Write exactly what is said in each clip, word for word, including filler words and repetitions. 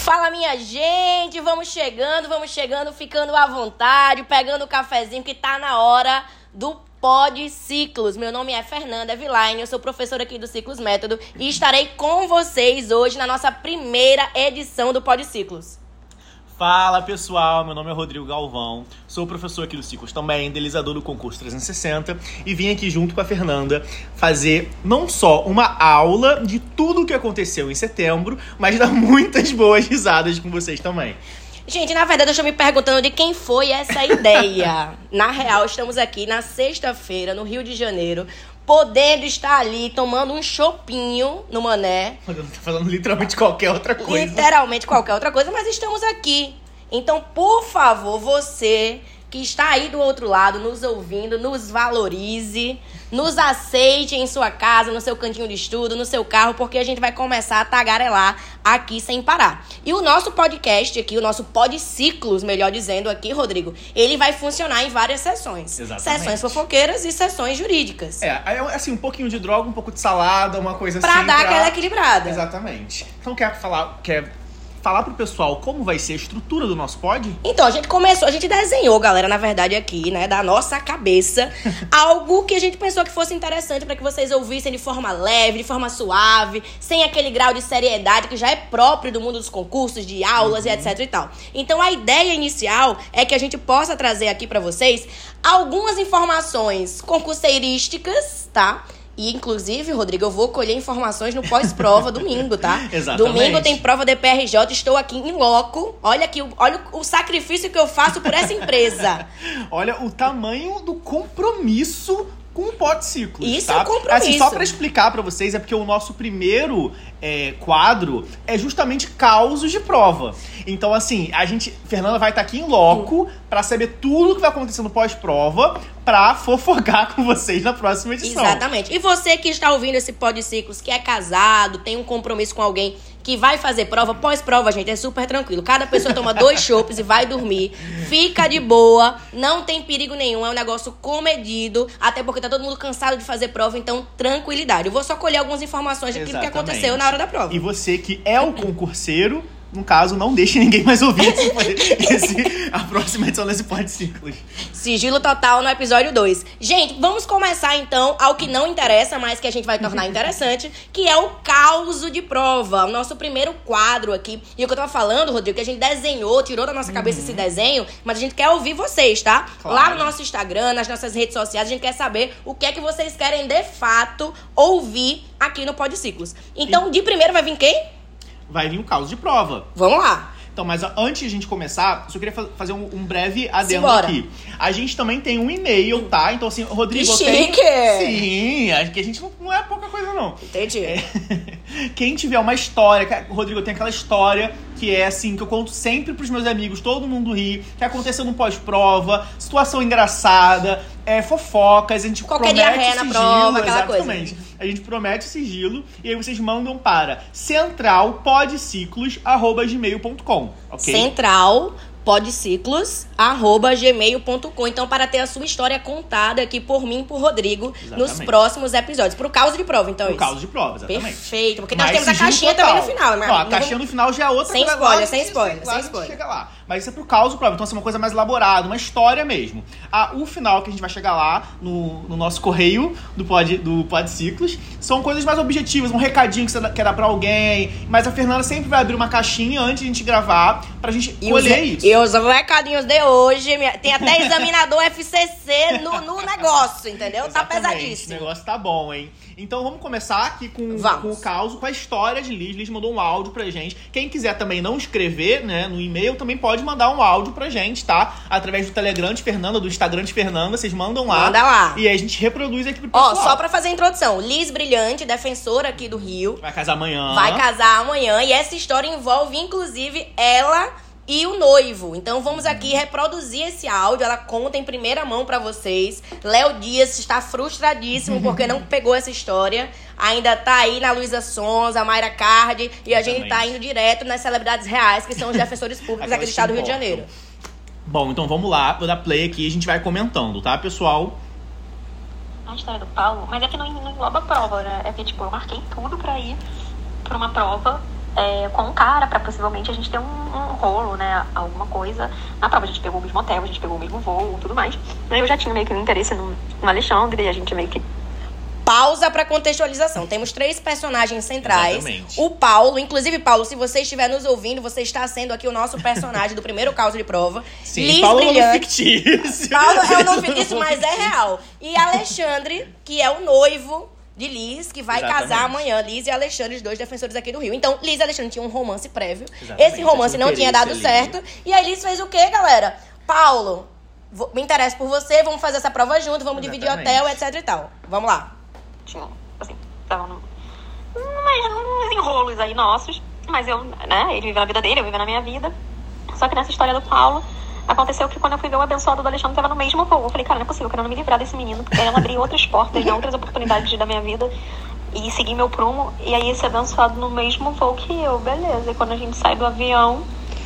Fala, minha gente, vamos chegando, vamos chegando, ficando à vontade, pegando o cafezinho que tá na hora do Pod Ciclos. Meu nome é Fernanda Vilaine, eu sou professora aqui do Ciclos Método e estarei com vocês hoje na nossa primeira edição do Pod Ciclos. Fala pessoal, meu nome é Rodrigo Galvão, sou professor aqui do Ciclos também, idealizador do concurso trezentos e sessenta e vim aqui junto com a Fernanda fazer não só uma aula de tudo o que aconteceu em setembro, mas dar muitas boas risadas com vocês também. Gente, na verdade eu estou me perguntando de quem foi essa ideia. Na real, estamos aqui na sexta-feira, no Rio de Janeiro, podendo estar ali tomando um chopinho no Mané. Eu não tô falando literalmente qualquer outra coisa. Literalmente qualquer outra coisa, mas estamos aqui. Então, por favor, você que está aí do outro lado, nos ouvindo, nos valorize, nos aceite em sua casa, no seu cantinho de estudo, no seu carro, porque a gente vai começar a tagarelar aqui sem parar. E o nosso podcast aqui, o nosso Pod Ciclos, melhor dizendo aqui, Rodrigo, ele vai funcionar em várias sessões. Exatamente. Sessões fofoqueiras e sessões jurídicas. É, assim, um pouquinho de droga, um pouco de salada, uma coisa pra assim. Dar pra dar aquela equilibrada. Exatamente. Então, quer falar... Quer... falar pro pessoal como vai ser a estrutura do nosso pod? Então, a gente começou, a gente desenhou, galera, na verdade aqui, né, da nossa cabeça, algo que a gente pensou que fosse interessante para que vocês ouvissem de forma leve, de forma suave, sem aquele grau de seriedade que já é próprio do mundo dos concursos, de aulas uhum. e etc e tal. Então, a ideia inicial é que a gente possa trazer aqui para vocês algumas informações concurseirísticas, tá? E, inclusive, Rodrigo, eu vou colher informações no pós-prova domingo, tá? Exatamente. Domingo tem prova de P R J, estou aqui em loco. Olha aqui, olha o sacrifício que eu faço por essa empresa. Olha o tamanho do compromisso com o Pod Ciclos. Isso tá? é um compromisso. Assim, só pra explicar pra vocês, é porque o nosso primeiro é, quadro é justamente causos de prova. Então, assim, a gente, Fernanda vai estar aqui em loco pra saber tudo que vai acontecer no pós-prova pra fofocar com vocês na próxima edição. Exatamente. E você que está ouvindo esse Pod Ciclos, que é casado, tem um compromisso com alguém que vai fazer prova, pós-prova, gente, é super tranquilo. Cada pessoa toma dois chopes e vai dormir. Fica de boa, não tem perigo nenhum, é um negócio comedido, até porque tá todo mundo cansado de fazer prova, então tranquilidade. Eu vou só colher algumas informações daquilo que aconteceu na hora da prova. E você que é o concurseiro, no caso, não deixe ninguém mais ouvir esse, esse, a próxima edição desse Pod Ciclos. Sigilo total no episódio dois. Gente, vamos começar então ao que não interessa, mas que a gente vai tornar interessante, que é o causo de prova. O nosso primeiro quadro aqui. E o que eu tava falando, Rodrigo, que a gente desenhou, tirou da nossa cabeça uhum. esse desenho, mas a gente quer ouvir vocês, tá? Claro. Lá no nosso Instagram, nas nossas redes sociais, a gente quer saber o que é que vocês querem de fato ouvir aqui no Pod Ciclos. Então, e... de primeiro vai vir quem? Vai vir um caos de prova. Vamos lá. Então, mas antes de a gente começar, só queria fazer um, um breve adendo Simbora. aqui. A gente também tem um e-mail, tá? Então, assim, Rodrigo... Que tem... chique! Sim, acho que a gente não, não é pouca coisa, não. Entendi. É... Quem tiver uma história... Rodrigo, tem aquela história que é, assim, que eu conto sempre pros meus amigos, todo mundo ri, que aconteceu no pós-prova, situação engraçada, é, fofocas, a gente Qualquer promete diarreia sigilo, na prova, aquela exatamente. coisa. A gente promete sigilo e aí vocês mandam para central podciclos arroba gmail ponto com, ok? Central podciclos arroba gmail ponto com. Então, para ter a sua história contada aqui por mim e por Rodrigo, exatamente, nos próximos episódios. Pro caso de prova, então. Pro isso. caso de prova, exatamente. Perfeito. Porque mas nós temos a caixinha total. também no final, né? Não, a caixinha no final já é outra sem coisa. Spoiler, lá, sem spoiler, lá, sem spoiler. Chega lá. Mas isso é pro caso de prova. Então, assim, uma coisa mais elaborada, uma história mesmo. Ah, o final que a gente vai chegar lá no, no nosso correio do Pod, do Pod Ciclos são coisas mais objetivas, um recadinho que você quer dar pra alguém. Mas a Fernanda sempre vai abrir uma caixinha antes de a gente gravar pra gente e colher os, isso. E os recadinhos de hoje, tem até examinador F C C no, no negócio, entendeu? Tá pesadíssimo. O negócio tá bom, hein? Então vamos começar aqui com, com o caos, com a história de Liz. Liz mandou um áudio pra gente. Quem quiser também não escrever, né, no e-mail, também pode mandar um áudio pra gente, tá? Através do Telegram de Fernanda, do Instagram de Fernanda, vocês mandam lá. Manda lá. E aí a gente reproduz aqui pro pessoal. Ó, só pra fazer a introdução. Liz Brilhante, defensora aqui do Rio. Vai casar amanhã. Vai casar amanhã. E essa história envolve, inclusive, ela e o noivo. Então vamos aqui reproduzir esse áudio. Ela conta em primeira mão pra vocês. Léo Dias está frustradíssimo porque não pegou essa história. Ainda tá aí na Luísa Sonza, a Mayra Card. E a gente tá indo direto nas celebridades reais, que são os defensores públicos aqui do estado do Rio de Janeiro. Bom, então vamos lá. Vou dar play aqui e a gente vai comentando, tá, pessoal? A história do Paulo, mas é que não, não engloba a prova, né? É que, tipo, eu marquei tudo pra ir pra uma prova é, com um cara pra possivelmente a gente ter um, um rolo, né? Alguma coisa. Na prova a gente pegou o mesmo hotel, a gente pegou o mesmo voo, tudo mais. Eu já tinha meio que um interesse no, no Alexandre, e a gente meio que... Pausa para contextualização. Temos três personagens centrais. Exatamente. O Paulo, inclusive, Paulo, se você estiver nos ouvindo, você está sendo aqui o nosso personagem do primeiro caso de prova. Sim, Liz Paulo Brilhante. é um nome fictício. Paulo é um nome fictício, mas é real. E Alexandre, que é o noivo de Liz, que vai Exatamente. casar amanhã. Liz e Alexandre, os dois defensores aqui do Rio. Então, Liz e Alexandre tinham um romance prévio. Exatamente, Esse romance esse não tinha dado interesse ali. certo. E aí Liz fez o quê, galera? Paulo, vou- me interesso por você, vamos fazer essa prova junto, vamos dividir Exatamente. hotel, etc e tal. Vamos lá. tinha, assim, tava num, num- uns enrolos aí nossos, mas eu, né, ele viveu a vida dele, eu vivendo a minha vida. Só que nessa história do Paulo, aconteceu que quando eu fui ver o abençoado do Alexandre, tava no mesmo voo. Eu falei, cara, não é possível, eu quero me livrar desse menino, porque aí ela abriu outras portas, né, outras oportunidades da minha vida e seguir meu prumo. E aí esse abençoado no mesmo voo que eu, beleza. E quando a gente sai do avião,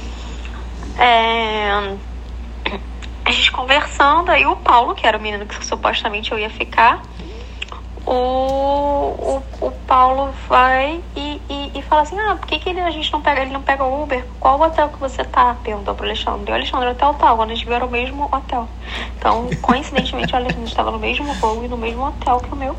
é... a gente conversando, aí o Paulo, que era o menino que supostamente eu ia ficar, o, o, o Paulo vai e, e, e fala assim, ah, por que, que ele, a gente não pega, ele não pega o Uber? Qual hotel que você tá? Perguntou pro Alexandre. E o Alexandre, hotel tal, quando a gente viu era o mesmo hotel. Então, coincidentemente, o Alexandre estava no mesmo voo e no mesmo hotel que o meu.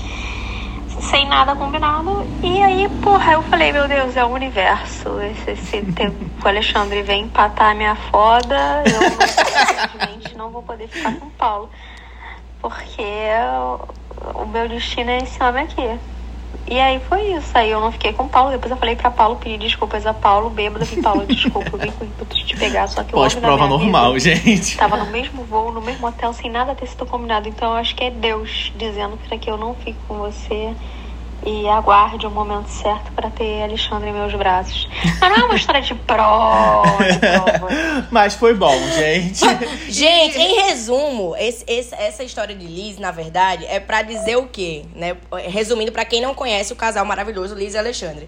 Sem nada combinado. E aí, porra, eu falei, meu Deus, é o universo. Esse, esse tempo que o Alexandre vem empatar a minha foda, eu não, simplesmente não vou poder ficar com o Paulo. Porque o, o meu destino é esse homem aqui. E aí foi isso. Aí eu não fiquei com o Paulo. Depois eu falei pra Paulo, pedi desculpas a Paulo, bêbado. Falei, Paulo, desculpa, eu vim com o intuito de te pegar. Só que o homem da Pós-prova minha normal, vida gente. tava no mesmo voo, no mesmo hotel, sem nada ter sido combinado. Então eu acho que é Deus dizendo pra que eu não fique com você e aguarde o momento certo pra ter Alexandre em meus braços. Mas não é uma história de prova, de prova. Mas foi bom, gente. Gente, em resumo, esse, esse- essa história de Liz, na verdade, é pra dizer o quê? Né? Resumindo, pra quem não conhece o casal maravilhoso Liz e Alexandre.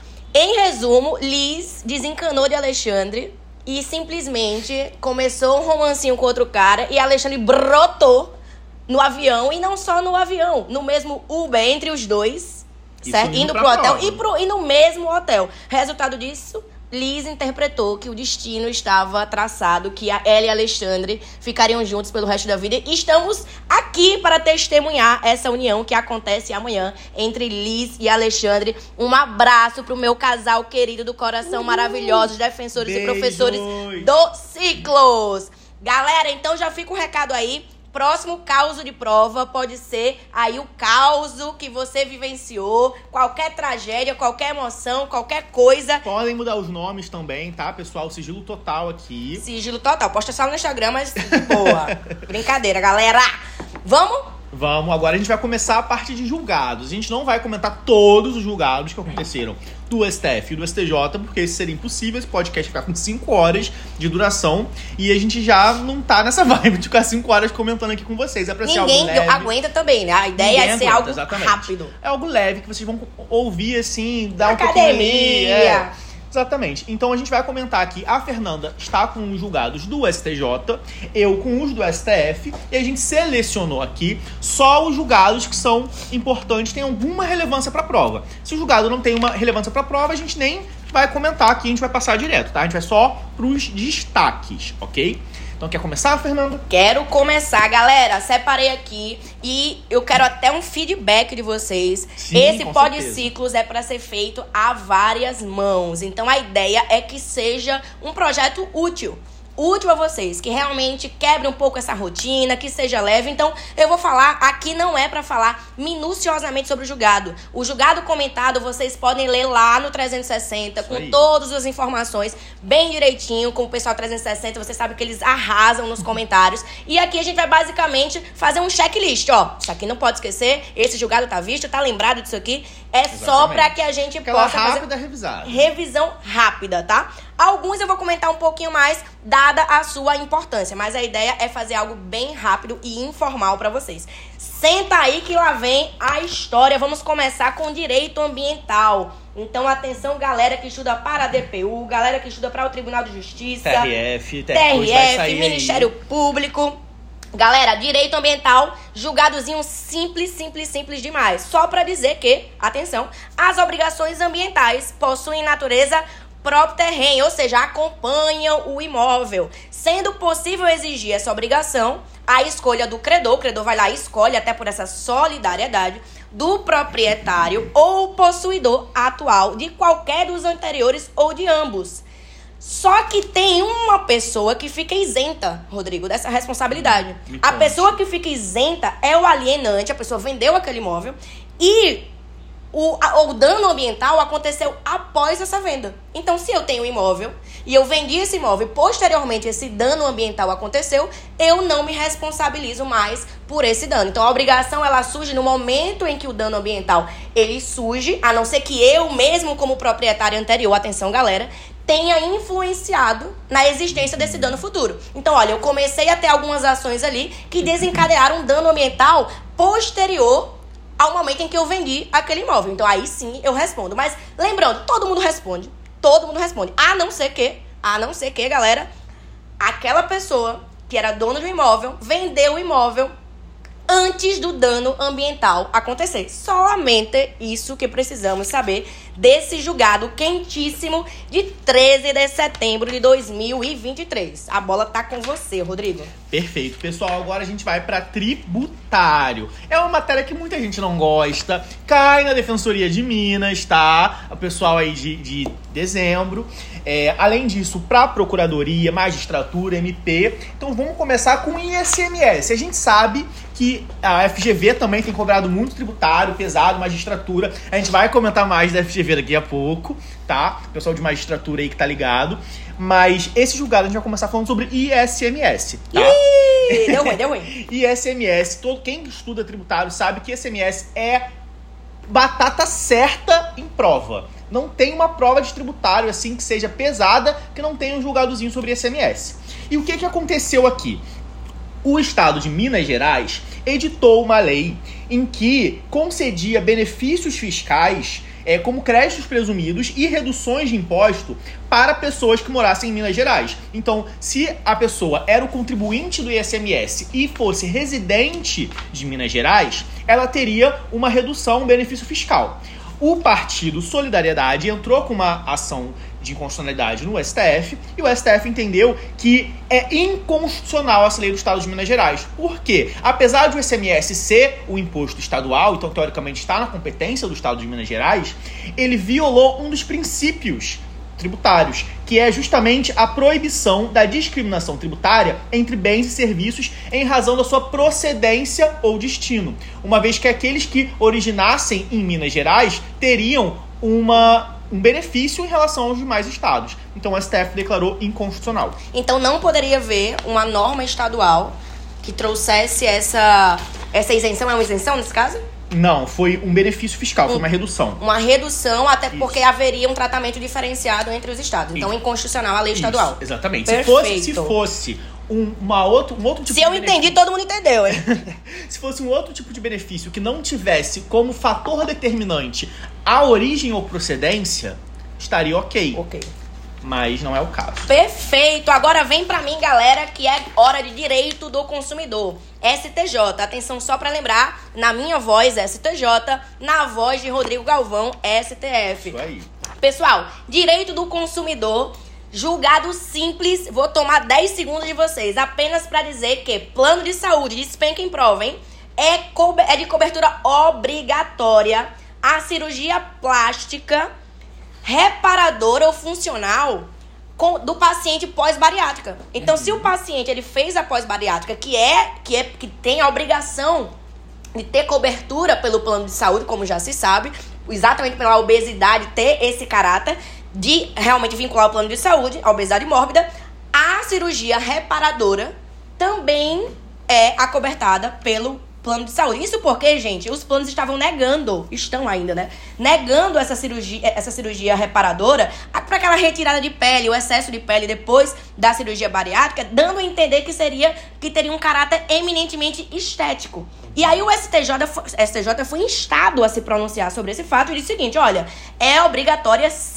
Em resumo, Liz desencanou de Alexandre e simplesmente começou um romancinho com outro cara e Alexandre brotou no avião, e não só no avião, no mesmo Uber entre os dois, Isso certo? indo Indo pra pro hotel prova. e, pro, e no mesmo hotel. Resultado disso, Liz interpretou que o destino estava traçado, que a ela e Alexandre ficariam juntos pelo resto da vida. E estamos aqui para testemunhar essa união que acontece amanhã entre Liz e Alexandre. Um abraço pro meu casal querido do coração, maravilhosos, defensores Beijos. e professores do Ciclos. Galera, então já fica o recado aí. Próximo caos de prova pode ser aí o caos que você vivenciou, qualquer tragédia, qualquer emoção, qualquer coisa. Podem mudar os nomes também, tá, pessoal? Sigilo total aqui. Sigilo total. Posta só no Instagram, mas de boa. Brincadeira, galera. Vamos? Vamos, agora a gente vai começar a parte de julgados. A gente não vai comentar todos os julgados que aconteceram do S T F e do S T J, porque isso seria impossível. Esse podcast ficar com cinco horas de duração e a gente já não tá nessa vibe de ficar cinco horas comentando aqui com vocês. É pra ser algo Ninguém leve. aguenta também, né? A ideia Ninguém é ser aguenta, algo exatamente. rápido. É algo leve que vocês vão ouvir assim, dar Na um pouquinho ali. academia. É. Exatamente. Então a gente vai comentar aqui. A Fernanda está com os julgados do S T J, eu com os do S T F, e a gente selecionou aqui só os julgados que são importantes, têm alguma relevância para a prova. Se o julgado não tem uma relevância para a prova, a gente nem vai comentar aqui, a gente vai passar direto, tá? A gente vai só pros destaques, ok? Então quer começar, Fernanda? Quero começar, galera. Separei aqui e eu quero até um feedback de vocês. Sim, Esse com Pod certeza. Ciclos é para ser feito a várias mãos. Então a ideia é que seja um projeto útil. Útil a vocês, que realmente quebre um pouco essa rotina, que seja leve. Então, eu vou falar, aqui não é pra falar minuciosamente sobre o julgado. O julgado comentado, vocês podem ler lá no trezentos e sessenta, Isso com aí. todas as informações, bem direitinho, com o pessoal trezentos e sessenta. Vocês sabem que eles arrasam nos comentários. E aqui a gente vai basicamente fazer um checklist, ó. Isso aqui não pode esquecer, esse julgado tá visto, tá lembrado disso aqui. É só Exatamente. pra que a gente Aquela possa fazer rápida revisada. revisão rápida, tá? Alguns eu vou comentar um pouquinho mais, dada a sua importância. Mas a ideia é fazer algo bem rápido e informal pra vocês. Senta aí que lá vem a história. Vamos começar com direito ambiental. Então, atenção, galera que estuda para a D P U, galera que estuda para o Tribunal de Justiça, T R F, T depois vai R F, sair aí. Ministério Público. Galera, direito ambiental, julgadozinho simples, simples, simples demais. Só pra dizer que, atenção, as obrigações ambientais possuem natureza próprio terreno, ou seja, acompanham o imóvel. Sendo possível exigir essa obrigação, a escolha do credor, o credor vai lá e escolhe, até por essa solidariedade, do proprietário ou possuidor atual de qualquer dos anteriores ou de ambos. Só que tem uma pessoa que fica isenta, Rodrigo, dessa responsabilidade. A pessoa que fica isenta é o alienante, a pessoa vendeu aquele imóvel e o, a, o dano ambiental aconteceu após essa venda. Então, se eu tenho um imóvel e eu vendi esse imóvel e posteriormente esse dano ambiental aconteceu, eu não me responsabilizo mais por esse dano. Então, a obrigação ela surge no momento em que o dano ambiental ele surge, a não ser que eu mesmo como proprietário anterior, atenção galera, tenha influenciado na existência desse dano futuro. Então, olha, eu comecei a ter algumas ações ali que desencadearam um dano ambiental posterior ao momento em que eu vendi aquele imóvel. Então, aí sim eu respondo. Mas, lembrando, todo mundo responde. Todo mundo responde. A não ser que, a não ser que, galera, aquela pessoa que era dona de um imóvel vendeu o imóvel antes do dano ambiental acontecer. Somente isso que precisamos saber desse julgado quentíssimo de treze de setembro de dois mil e vinte e três. A bola tá com você, Rodrigo. Perfeito. Pessoal, agora a gente vai para tributário. É uma matéria que muita gente não gosta. Cai na Defensoria de Minas, tá? O pessoal aí de, de dezembro. É, além disso, para Procuradoria, Magistratura, M P. Então vamos começar com o I C M S. A gente sabe que a F G V também tem cobrado muito tributário, pesado, magistratura. A gente vai comentar mais da F G V daqui a pouco, tá? O pessoal de magistratura aí que tá ligado. Mas esse julgado a gente vai começar falando sobre I C M S, tá? Ih, deu ruim, deu ruim. I C M S, todo, quem estuda tributário sabe que I C M S é batata certa em prova. Não tem uma prova de tributário assim que seja pesada que não tenha um julgadozinho sobre I C M S. E o que, que aconteceu aqui? O estado de Minas Gerais editou uma lei em que concedia benefícios fiscais é, como créditos presumidos e reduções de imposto para pessoas que morassem em Minas Gerais. Então, se a pessoa era o contribuinte do I C M S e fosse residente de Minas Gerais, ela teria uma redução, um benefício fiscal. O Partido Solidariedade entrou com uma ação de inconstitucionalidade no S T F e o S T F entendeu que é inconstitucional essa lei do Estado de Minas Gerais. Por quê? Apesar de o I C M S ser o imposto estadual, então teoricamente está na competência do Estado de Minas Gerais, ele violou um dos princípios tributários, que é justamente a proibição da discriminação tributária entre bens e serviços em razão da sua procedência ou destino, uma vez que aqueles que originassem em Minas Gerais teriam uma, um benefício em relação aos demais estados. Então o S T F declarou inconstitucional. Então não poderia haver uma norma estadual que trouxesse essa, essa isenção. É uma isenção nesse caso? Não, foi um benefício fiscal, um, foi uma redução. Uma redução, até Isso. porque haveria um tratamento diferenciado entre os estados. Então, Isso. inconstitucional a lei Isso, estadual. Exatamente. Se fosse, se fosse um, uma outro, um outro tipo Se de eu benefício, entendi, todo mundo entendeu, hein? Se fosse um outro tipo de benefício que não tivesse como fator determinante a origem ou procedência, estaria ok. Ok. Mas não é o caso. Perfeito! Agora vem pra mim, galera, que é hora de direito do consumidor. S T J, atenção só pra lembrar, na minha voz, S T J, na voz de Rodrigo Galvão, S T F. Isso aí. Pessoal, direito do consumidor, julgado simples, vou tomar dez segundos de vocês, apenas pra dizer que plano de saúde, despenca em prova, hein? É, co- é de cobertura obrigatória a cirurgia plástica reparadora ou funcional com, do paciente pós-bariátrica. Então, uhum. se o paciente ele fez a pós-bariátrica, que é, que é que tem a obrigação de ter cobertura pelo plano de saúde, como já se sabe, exatamente pela obesidade ter esse caráter de realmente vincular o plano de saúde, a obesidade mórbida, a cirurgia reparadora também é acobertada pelo plano de saúde. Isso porque, gente, os planos estavam negando, estão ainda, né? Negando essa cirurgia, essa cirurgia reparadora para aquela retirada de pele, o excesso de pele depois da cirurgia bariátrica, dando a entender que seria, que teria um caráter eminentemente estético. E aí o S T J, S T J foi instado a se pronunciar sobre esse fato e disse o seguinte, olha, é obrigatória sim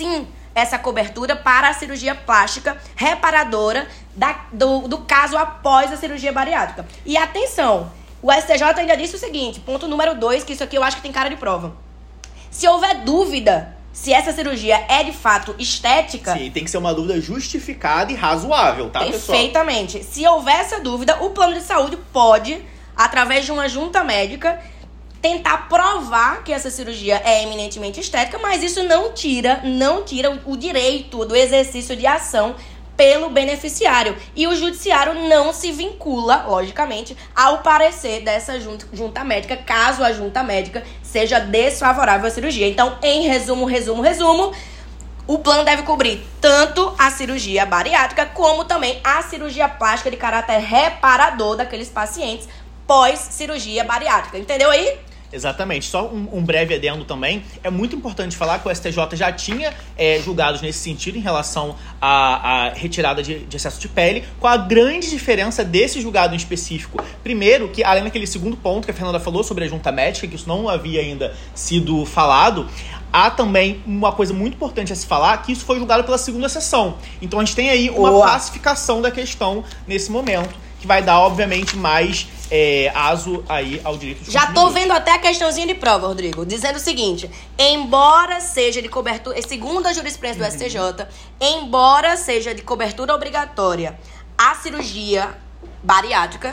essa cobertura para a cirurgia plástica reparadora da, do, do caso após a cirurgia bariátrica. E atenção, o S T J ainda disse o seguinte, ponto número dois, que isso aqui eu acho que tem cara de prova. Se houver dúvida se essa cirurgia é de fato estética... Sim, tem que ser uma dúvida justificada e razoável, tá, pessoal? Perfeitamente. Se houver essa dúvida, o plano de saúde pode, através de uma junta médica, tentar provar que essa cirurgia é eminentemente estética, mas isso não tira, não tira o, o direito do exercício de ação pelo beneficiário. E o judiciário não se vincula, logicamente, ao parecer dessa junta, junta médica, caso a junta médica seja desfavorável à cirurgia. Então, em resumo, resumo, resumo, o plano deve cobrir tanto a cirurgia bariátrica como também a cirurgia plástica de caráter reparador daqueles pacientes pós-cirurgia bariátrica. Entendeu aí? Exatamente. Só um, um breve adendo também. É muito importante falar que o S T J já tinha é, julgados nesse sentido em relação à, à retirada de, de excesso de pele, com a grande diferença desse julgado em específico. Primeiro, que além daquele segundo ponto que a Fernanda falou sobre a junta médica, que isso não havia ainda sido falado, há também uma coisa muito importante a se falar, que isso foi julgado pela segunda sessão. Então a gente tem aí uma Boa. pacificação da questão nesse momento, que vai dar, obviamente, mais é, aso aí ao direito de Já tô vendo até a questãozinha de prova, Rodrigo, dizendo o seguinte, embora seja de cobertura, segundo a jurisprudência do uhum. S T J, embora seja de cobertura obrigatória a cirurgia bariátrica,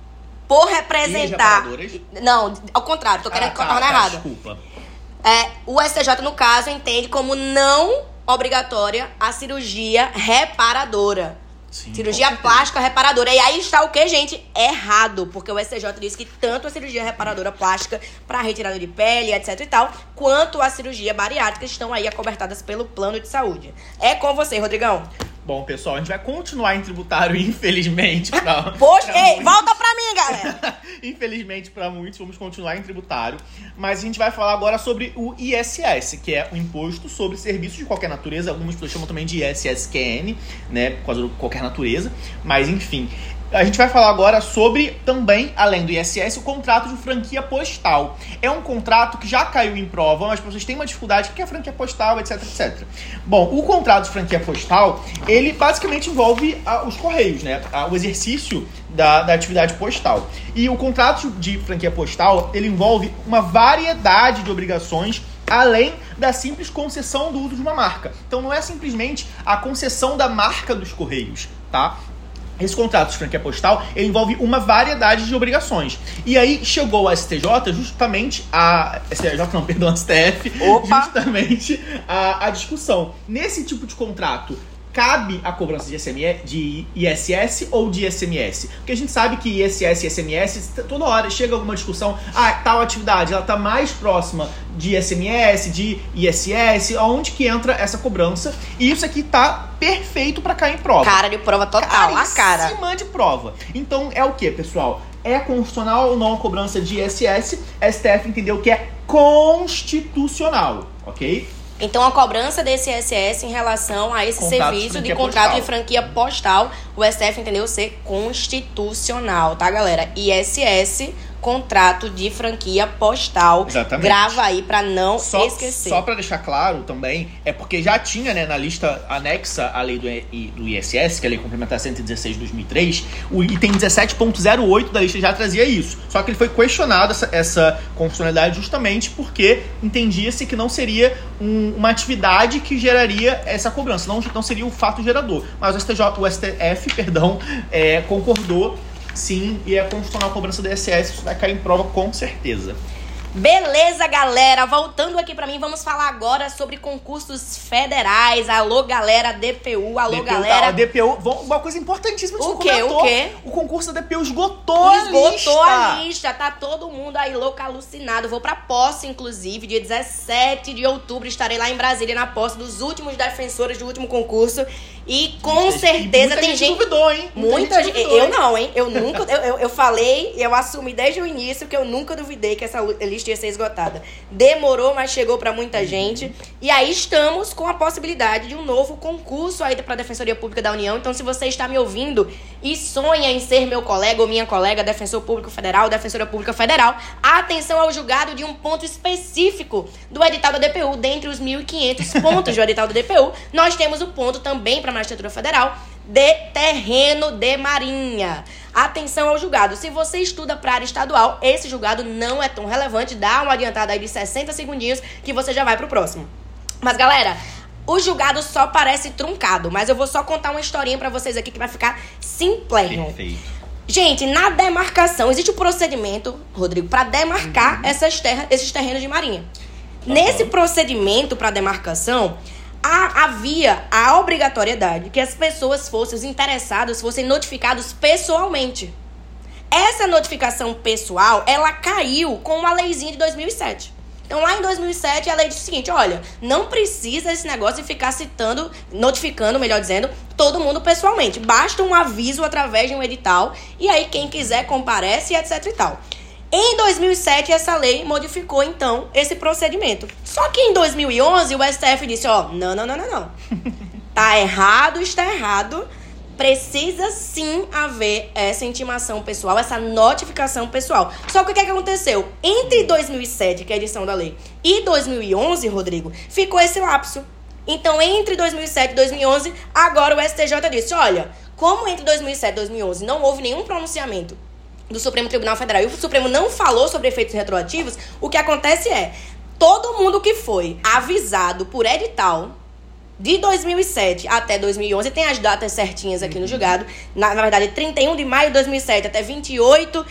por representar... Não, ao contrário, tô querendo ah, tá, tornar tá, errado. Desculpa. É, o S T J, no caso, entende como não obrigatória a cirurgia reparadora. Sim, cirurgia plástica reparadora. E aí está o que, gente? Errado. Porque o S T J disse que tanto a cirurgia reparadora plástica para retirada de pele, etc e tal, quanto a cirurgia bariátrica estão aí acobertadas pelo plano de saúde. É com você, Rodrigão. Bom, pessoal, a gente vai continuar em tributário, infelizmente. Pra, Poxa, pra ei, muitos. Volta pra mim, galera! Infelizmente, para muitos, vamos continuar em tributário. Mas a gente vai falar agora sobre o I S S, que é o Imposto sobre Serviços de Qualquer Natureza. Algumas pessoas chamam também de I S S Q N, né, por causa de qualquer natureza. Mas, enfim... A gente vai falar agora sobre, também, além do I S S, o contrato de franquia postal. É um contrato que já caiu em prova, mas as pessoas têm uma dificuldade, o que é franquia postal, etc, etcétera. Bom, o contrato de franquia postal, ele basicamente envolve ah, os correios, né? Ah, o exercício da, da atividade postal. E o contrato de franquia postal, ele envolve uma variedade de obrigações, além da simples concessão do uso de uma marca. Então não é simplesmente a concessão da marca dos correios, tá? Esse contrato de franquia postal, ele envolve uma variedade de obrigações. E aí chegou a S T J justamente a... S T J não, perdão, a S T F. Opa. Justamente a, a discussão. Nesse tipo de contrato, cabe a cobrança de, S M S, de I S S ou de I C M S? Porque a gente sabe que I S S e I C M S, toda hora chega alguma discussão, ah, tal atividade, ela está mais próxima de I C M S, de I S S, aonde que entra essa cobrança? E isso aqui tá perfeito para cair em prova. Cara de prova total, a cara. Acima de prova. Então é o que, pessoal? É constitucional ou não a cobrança de I S S? A S T F entendeu que é constitucional, ok? Então, a cobrança desse I S S em relação a esse Contrato serviço de de contrato postal. de franquia postal, o S T F entendeu ser constitucional, tá, galera? I S S, contrato de franquia postal. Exatamente. Grava aí pra não só, esquecer. Só pra deixar claro também, é porque já tinha, né, na lista anexa à lei do, I, do I S S, que é a Lei Complementar cento e dezesseis de dois mil e três, o item dezessete ponto zero oito da lista já trazia isso. Só que ele foi questionado, essa, essa constitucionalidade, justamente porque entendia-se que não seria um, uma atividade que geraria essa cobrança, não, não seria o fato gerador. Mas o S T J, o S T F, perdão, é, concordou. Sim, e é constitucional a cobrança do I S S, isso vai cair em prova com certeza. Beleza, galera. Voltando aqui pra mim, vamos falar agora sobre concursos federais. Alô, galera, D P U. Alô, D P U, galera. Tá, a D P U, uma coisa importantíssima que o você quê? comentou. O quê? O concurso da D P U esgotou, esgotou a lista. Esgotou a lista. Tá todo mundo aí louco, alucinado. Vou pra posse, inclusive, dia dezessete de outubro. Estarei lá em Brasília na posse dos últimos defensores do último concurso. E com Muita certeza muita tem gente gente... duvidou, hein? Muita, Muita gente gente... duvidou, Eu hein? não, hein? Eu nunca... eu, eu, eu falei, eu assumi desde o início que eu nunca duvidei que essa lista lista ia ser esgotada. Demorou, mas chegou para muita gente. E aí estamos com a possibilidade de um novo concurso aí para a Defensoria Pública da União. Então, se você está me ouvindo e sonha em ser meu colega ou minha colega, defensor público federal, defensora pública federal, atenção ao julgado de um ponto específico do edital da D P U. Dentre os mil e quinhentos pontos do edital da D P U, nós temos o ponto também para a Magistratura Federal de terreno de marinha. Atenção ao julgado. Se você estuda para área estadual, esse julgado não é tão relevante. Dá uma adiantada aí de sessenta segundinhos que você já vai pro próximo. Mas, galera, o julgado só parece truncado. Mas eu vou só contar uma historinha pra vocês aqui que vai ficar simplérrimo. Perfeito. Gente, na demarcação, existe um procedimento, Rodrigo, para demarcar uhum. essas terras, esses terrenos de marinha. Uhum. Nesse procedimento para demarcação, havia a obrigatoriedade que as pessoas fossem, os interessados, fossem notificados pessoalmente. Essa notificação pessoal, ela caiu com uma leizinha de dois mil e sete. Então, lá em dois mil e sete, a lei disse o seguinte, olha, não precisa esse negócio de ficar citando, notificando, melhor dizendo, todo mundo pessoalmente. Basta um aviso através de um edital, e aí quem quiser comparece, etc e tal. Em dois mil e sete, essa lei modificou, então, esse procedimento. Só que em dois mil e onze, o S T F disse, ó, não, não, não, não, não. Tá errado, está errado. Precisa sim haver essa intimação pessoal, essa notificação pessoal. Só que o que, é que aconteceu? Entre dois mil e sete, que é a edição da lei, e dois mil e onze, Rodrigo, ficou esse lapso. Então, entre dois mil e sete e dois mil e onze, agora o S T J disse, olha, como entre dois mil e sete e dois mil e onze não houve nenhum pronunciamento do Supremo Tribunal Federal e o Supremo não falou sobre efeitos retroativos, o que acontece é, todo mundo que foi avisado por edital de dois mil e sete até dois mil e onze, tem as datas certinhas aqui no julgado, na, na verdade, trinta e um de maio de dois mil e sete até vinte e oito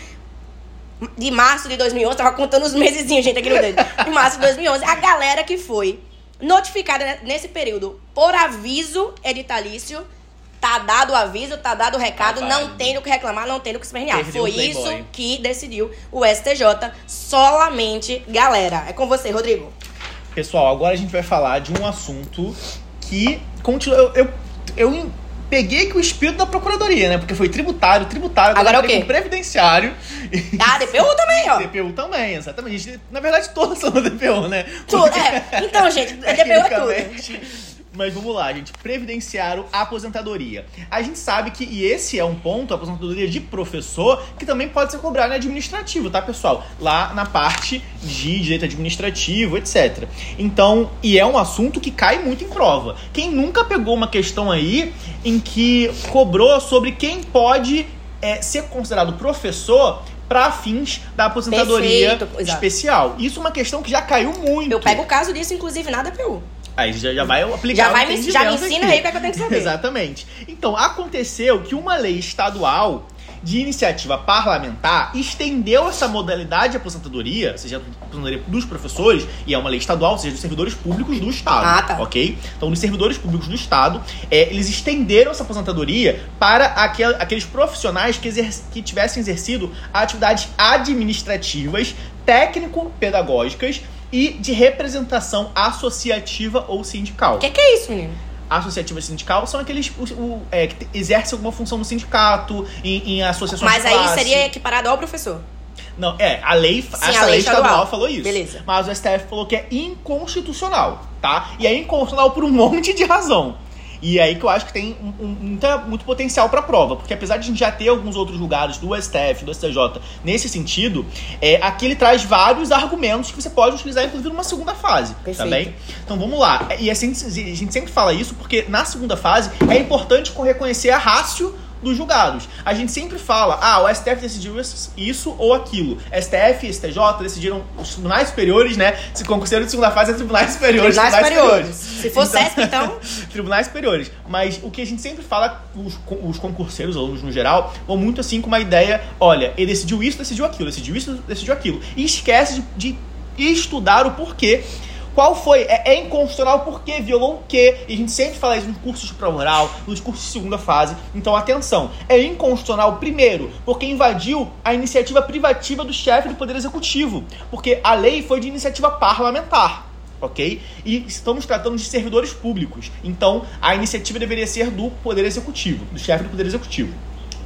de março de dois mil e onze, tava contando os mesezinhos, gente, aqui no dedo, de março de dois mil e onze, a galera que foi notificada nesse período por aviso editalício, tá dado o aviso, tá dado o recado, tá não tem o que reclamar, não tem o que espernear. Perdeu Foi o Playboy. isso que decidiu o S T J, solamente, galera. É com você, Rodrigo. Pessoal, agora a gente vai falar de um assunto que continua. Eu, eu, eu peguei que o espírito da procuradoria, né? Porque foi tributário, tributário, agora é o quê? Previdenciário. Ah, D P U também, ó. D P U também, exatamente. Na verdade, todas são da D P U, né? Tudo, é. Então, gente, D P U é tudo. Mas vamos lá, gente. Previdenciário, aposentadoria. A gente sabe que, e esse é um ponto, a aposentadoria de professor, que também pode ser cobrado em administrativo, tá, pessoal? Lá na parte de direito administrativo, etcétera. Então, e é um assunto que cai muito em prova. Quem nunca pegou uma questão aí em que cobrou sobre quem pode é, ser considerado professor para fins da aposentadoria Perfeito, especial? Isso é uma questão que já caiu muito. Eu pego o caso disso, inclusive, na D P U. Aí já, já vai aplicar. Já, vai me, já me ensina aqui. aí o que, é que eu tenho que saber. Exatamente. Então, aconteceu que uma lei estadual de iniciativa parlamentar estendeu essa modalidade de aposentadoria, ou seja, a aposentadoria dos professores, e é uma lei estadual, ou seja, dos servidores públicos do Estado. Ah, tá. Ok? Então, dos servidores públicos do Estado, é, eles estenderam essa aposentadoria para aquel, aqueles profissionais que, exer, que tivessem exercido atividades administrativas, técnico-pedagógicas, e de representação associativa ou sindical. O que, que é isso, menino? Associativa e sindical são aqueles o, o, é, que exercem alguma função no sindicato, em, em associações Mas de aí classe. Seria equiparado ao professor. Não, é, a lei, Sim, essa a lei lei estadual. estadual falou isso. Beleza. Mas o S T F falou que é inconstitucional, tá? E é inconstitucional por um monte de razão. E é aí que eu acho que tem um, um, muita, muito potencial para prova, porque apesar de a gente já ter alguns outros julgados do S T F, do S T J, nesse sentido, é, aqui ele traz vários argumentos que você pode utilizar, inclusive, numa segunda fase. Perfeito. Tá bem? Então vamos lá. E assim, a gente sempre fala isso porque na segunda fase é importante reconhecer a ratio dos julgados. A gente sempre fala, ah, o S T F decidiu isso, isso ou aquilo. S T F e S T J decidiram os tribunais superiores, né? Se concurseram de segunda fase é tribunais superiores. Tribunais, tribunais superiores. superiores. Se for então... S E S P, então... tribunais superiores. Mas o que a gente sempre fala, os, os concurseiros, alunos no geral, vão muito assim com uma ideia, olha, ele decidiu isso, decidiu aquilo, decidiu isso, decidiu aquilo. E esquece de, de estudar o porquê. Qual foi? É, é inconstitucional porque violou o quê? E a gente sempre fala isso nos cursos de prova oral, nos cursos de segunda fase. Então, atenção. É inconstitucional, primeiro, porque invadiu a iniciativa privativa do chefe do Poder Executivo. Porque a lei foi de iniciativa parlamentar, ok? E estamos tratando de servidores públicos. Então, a iniciativa deveria ser do Poder Executivo, do chefe do Poder Executivo.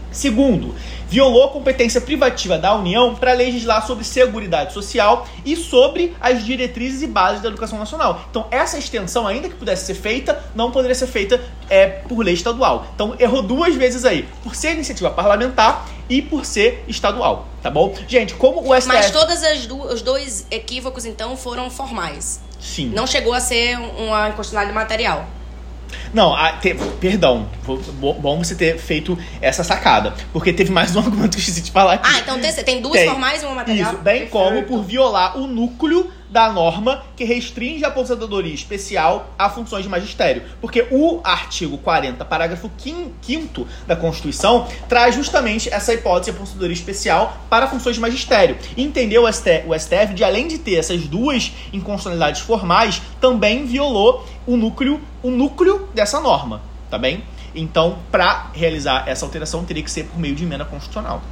Segundo, violou a competência privativa da União para legislar sobre seguridade social e sobre as diretrizes e bases da educação nacional. Então, essa extensão, ainda que pudesse ser feita, não poderia ser feita é, por lei estadual. Então, errou duas vezes aí, por ser iniciativa parlamentar e por ser estadual, tá bom? Gente, como o S T F... Mas todos os dois equívocos, então, foram formais. Sim. Não chegou a ser uma inconstitucionalidade material. Não, a, te, perdão, bom você ter feito essa sacada, porque teve mais um argumento que eu esqueci de falar aqui. Ah, então tem, tem duas tem. formais e uma material? Isso, bem como por violar o núcleo da norma que restringe a aposentadoria especial a funções de magistério. Porque o artigo quarenta, parágrafo quinto da Constituição, traz justamente essa hipótese de aposentadoria especial para funções de magistério. E entendeu o S T F, de além de ter essas duas inconstitucionalidades formais, também violou o núcleo, o núcleo dessa norma, tá bem? Então, para realizar essa alteração, teria que ser por meio de emenda constitucional.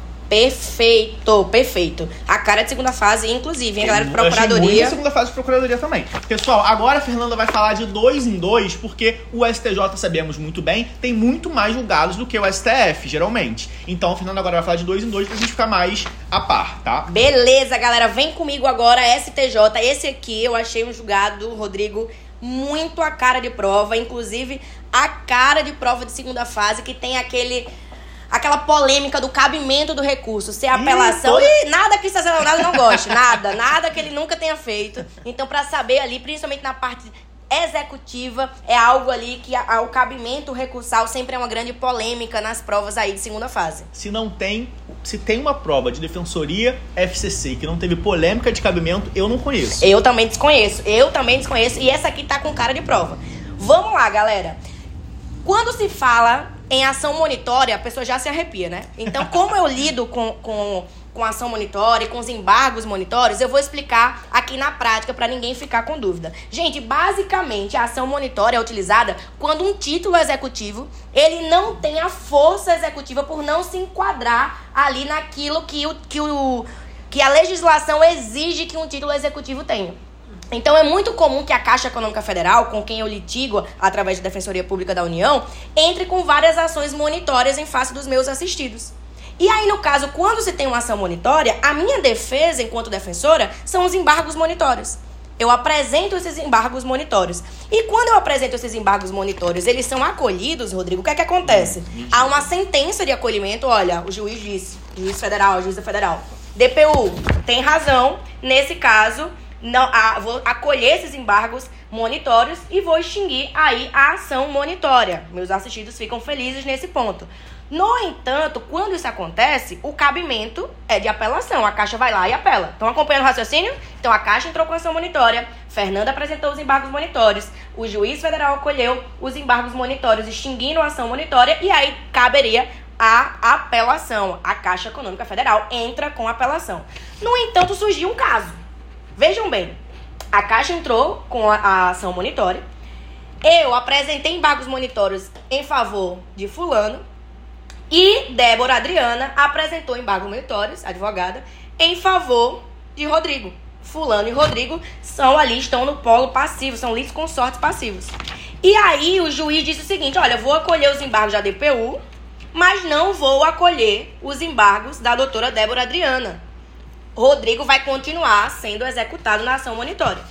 Perfeito, perfeito. A cara de segunda fase, inclusive, hein, galera? Procuradoria. Muito segunda fase de procuradoria também. Pessoal, agora a Fernanda vai falar de dois em dois, porque o S T J, sabemos muito bem, tem muito mais julgados do que o S T F, geralmente. Então a Fernanda agora vai falar de dois em dois pra gente ficar mais a par, tá? Beleza, galera. Vem comigo agora, S T J. Esse aqui eu achei um julgado, Rodrigo, muito a cara de prova. Inclusive, a cara de prova de segunda fase, que tem aquele... aquela polêmica do cabimento do recurso, ser apelação. E nada que César Leonardo não goste, nada, nada que ele nunca tenha feito. Então, pra saber ali, principalmente na parte executiva, é algo ali que a, a, o cabimento recursal sempre é uma grande polêmica nas provas aí de segunda fase. Se não tem, se tem uma prova de defensoria F C C que não teve polêmica de cabimento, eu não conheço. Eu também desconheço, eu também desconheço, e essa aqui tá com cara de prova. Vamos lá, galera. Quando se fala em ação monitória, a pessoa já se arrepia, né? Então, como eu lido com, com, com ação monitória e com os embargos monitórios, eu vou explicar aqui na prática para ninguém ficar com dúvida. Gente, basicamente, a ação monitória é utilizada quando um título executivo, ele não tem a força executiva por não se enquadrar ali naquilo que, o, que, o, que a legislação exige que um título executivo tenha. Então, é muito comum que a Caixa Econômica Federal, com quem eu litigo através da Defensoria Pública da União, entre com várias ações monitórias em face dos meus assistidos. E aí, no caso, quando se tem uma ação monitória, a minha defesa, enquanto defensora, são os embargos monitórios. Eu apresento esses embargos monitórios. E quando eu apresento esses embargos monitórios, eles são acolhidos, Rodrigo, o que é que acontece? Há uma sentença de acolhimento, olha, o juiz disse, juiz federal, juíza federal, D P U, tem razão, nesse caso... Não, a, vou acolher esses embargos monitórios e vou extinguir aí a ação monitória. Meus assistidos ficam felizes nesse ponto. No entanto, quando isso acontece, o cabimento é de apelação. A Caixa vai lá e apela. Estão acompanhando o raciocínio? Então, a Caixa entrou com ação monitória, Fernanda apresentou os embargos monitórios, o juiz federal acolheu os embargos monitórios, extinguindo a ação monitória, e aí caberia a apelação. A Caixa Econômica Federal entra com apelação. No entanto, surgiu um caso. Vejam bem, a Caixa entrou com a, a ação monitória, eu apresentei embargos monitórios em favor de fulano e Débora Adriana apresentou embargos monitórios, advogada, em favor de Rodrigo. Fulano e Rodrigo são ali, estão no polo passivo, são litisconsortes passivos. E aí o juiz disse o seguinte, olha, vou acolher os embargos da D P U, mas não vou acolher os embargos da doutora Débora Adriana. Rodrigo vai continuar sendo executado na ação monitória.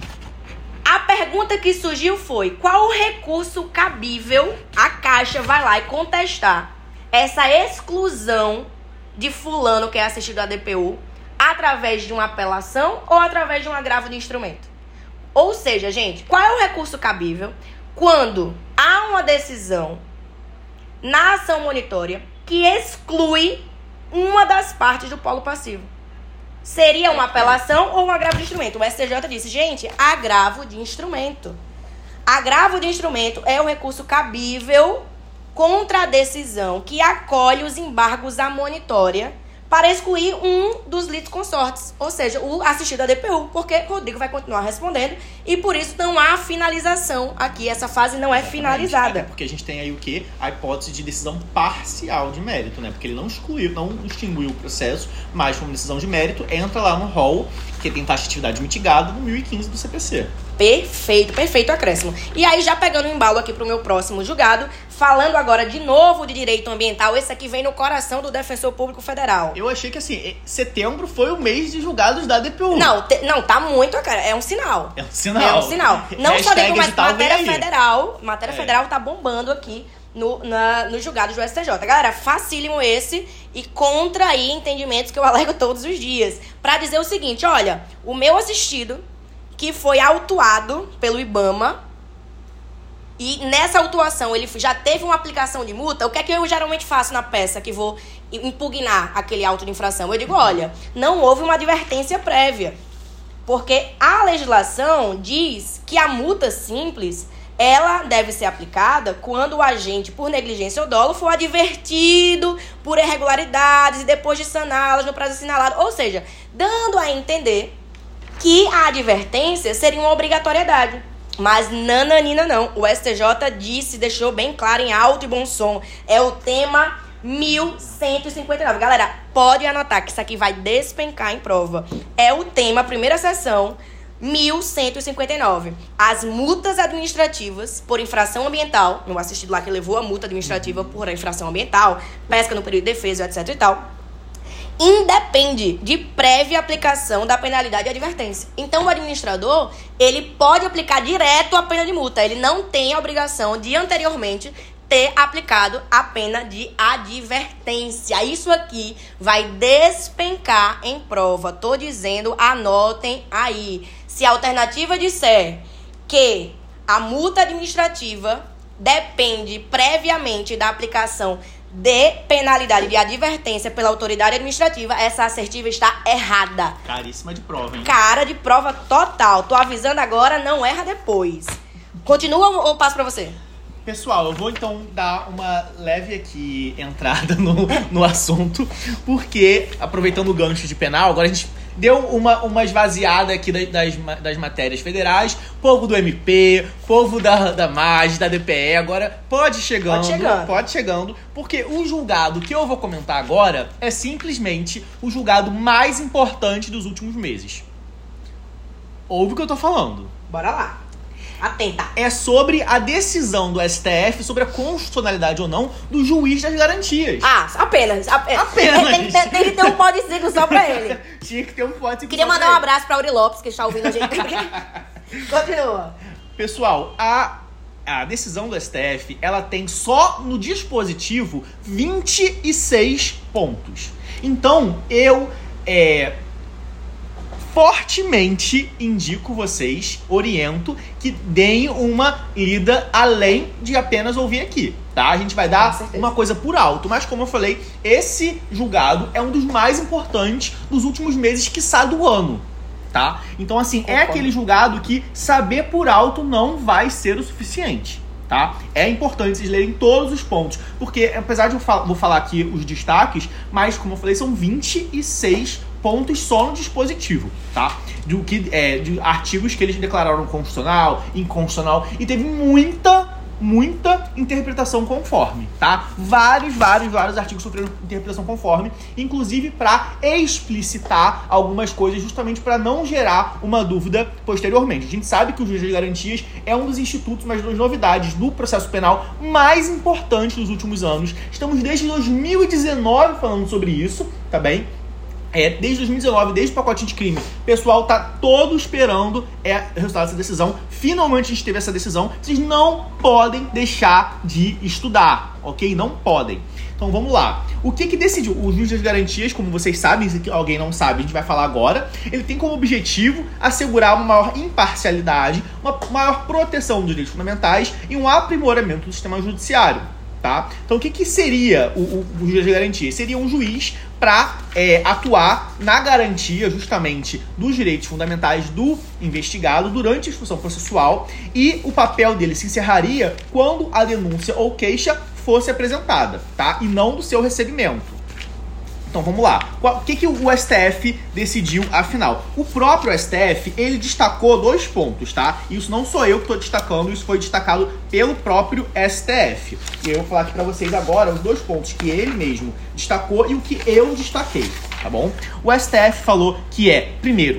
A pergunta que surgiu foi, qual o recurso cabível a Caixa vai lá e contestar essa exclusão de fulano que é assistido à D P U através de uma apelação ou através de um agravo de instrumento? Ou seja, gente, qual é o recurso cabível quando há uma decisão na ação monitória que exclui uma das partes do polo passivo? Seria uma apelação ou um agravo de instrumento? O S T J disse, gente, agravo de instrumento. Agravo de instrumento é o recurso cabível contra a decisão que acolhe os embargos à monitória para excluir um dos litisconsortes, ou seja, o assistido à D P U, porque Rodrigo vai continuar respondendo e por isso não há finalização aqui, essa fase não é finalizada. Até porque a gente tem aí o quê? A hipótese de decisão parcial de mérito, né? Porque ele não excluiu, não extinguiu o processo, mas como decisão de mérito, entra lá no rol porque tem taxa de atividade mitigada no mil e quinze do C P C. Perfeito, perfeito acréscimo. E aí, já pegando o embalo aqui pro meu próximo julgado, falando agora de novo de direito ambiental, esse aqui vem no coração do Defensor Público Federal. Eu achei que, assim, setembro foi o mês de julgados da D P U. Não, te, não, tá muito, cara. É um sinal. É um sinal. É um sinal. Não só digo, mas matéria vem aí. federal, matéria É. federal tá bombando aqui no, na, nos julgados do S T J. Galera, facílimo esse e contra aí entendimentos que eu alego todos os dias. Pra dizer o seguinte, olha, o meu assistido, que foi autuado pelo IBAMA, e nessa autuação ele já teve uma aplicação de multa, o que é que eu geralmente faço na peça que vou impugnar aquele auto de infração? Eu digo, olha, não houve uma advertência prévia. Porque a legislação diz que a multa simples, ela deve ser aplicada quando o agente, por negligência ou dolo, for advertido por irregularidades e depois de saná-las no prazo assinalado. Ou seja, dando a entender que a advertência seria uma obrigatoriedade. Mas nananina não. O S T J disse, deixou bem claro em alto e bom som. É o tema mil cento e cinquenta e nove. Galera, pode anotar que isso aqui vai despencar em prova. É o tema, primeira sessão, mil cento e cinquenta e nove. As multas administrativas por infração ambiental, no assistido lá que levou a multa administrativa por infração ambiental, pesca no período de defesa, etc e tal, independe de prévia aplicação da penalidade de advertência. Então, o administrador, ele pode aplicar direto a pena de multa. Ele não tem a obrigação de, anteriormente, ter aplicado a pena de advertência. Isso aqui vai despencar em prova. Tô dizendo, anotem aí. Se a alternativa disser que a multa administrativa depende previamente da aplicação de penalidade de advertência pela autoridade administrativa, essa assertiva está errada. Caríssima de prova, hein? Cara de prova total. Tô avisando agora, não erra depois. Continua ou passo pra você? Pessoal, eu vou então dar uma leve aqui entrada no, no assunto, porque, aproveitando o gancho de penal, agora a gente deu uma, uma esvaziada aqui das, das, das matérias federais, povo do M P, povo da, da M A S, da D P E, agora pode chegando, Pode chegando. pode chegando, porque o julgado que eu vou comentar agora é simplesmente o julgado mais importante dos últimos meses. Ouve o que eu tô falando. Bora lá. Atenta. É sobre a decisão do S T F sobre a constitucionalidade ou não do juiz das garantias. Ah, apenas. Apenas. Apenas. Tem, tem, tem que ter um pó de cinco só pra ele. Tinha que ter um pote. Queria mandar um abraço pra Auri Lopes, que está ouvindo a gente. Continua. Pessoal, a, a decisão do S T F, ela tem só no dispositivo vinte e seis pontos. Então, eu é, fortemente indico vocês, oriento, que deem uma lida além de apenas ouvir aqui, tá? A gente vai dar uma coisa por alto, mas como eu falei, esse julgado é um dos mais importantes dos últimos meses, quiçá do ano, tá? Então, assim, é aquele julgado que saber por alto não vai ser o suficiente, tá? É importante vocês lerem todos os pontos, porque apesar de eu fal- vou falar aqui os destaques, mas como eu falei, são vinte e seis pontos só no dispositivo, tá? Do que, é, de artigos que eles declararam constitucional, inconstitucional, e teve muita, muita interpretação conforme, tá? Vários, vários, vários artigos sofreram interpretação conforme, inclusive para explicitar algumas coisas, justamente para não gerar uma dúvida posteriormente. A gente sabe que o juiz de garantias é um dos institutos, mas das novidades do processo penal mais importantes dos últimos anos. Estamos desde dois mil e dezenove falando sobre isso, tá bem? É, desde dois mil e dezenove, desde o pacote de crime, o pessoal tá todo esperando é, o resultado dessa decisão. Finalmente a gente teve essa decisão. Vocês não podem deixar de estudar, ok? Não podem. Então vamos lá. O que que decidiu? O juiz das garantias, como vocês sabem, se alguém não sabe, a gente vai falar agora. Ele tem como objetivo assegurar uma maior imparcialidade, uma maior proteção dos direitos fundamentais e um aprimoramento do sistema judiciário, tá? Então o que que seria o, o, o juiz das garantias? Seria um juiz para é, atuar na garantia justamente dos direitos fundamentais do investigado durante a instrução processual, e o papel dele se encerraria quando a denúncia ou queixa fosse apresentada, tá? E não do seu recebimento. Então vamos lá. O que que o S T F decidiu afinal? O próprio S T F, ele destacou dois pontos, tá? Isso não sou eu que estou destacando, isso foi destacado pelo próprio S T F. E eu vou falar aqui para vocês agora os dois pontos que ele mesmo destacou e o que eu destaquei, tá bom? O S T F falou que é, primeiro,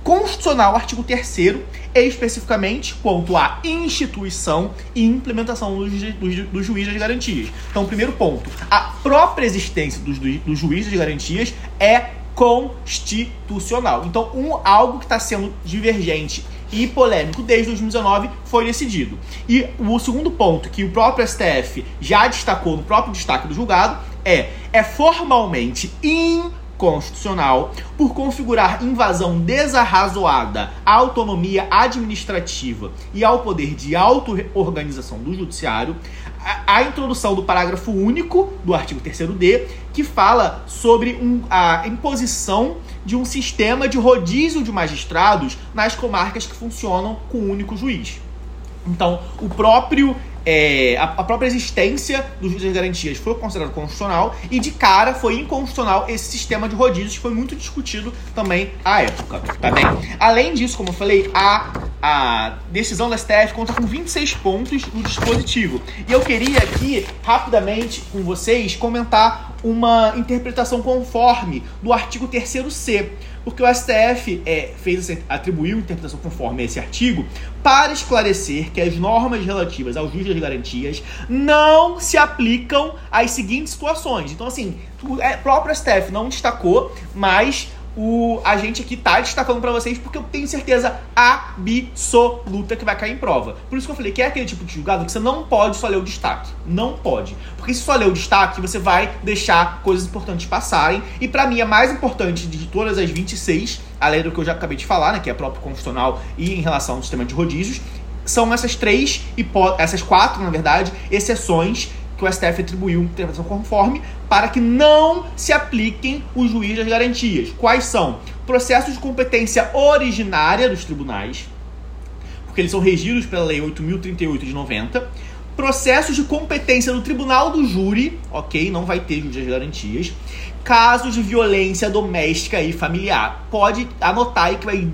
constitucional, artigo terceiro, especificamente quanto à instituição e implementação do, ju do, do juiz das garantias. Então, primeiro ponto, a própria existência do, do, do juiz das garantias é constitucional. Então, um, algo que está sendo divergente e polêmico desde dois mil e dezenove foi decidido. E o segundo ponto, que o próprio S T F já destacou no próprio destaque do julgado, é, é formalmente inconstitucional por configurar invasão desarrazoada à autonomia administrativa e ao poder de auto-organização do judiciário a, a introdução do parágrafo único do artigo terceiro D, que fala sobre um, a imposição de um sistema de rodízio de magistrados nas comarcas que funcionam com um único juiz. Então, o próprio, é, a, a própria existência do juiz das garantias foi considerado constitucional e, de cara, foi inconstitucional esse sistema de rodízios, que foi muito discutido também à época, tá bem? Além disso, como eu falei, a, a decisão da S T F conta com vinte e seis pontos no dispositivo. E eu queria aqui, rapidamente, com vocês, comentar uma interpretação conforme do artigo terceiro C, porque o S T F é, fez, atribuiu interpretação conforme a esse artigo para esclarecer que as normas relativas ao juiz das garantias não se aplicam às seguintes situações. Então, assim, o próprio S T F não destacou, mas o, a gente aqui tá destacando para vocês porque eu tenho certeza absoluta que vai cair em prova. Por isso que eu falei que é aquele tipo de julgado que você não pode só ler o destaque. Não pode. Porque se só ler o destaque, você vai deixar coisas importantes passarem. E pra mim, a mais importante de todas as vinte e seis, além do que eu já acabei de falar, né, que é próprio constitucional e em relação ao sistema de rodízios, são essas três, essas quatro, na verdade, exceções que o S T F atribuiu interpretação conforme para que não se apliquem os juízes das garantias. Quais são? Processos de competência originária dos tribunais, porque eles são regidos pela Lei oito mil e trinta e oito de noventa. Processos de competência do Tribunal do Júri, ok? Não vai ter juiz das garantias. Casos de violência doméstica e familiar. Pode anotar aí que vai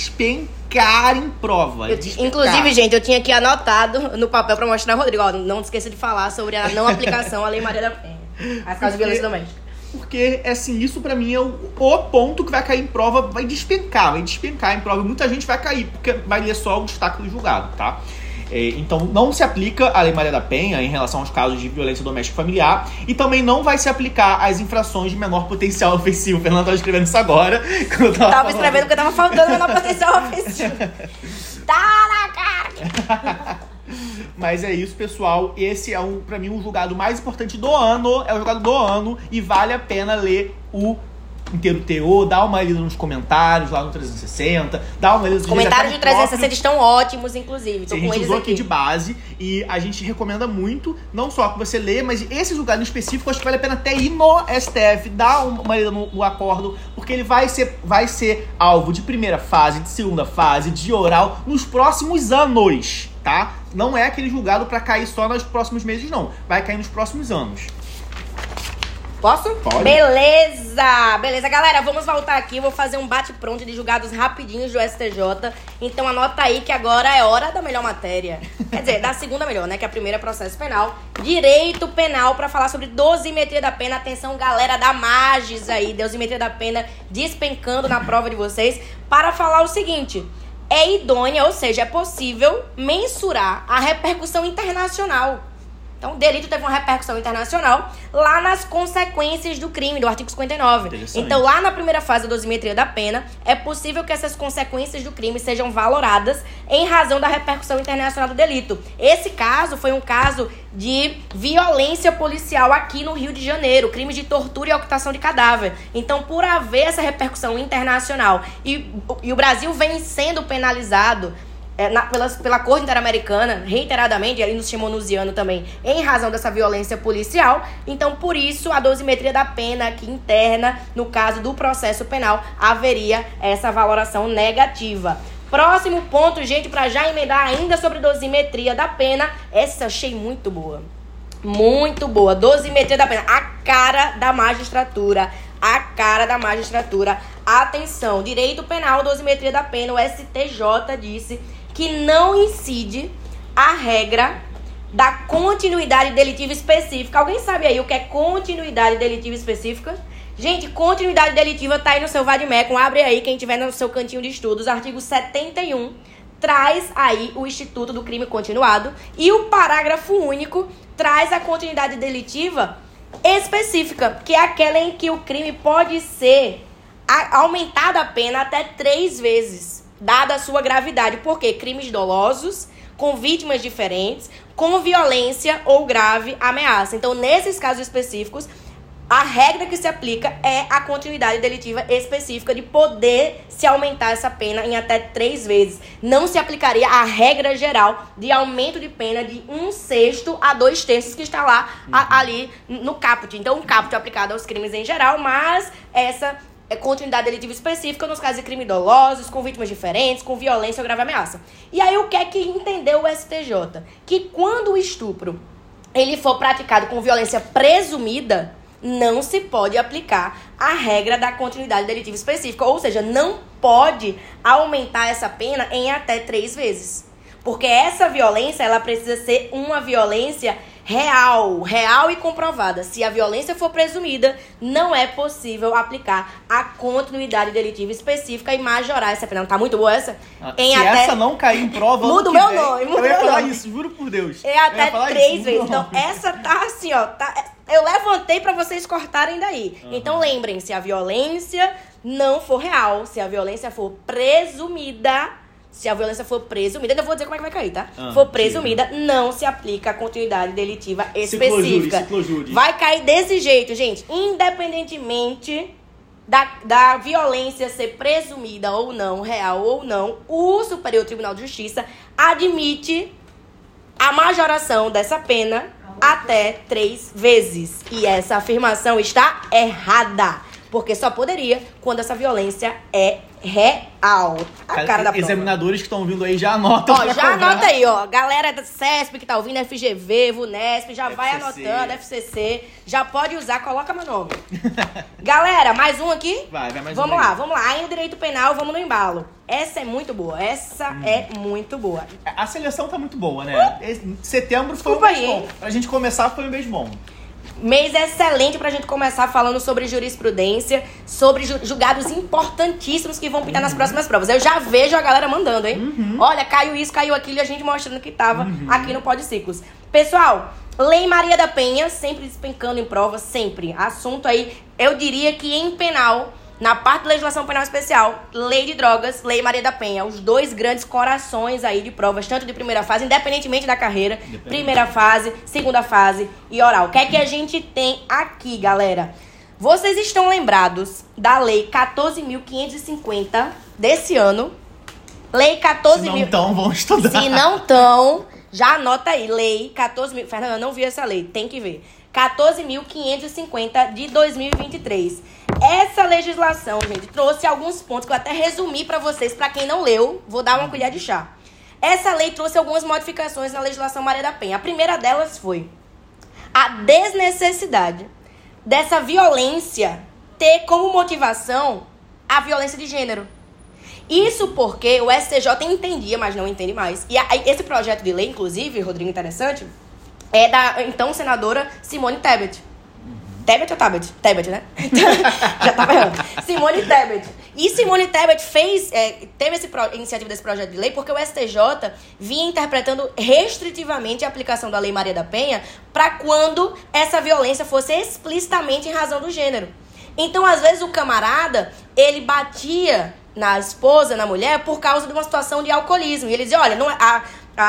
despencar em prova. Eu, inclusive, gente, eu tinha aqui anotado no papel pra mostrar ao Rodrigo. Ó, não esqueça de falar sobre a não aplicação à Lei Maria da Penha. As causas de violência doméstica. Porque, assim, isso pra mim é o, o ponto que vai cair em prova, vai despencar, vai despencar em prova. Muita gente vai cair, porque vai ler só o destaque do julgado, tá? É, então, não se aplica a Lei Maria da Penha em relação aos casos de violência doméstica e familiar e também não vai se aplicar às infrações de menor potencial ofensivo. O Fernando tava escrevendo isso agora. Eu tava, tava escrevendo porque tava faltando menor potencial ofensivo. Tá na cara! Mas é isso, pessoal. Esse é, um, pra mim, o julgado mais importante do ano. É o julgado do ano e vale a pena ler o inteiro teor, dá uma lida nos comentários lá no trezentos e sessenta, dá uma lida nos comentários do trezentos e sessenta estão ótimos, inclusive. Tô Sim, com a gente eles usou aqui. aqui de base e a gente recomenda muito, não só que você lê, mas esse julgado em específico, acho que vale a pena até ir no S T F, dar uma lida no, no acordo, porque ele vai ser, vai ser alvo de primeira fase, de segunda fase, de oral, nos próximos anos, tá? Não é aquele julgado pra cair só nos próximos meses, não. Vai cair nos próximos anos. Posso? Pode. Beleza! Beleza, galera, vamos voltar aqui. Eu vou fazer um bate-pronto de julgados rapidinhos do S T J. Então anota aí que agora é hora da melhor matéria. Quer dizer, da segunda melhor, né? Que a primeira é processo penal. Direito penal, pra falar sobre dosimetria da pena. Atenção, galera da Magis aí. Dosimetria da pena despencando na prova de vocês. Para falar o seguinte: é idônea, ou seja, é possível mensurar a repercussão internacional. Então, o delito teve uma repercussão internacional lá nas consequências do crime, do artigo cinquenta e nove. Então, lá na primeira fase da dosimetria da pena, é possível que essas consequências do crime sejam valoradas em razão da repercussão internacional do delito. Esse caso foi um caso de violência policial aqui no Rio de Janeiro, crime de tortura e ocultação de cadáver. Então, por haver essa repercussão internacional e, e o Brasil vem sendo penalizado É, na, pela, pela Corte Interamericana, reiteradamente, e ali nos chamou Nusiano também, em razão dessa violência policial. Então, por isso, a dosimetria da pena aqui interna, no caso do processo penal, haveria essa valoração negativa. Próximo ponto, gente, para já emendar ainda sobre dosimetria da pena, essa achei muito boa. Muito boa. Dosimetria da pena, a cara da magistratura. A cara da magistratura. Atenção, direito penal, dosimetria da pena, o S T J disse que não incide a regra da continuidade delitiva específica. Alguém sabe aí o que é continuidade delitiva específica? Gente, continuidade delitiva tá aí no seu Vademecum. Abre aí, quem tiver no seu cantinho de estudos, artigo setenta e um. Traz aí o Instituto do Crime Continuado. E o parágrafo único traz a continuidade delitiva específica, que é aquela em que o crime pode ser a, aumentada a pena até três vezes, dada a sua gravidade. Por quê? Crimes dolosos, com vítimas diferentes, com violência ou grave ameaça. Então, nesses casos específicos, a regra que se aplica é a continuidade delitiva específica de poder se aumentar essa pena em até três vezes. Não se aplicaria a regra geral de aumento de pena de um sexto a dois terços que está lá a, ali no caput. Então, o caput é aplicado aos crimes em geral, mas essa é continuidade delitiva específica nos casos de crimes dolosos, com vítimas diferentes, com violência ou grave ameaça. E aí, o que é que entendeu o S T J? Que quando o estupro ele for praticado com violência presumida, não se pode aplicar a regra da continuidade delitiva específica. Ou seja, não pode aumentar essa pena em até três vezes. Porque essa violência, ela precisa ser uma violência real, real e comprovada. Se a violência for presumida, não é possível aplicar a continuidade delitiva específica e majorar essa pena. Não tá muito boa essa? Ah, em se até... essa não cair em prova, muda o meu nome, muda o meu nome. Eu ia falar isso, juro por Deus. É até três isso, vezes. Então, essa tá assim, ó. Tá... Eu levantei pra vocês cortarem daí. Uhum. Então, lembrem, se a violência não for real, se a violência for presumida, se a violência for presumida, eu vou dizer como é que vai cair, tá? Ah, for presumida, sim. Não se aplica a continuidade delitiva específica. Ciclojúri, vai cair desse jeito, gente. Independentemente da, da violência ser presumida ou não, real ou não, o Superior Tribunal de Justiça admite a majoração dessa pena até três vezes. E essa afirmação está errada. Porque só poderia quando essa violência é real. A cara da prova. Examinadores que estão ouvindo aí já anotam. Ó, já anota aí, ó. Galera da C E S P que tá ouvindo, F G V, VUNESP, já vai anotando, F C C. Já pode usar, coloca meu nome. Galera, mais um aqui? Vai, vai mais um. Vamos um lá, aí. vamos lá. Aí no direito penal, vamos no embalo. Essa é muito boa. Essa hum. é muito boa. A seleção tá muito boa, né? Uh. Setembro foi Desculpa um mês aí, bom. Pra gente começar, foi um mês bom. Mês excelente pra gente começar falando sobre jurisprudência, sobre ju- julgados importantíssimos que vão pintar uhum. nas próximas provas. Eu já vejo a galera mandando, hein? Uhum. Olha, caiu isso, caiu aquilo, e a gente mostrando que tava uhum. aqui no Pode Ciclos. Pessoal, Lei Maria da Penha, sempre despencando em prova, sempre. Assunto aí, eu diria que em penal, na parte da legislação penal especial, Lei de Drogas, Lei Maria da Penha. Os dois grandes corações aí de provas, tanto de primeira fase, independentemente da carreira. Primeira fase, segunda fase e oral. O que é que a gente tem aqui, galera? Vocês estão lembrados da Lei quatorze mil quinhentos e cinquenta desse ano? Lei quatorze mil... Se não estão, vão estudar. Se não estão, já anota aí. Lei quatorze mil... Fernanda, eu não vi essa lei, tem que ver. quatorze mil quinhentos e cinquenta de dois mil e vinte e três. Essa legislação, gente, trouxe alguns pontos que eu até resumi pra vocês. Pra quem não leu, vou dar uma colher de chá. Essa lei trouxe algumas modificações na legislação Maria da Penha. A primeira delas foi a desnecessidade dessa violência ter como motivação a violência de gênero. Isso porque o S T J entendia, mas não entende mais. E a, esse projeto de lei, inclusive, Rodrigo, interessante, é da então senadora Simone Tebet. Tebet ou Tabet? Tebet, né? Já tava errando. Simone Tebet. E Simone Tebet fez, é, teve essa pro, iniciativa desse projeto de lei porque o S T J vinha interpretando restritivamente a aplicação da Lei Maria da Penha para quando essa violência fosse explicitamente em razão do gênero. Então, às vezes, o camarada, ele batia na esposa, na mulher, por causa de uma situação de alcoolismo. E ele dizia, olha, não é, a...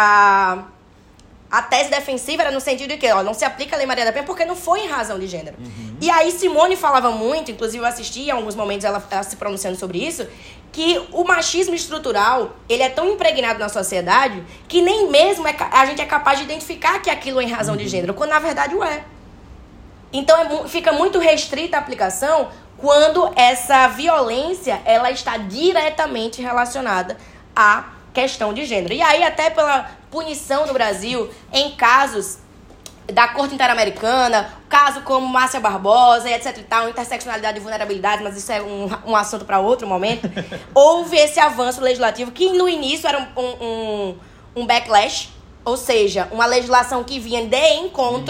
a A tese defensiva era no sentido de que, ó, não se aplica a Lei Maria da Penha porque não foi em razão de gênero. Uhum. E aí Simone falava muito, inclusive eu assisti em alguns momentos ela, ela se pronunciando sobre isso, que o machismo estrutural, ele é tão impregnado na sociedade que nem mesmo é, a gente é capaz de identificar que aquilo é em razão uhum. de gênero, quando na verdade o é. Então é, fica muito restrita a aplicação quando essa violência ela está diretamente relacionada a questão de gênero. E aí, até pela punição no Brasil, em casos da Corte Interamericana, caso como Márcia Barbosa, etc e tal, interseccionalidade e vulnerabilidade, mas isso é um, um assunto para outro momento, houve esse avanço legislativo que no início era um, um, um backlash, ou seja, uma legislação que vinha de encontro, uhum.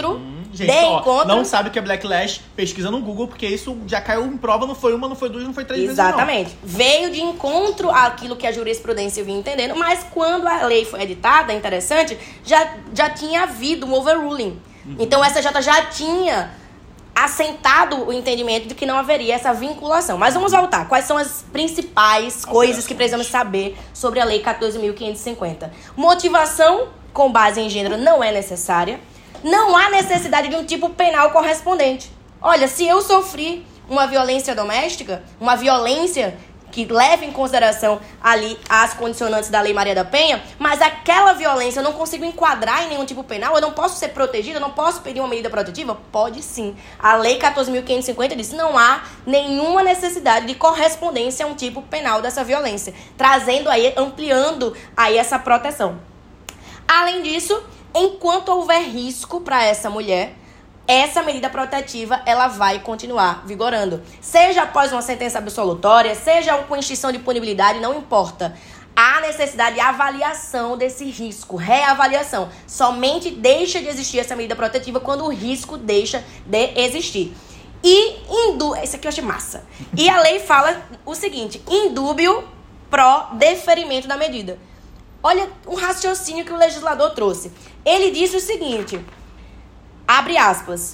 gente, dê ó, encontro... não sabe o que é backlash, pesquisa no Google, porque isso já caiu em prova, não foi uma, não foi duas, não foi três Exatamente. vezes, não. Veio de encontro àquilo que a jurisprudência vinha entendendo, mas quando a lei foi editada, interessante, já, já tinha havido um overruling. Uhum. Então, o S T J já tinha assentado o entendimento de que não haveria essa vinculação. Mas vamos voltar. Quais são as principais coisas que precisamos saber sobre a Lei quatorze mil quinhentos e cinquenta? Motivação com base em gênero não é necessária. Não há necessidade de um tipo penal correspondente. Olha, se eu sofri uma violência doméstica, uma violência que leva em consideração ali as condicionantes da Lei Maria da Penha, mas aquela violência eu não consigo enquadrar em nenhum tipo penal, eu não posso ser protegida, eu não posso pedir uma medida protetiva? Pode sim. A Lei quatorze mil quinhentos e cinquenta diz que não há nenhuma necessidade de correspondência a um tipo penal dessa violência, trazendo aí, ampliando aí essa proteção. Além disso, enquanto houver risco para essa mulher, essa medida protetiva, ela vai continuar vigorando. Seja após uma sentença absolutória, seja com extinção de punibilidade, não importa. Há necessidade de avaliação desse risco, reavaliação. Somente deixa de existir essa medida protetiva quando o risco deixa de existir. E, indu... esse aqui eu achei massa. E a lei fala o seguinte, indúbio pró deferimento da medida. Olha um raciocínio que o legislador trouxe. Ele disse o seguinte... Abre aspas.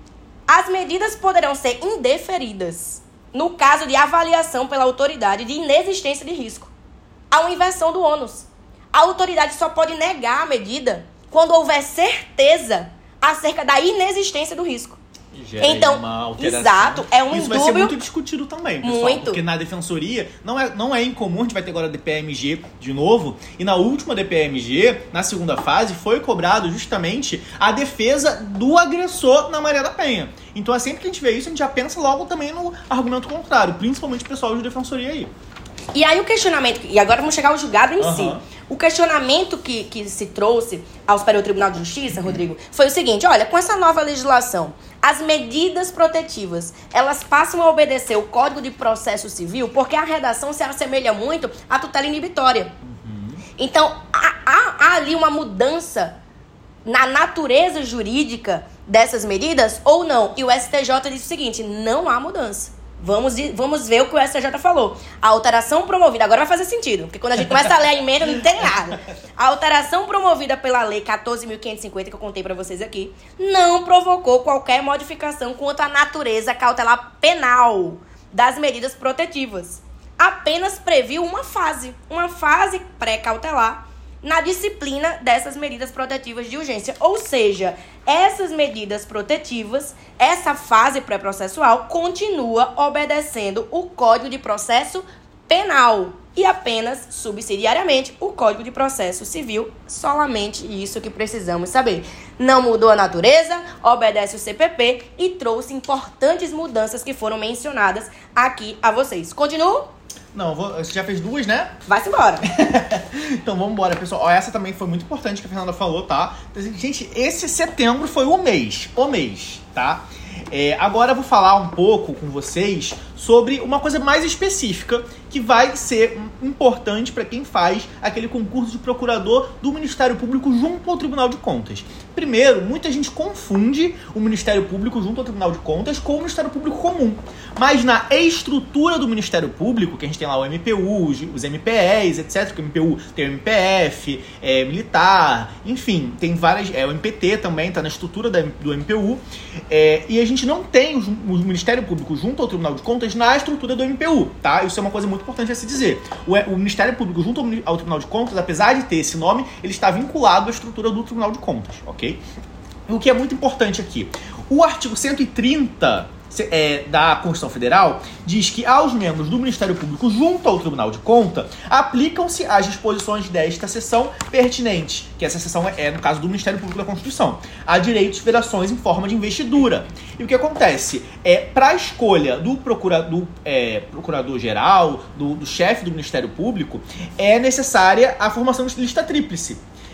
As medidas poderão ser indeferidas no caso de avaliação pela autoridade de inexistência de risco. Há uma inversão do ônus. A autoridade só pode negar a medida quando houver certeza acerca da inexistência do risco. Gera então, uma alteração. Exato, é um Isso indúbio... vai ser muito discutido também, pessoal. Muito. Porque na defensoria não é, não é incomum, a gente vai ter agora a D P M G de novo, e na última D P M G, na segunda fase, foi cobrado justamente a defesa do agressor na Maria da Penha. Então, é sempre que a gente vê isso, a gente já pensa logo também no argumento contrário, principalmente o pessoal de defensoria aí. E aí o questionamento, e agora vamos chegar ao julgado em Uhum. si. O questionamento que, que se trouxe ao Superior Tribunal de Justiça, Rodrigo, foi o seguinte, olha, com essa nova legislação, as medidas protetivas, elas passam a obedecer o Código de Processo Civil, porque a redação se assemelha muito à tutela inibitória. Uhum. Então, há, há, há ali uma mudança na natureza jurídica dessas medidas ou não? E o S T J disse o seguinte, não há mudança. Vamos, vamos ver o que o S T J falou. A alteração promovida, agora vai fazer sentido, porque quando a gente começa a ler a emenda, não tem nada. A alteração promovida pela Lei quatorze mil quinhentos e cinquenta, que eu contei pra vocês aqui, não provocou qualquer modificação quanto à natureza cautelar penal das medidas protetivas. Apenas previu uma fase, uma fase pré-cautelar, na disciplina dessas medidas protetivas de urgência. Ou seja, essas medidas protetivas, essa fase pré-processual, continua obedecendo o Código de Processo Penal e apenas, subsidiariamente, o Código de Processo Civil. Solamente isso que precisamos saber. Não mudou a natureza, obedece o C P P e trouxe importantes mudanças que foram mencionadas aqui a vocês. Continuo? Não, vou, você já fez duas, né? Vai-se embora. Então vamos embora, pessoal. Ó, essa também foi muito importante que a Fernanda falou, tá? Gente, esse setembro foi o mês. O mês, tá? É, agora eu vou falar um pouco com vocês sobre uma coisa mais específica que vai ser importante para quem faz aquele concurso de procurador do Ministério Público junto ao Tribunal de Contas. Primeiro, muita gente confunde o Ministério Público junto ao Tribunal de Contas com o Ministério Público comum. Mas na estrutura do Ministério Público, que a gente tem lá o M P U, os M P Es, etcétera, que o M P U tem o M P F, é, militar, enfim, tem várias... É, o M P T também está na estrutura da, do M P U. É, e a gente não tem o, o Ministério Público junto ao Tribunal de Contas na estrutura do M P U, tá? Isso é uma coisa muito importante a se dizer. O, o Ministério Público junto ao, ao Tribunal de Contas, apesar de ter esse nome, ele está vinculado à estrutura do Tribunal de Contas, ok? E o que é muito importante aqui, o artigo cento e trinta é, da Constituição Federal diz que aos membros do Ministério Público junto ao Tribunal de Contas aplicam-se as disposições desta seção pertinentes, que essa seção é, no caso do Ministério Público da Constituição, a direitos e federações em forma de investidura. E o que acontece? É, para a escolha do, procura, do é, procurador-geral, do, do chefe do Ministério Público, é necessária a formação de lista tríplice.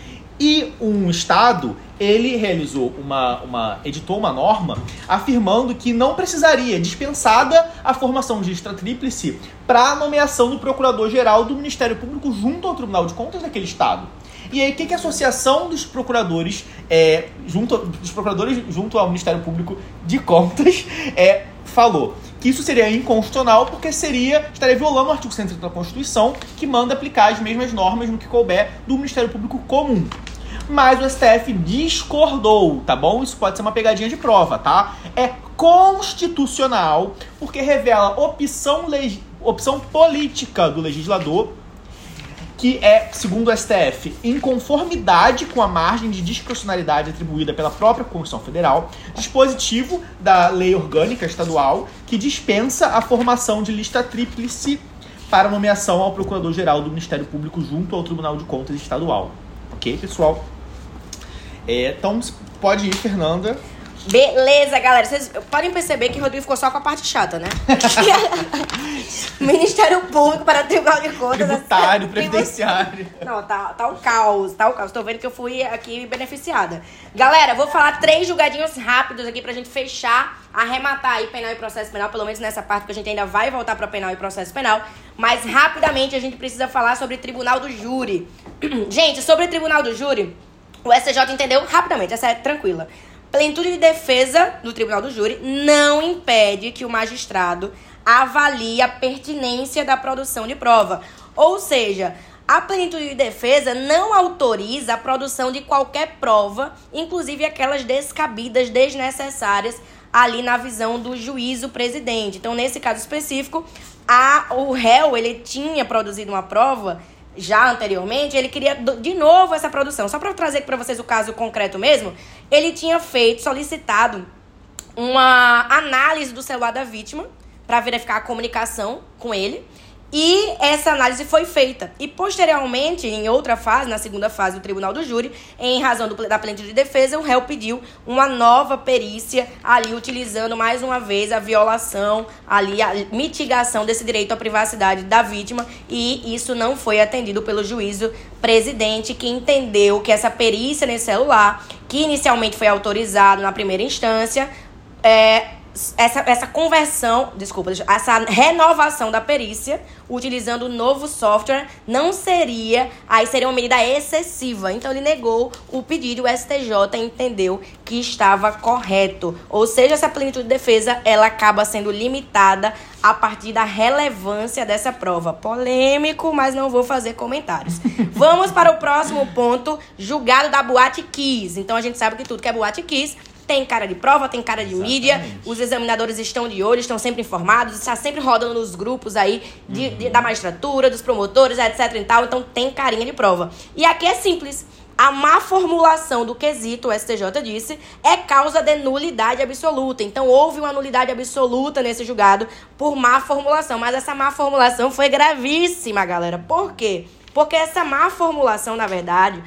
E um Estado, ele realizou uma, uma, editou uma norma afirmando que não precisaria, dispensada a formação de lista tríplice para a nomeação do Procurador-Geral do Ministério Público junto ao Tribunal de Contas daquele Estado. E aí, o que, que a Associação dos Procuradores, é, junto, dos procuradores junto ao Ministério Público de Contas, é, falou? Que isso seria inconstitucional porque seria, estaria violando o artigo cento e trinta da Constituição, que manda aplicar as mesmas normas no que couber do Ministério Público Comum. Mas o S T F discordou, tá bom? Isso pode ser uma pegadinha de prova, tá? É constitucional porque revela opção, leg... opção política do legislador, que é, segundo o S T F, em conformidade com a margem de discricionalidade atribuída pela própria Constituição Federal, dispositivo da Lei Orgânica Estadual que dispensa a formação de lista tríplice para nomeação ao Procurador-Geral do Ministério Público junto ao Tribunal de Contas Estadual. Ok, pessoal? É, então, pode ir, Fernanda. Beleza, galera. Vocês podem perceber que o Rodrigo ficou só com a parte chata, né? Ministério Público para o Tribunal de Contas. Tributário, previdenciário. Não, tá, tá o caos, tá o caos. Tô vendo que eu fui aqui beneficiada. Galera, vou falar três julgadinhos rápidos aqui pra gente fechar, arrematar aí penal e processo penal, pelo menos nessa parte que a gente ainda vai voltar pra penal e processo penal. Mas rapidamente a gente precisa falar sobre Tribunal do Júri. Gente, sobre o Tribunal do Júri, o S T J entendeu rapidamente, essa é tranquila. Plenitude de defesa do Tribunal do Júri não impede que o magistrado avalie a pertinência da produção de prova. Ou seja, a plenitude de defesa não autoriza a produção de qualquer prova, inclusive aquelas descabidas, desnecessárias, ali na visão do juízo presidente. Então, nesse caso específico, a, o réu ele tinha produzido uma prova já anteriormente, ele queria de novo essa produção. Só para trazer aqui para vocês o caso concreto mesmo, ele tinha feito, solicitado uma análise do celular da vítima para verificar a comunicação com ele. E essa análise foi feita. E posteriormente, em outra fase, na segunda fase do Tribunal do Júri, em razão do, da plenitude de defesa, o réu pediu uma nova perícia ali, utilizando mais uma vez a violação, ali, a mitigação desse direito à privacidade da vítima. E isso não foi atendido pelo juízo presidente, que entendeu que essa perícia nesse celular, que inicialmente foi autorizado na primeira instância, é... Essa, essa conversão, desculpa, essa renovação da perícia, utilizando o novo software, não seria, aí seria uma medida excessiva. Então, ele negou o pedido, o S T J entendeu que estava correto. Ou seja, essa plenitude de defesa, ela acaba sendo limitada a partir da relevância dessa prova. Polêmico, mas não vou fazer comentários. Vamos para o próximo ponto, julgado da Boate Kiss. Então, a gente sabe que tudo que é Boate Kiss tem cara de prova, tem cara de Exatamente. mídia. Os examinadores estão de olho, estão sempre informados, está sempre rodando nos grupos aí de, uhum. de, da magistratura, dos promotores, etc e tal. Então tem carinha de prova. E aqui é simples. A má formulação do quesito, o S T J disse, é causa de nulidade absoluta. Então houve uma nulidade absoluta nesse julgado por má formulação. Mas essa má formulação foi gravíssima, galera. Por quê? Porque essa má formulação, na verdade,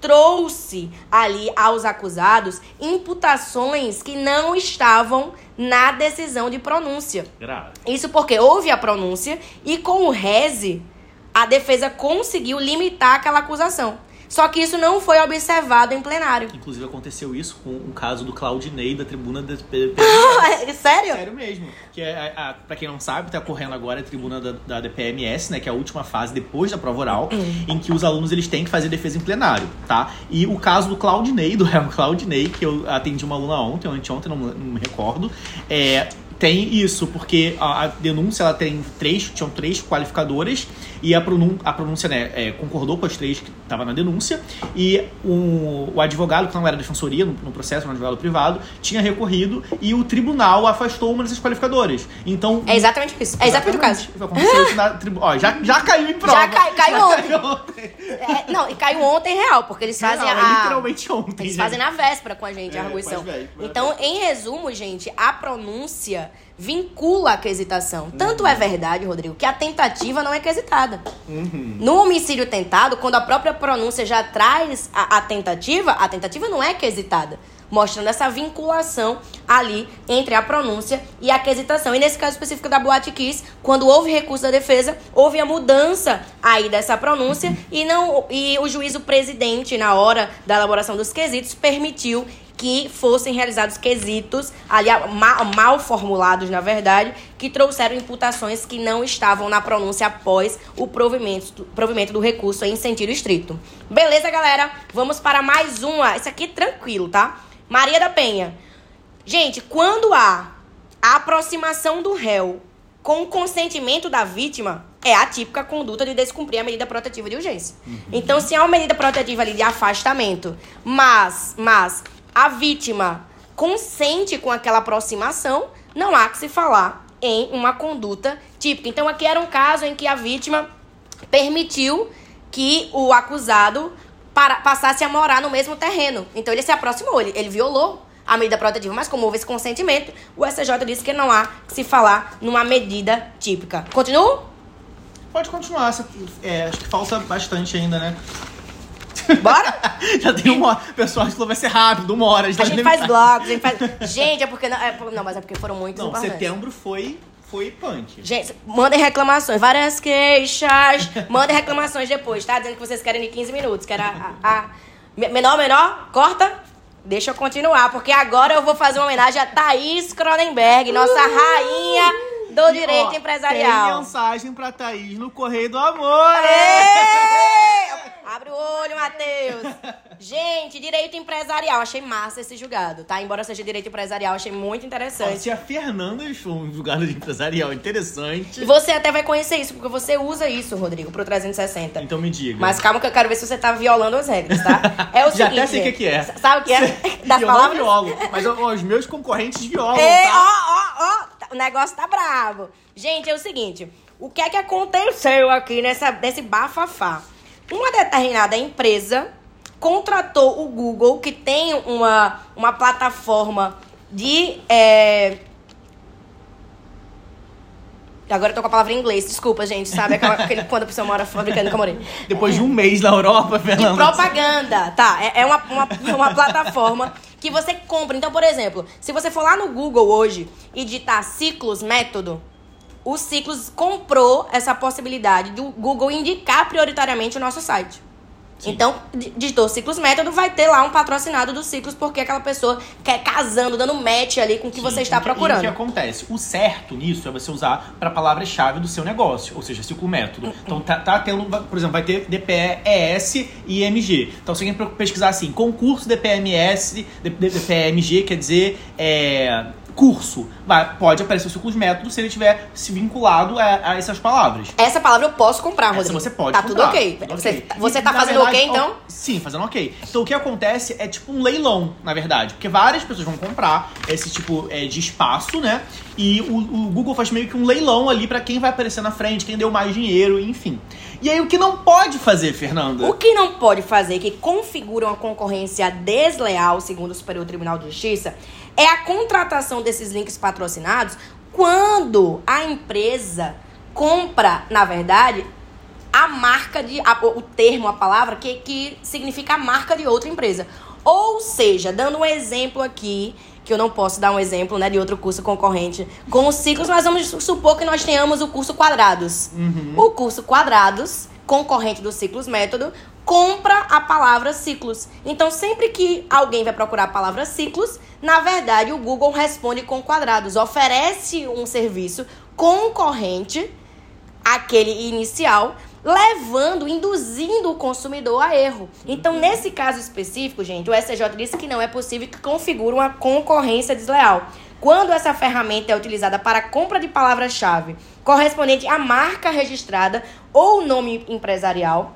trouxe ali aos acusados imputações que não estavam na decisão de pronúncia. Grave. Isso porque houve a pronúncia e com o reze, a defesa conseguiu limitar aquela acusação. Só que isso não foi observado em plenário. Inclusive aconteceu isso com um caso do Claudinei da tribuna da P M S. Sério? Sério mesmo. Que é, a, a, pra quem não sabe, tá correndo agora a tribuna da, da D P M S, né? Que é a última fase depois da prova oral, hum. em que os alunos eles têm que fazer defesa em plenário, tá? E o caso do Claudinei, do réu Claudinei, que eu atendi uma aluna ontem, ou anteontem, não, não me recordo, é... Tem isso, porque a, a denúncia, ela tem três, tinham três qualificadoras e a, pronun, a pronúncia, né, é, concordou com as três que estavam na denúncia e o, o advogado, que não era defensoria no, no processo, um advogado privado, tinha recorrido e o tribunal afastou uma dessas qualificadoras. Então... É exatamente isso. É exatamente, exatamente o caso. Aconteceu isso na tribu... Ó, já, já caiu em prova. Já cai, caiu já ontem. Caiu ontem. É, não, e caiu ontem real, porque eles fazem real, a... É literalmente ontem. Eles gente. fazem na véspera com a gente, é, a arguição. Bem, então, em resumo, gente, a pronúncia vincula a quesitação. Uhum. Tanto é verdade, Rodrigo, que a tentativa não é quesitada. Uhum. No homicídio tentado, quando a própria pronúncia já traz a, a tentativa, a tentativa não é quesitada, mostrando essa vinculação ali entre a pronúncia e a quesitação. E nesse caso específico da Boate Kiss, quando houve recurso da defesa, houve a mudança aí dessa pronúncia e, não, e o juízo presidente, na hora da elaboração dos quesitos, permitiu que fossem realizados quesitos, ali, mal, mal formulados, na verdade, que trouxeram imputações que não estavam na pronúncia após o provimento, provimento do recurso em sentido estrito. Beleza, galera? Vamos para mais uma. Isso aqui é tranquilo, tá? Maria da Penha. Gente, quando há a aproximação do réu com o consentimento da vítima, é a típica conduta de descumprir a medida protetiva de urgência. Uhum. Então, se há uma medida protetiva ali de afastamento, mas, mas a vítima consente com aquela aproximação, não há que se falar em uma conduta típica. Então, aqui era um caso em que a vítima permitiu que o acusado para, passasse a morar no mesmo terreno. Então, ele se aproximou, ele, ele violou a medida protetiva, mas como houve esse consentimento, o S T J disse que não há que se falar numa medida típica. Continuo? Pode continuar, é, acho que falta bastante ainda, né? Bora? Já tem uma hora. Pessoal, acho que vai ser rápido, uma hora. A gente, a gente faz blocos, a gente faz... Gente, é porque... Não, é, não, mas é porque foram muitos Não, importantes. setembro foi... Foi punk. Gente, mandem reclamações. Várias queixas. Mandem reclamações depois, tá? Dizendo que vocês querem de quinze minutos. Que era a, a... Menor, menor, corta. Deixa eu continuar, porque agora eu vou fazer uma homenagem a Thaís Cronenberg, nossa uh! rainha do e, direito ó, empresarial. Tem mensagem pra Thaís no Correio do Amor. Ei! Abre o olho, Matheus. Gente, direito empresarial. Achei massa esse julgado, tá? Embora seja direito empresarial, achei muito interessante. Ó, se a Fernanda achou um julgado de empresarial interessante... E você até vai conhecer isso, porque você usa isso, Rodrigo, pro trezentos e sessenta. Então me diga. Mas calma que eu quero ver se você tá violando as regras, tá? É o Já seguinte, até sei o que, que é. Sabe o que é? Das eu palavras? não violo, mas ó, os meus concorrentes violam, Ei, tá? ó, ó, ó. O negócio tá bravo. Gente, é o seguinte. O que é que aconteceu aqui nessa, nesse bafafá? Uma determinada empresa contratou o Google, que tem uma, uma plataforma de... É... Agora eu tô com a palavra em inglês, desculpa, gente, sabe? Aquela, aquele, quando a pessoa mora fabricando que eu morei. Depois de um mês na Europa, Fernanda. De propaganda, tá? É, é uma, uma, uma plataforma que você compra. Então, por exemplo, se você for lá no Google hoje e digitar Ciclos Método, o Ciclos comprou essa possibilidade do Google indicar prioritariamente o nosso site. Sim. Então, digitou Ciclos Método, vai ter lá um patrocinado do Ciclos, porque aquela pessoa quer casando, dando match ali com o que Sim, você está e, procurando. E o que acontece? O certo nisso é você usar para a palavra-chave do seu negócio, ou seja, Ciclo Método. Uhum. Então, tá, tá tendo, por exemplo, vai ter D P E S e I M G. Então, se alguém pesquisar assim, concurso D P M S, D P M G, quer dizer, é... curso, vai, pode aparecer o Ciclos Método se ele tiver se vinculado a, a essas palavras. Essa palavra eu posso comprar, Rodrigo. Essa você pode Tá comprar. tudo ok. Tudo você okay. você e, tá fazendo verdade, ok, então? Ó, sim, fazendo ok. Então o que acontece é tipo um leilão, na verdade. Porque várias pessoas vão comprar esse tipo é, de espaço, né? E o, o Google faz meio que um leilão ali pra quem vai aparecer na frente, quem deu mais dinheiro, enfim. E aí o que não pode fazer, Fernanda? O que não pode fazer, que configura uma concorrência desleal, segundo o Superior Tribunal de Justiça, é a contratação desses links patrocinados quando a empresa compra, na verdade, a marca de... A, o termo, a palavra, que, que significa a marca de outra empresa. Ou seja, dando um exemplo aqui, que eu não posso dar um exemplo, né, de outro curso concorrente com os Ciclos, mas vamos supor que nós tenhamos o curso Quadrados. Uhum. O curso Quadrados, concorrente do Ciclos Método, compra a palavra Ciclos. Então, sempre que alguém vai procurar a palavra Ciclos, na verdade, o Google responde com Quadrados. Oferece um serviço concorrente àquele inicial, levando, induzindo o consumidor a erro. Então, nesse caso específico, gente, o S T J disse que não é possível que configure uma concorrência desleal. Quando essa ferramenta é utilizada para a compra de palavra-chave correspondente à marca registrada ou nome empresarial,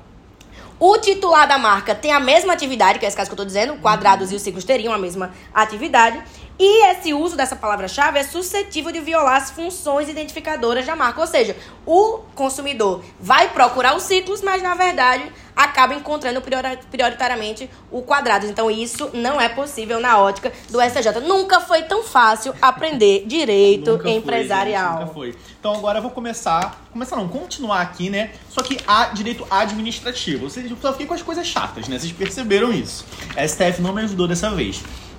o titular da marca tem a mesma atividade, que é esse caso que eu estou dizendo, Quadrados e os Ciclos teriam a mesma atividade, e esse uso dessa palavra-chave é suscetível de violar as funções identificadoras da marca. Ou seja, o consumidor vai procurar os Ciclos, mas na verdade acaba encontrando prioritariamente o Quadrados. Então isso não é possível na ótica do S T J. Nunca foi tão fácil aprender direito nunca empresarial. Foi, gente, nunca foi. Então agora eu vou começar, começar não, continuar aqui, né? Só que a direito administrativo. Ou seja, eu só fiquei com as coisas chatas, né? Vocês perceberam isso. A S T F não me ajudou dessa vez.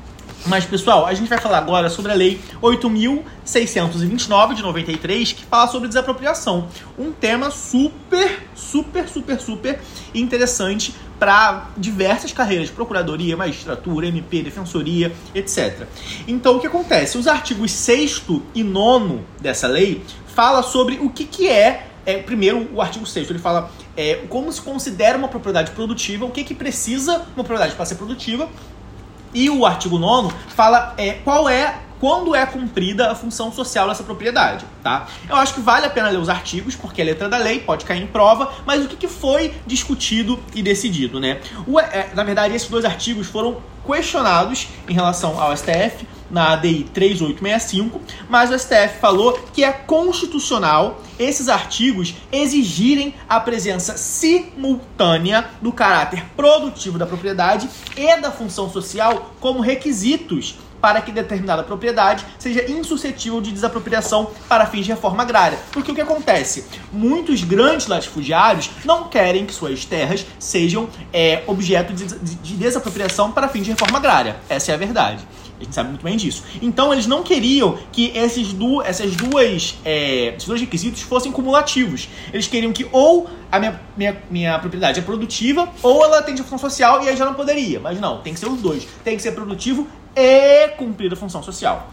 Mas, pessoal, a gente vai falar agora sobre a Lei oito mil seiscentos e vinte e nove, de noventa e três, que fala sobre desapropriação. Um tema super, super, super, super interessante para diversas carreiras, procuradoria, magistratura, M P, defensoria, etcétera. Então, o que acontece? Os artigos sexto e nono dessa lei fala sobre o que, que é, é... Primeiro, o artigo sexto, ele fala é, como se considera uma propriedade produtiva, o que, que precisa uma propriedade para ser produtiva. E o artigo nono fala é, qual é, quando é cumprida a função social dessa propriedade, tá? Eu acho que vale a pena ler os artigos, porque a letra da lei pode cair em prova, mas o que, que foi discutido e decidido, né? O, é, na verdade, esses dois artigos foram questionados em relação ao S T F, na A D I três oito seis cinco, mas o S T F falou que é constitucional esses artigos exigirem a presença simultânea do caráter produtivo da propriedade e da função social como requisitos para que determinada propriedade seja insuscetível de desapropriação para fins de reforma agrária. Porque o que acontece? Muitos grandes latifundiários não querem que suas terras sejam é, objeto de, de, de desapropriação para fins de reforma agrária. Essa é a verdade. A gente sabe muito bem disso. Então, eles não queriam que esses, du- essas duas, é, esses dois requisitos fossem cumulativos. Eles queriam que ou a minha, minha, minha propriedade é produtiva, ou ela atende a função social, e aí já não poderia. Mas não, tem que ser os dois. Tem que ser produtivo e cumprir a função social.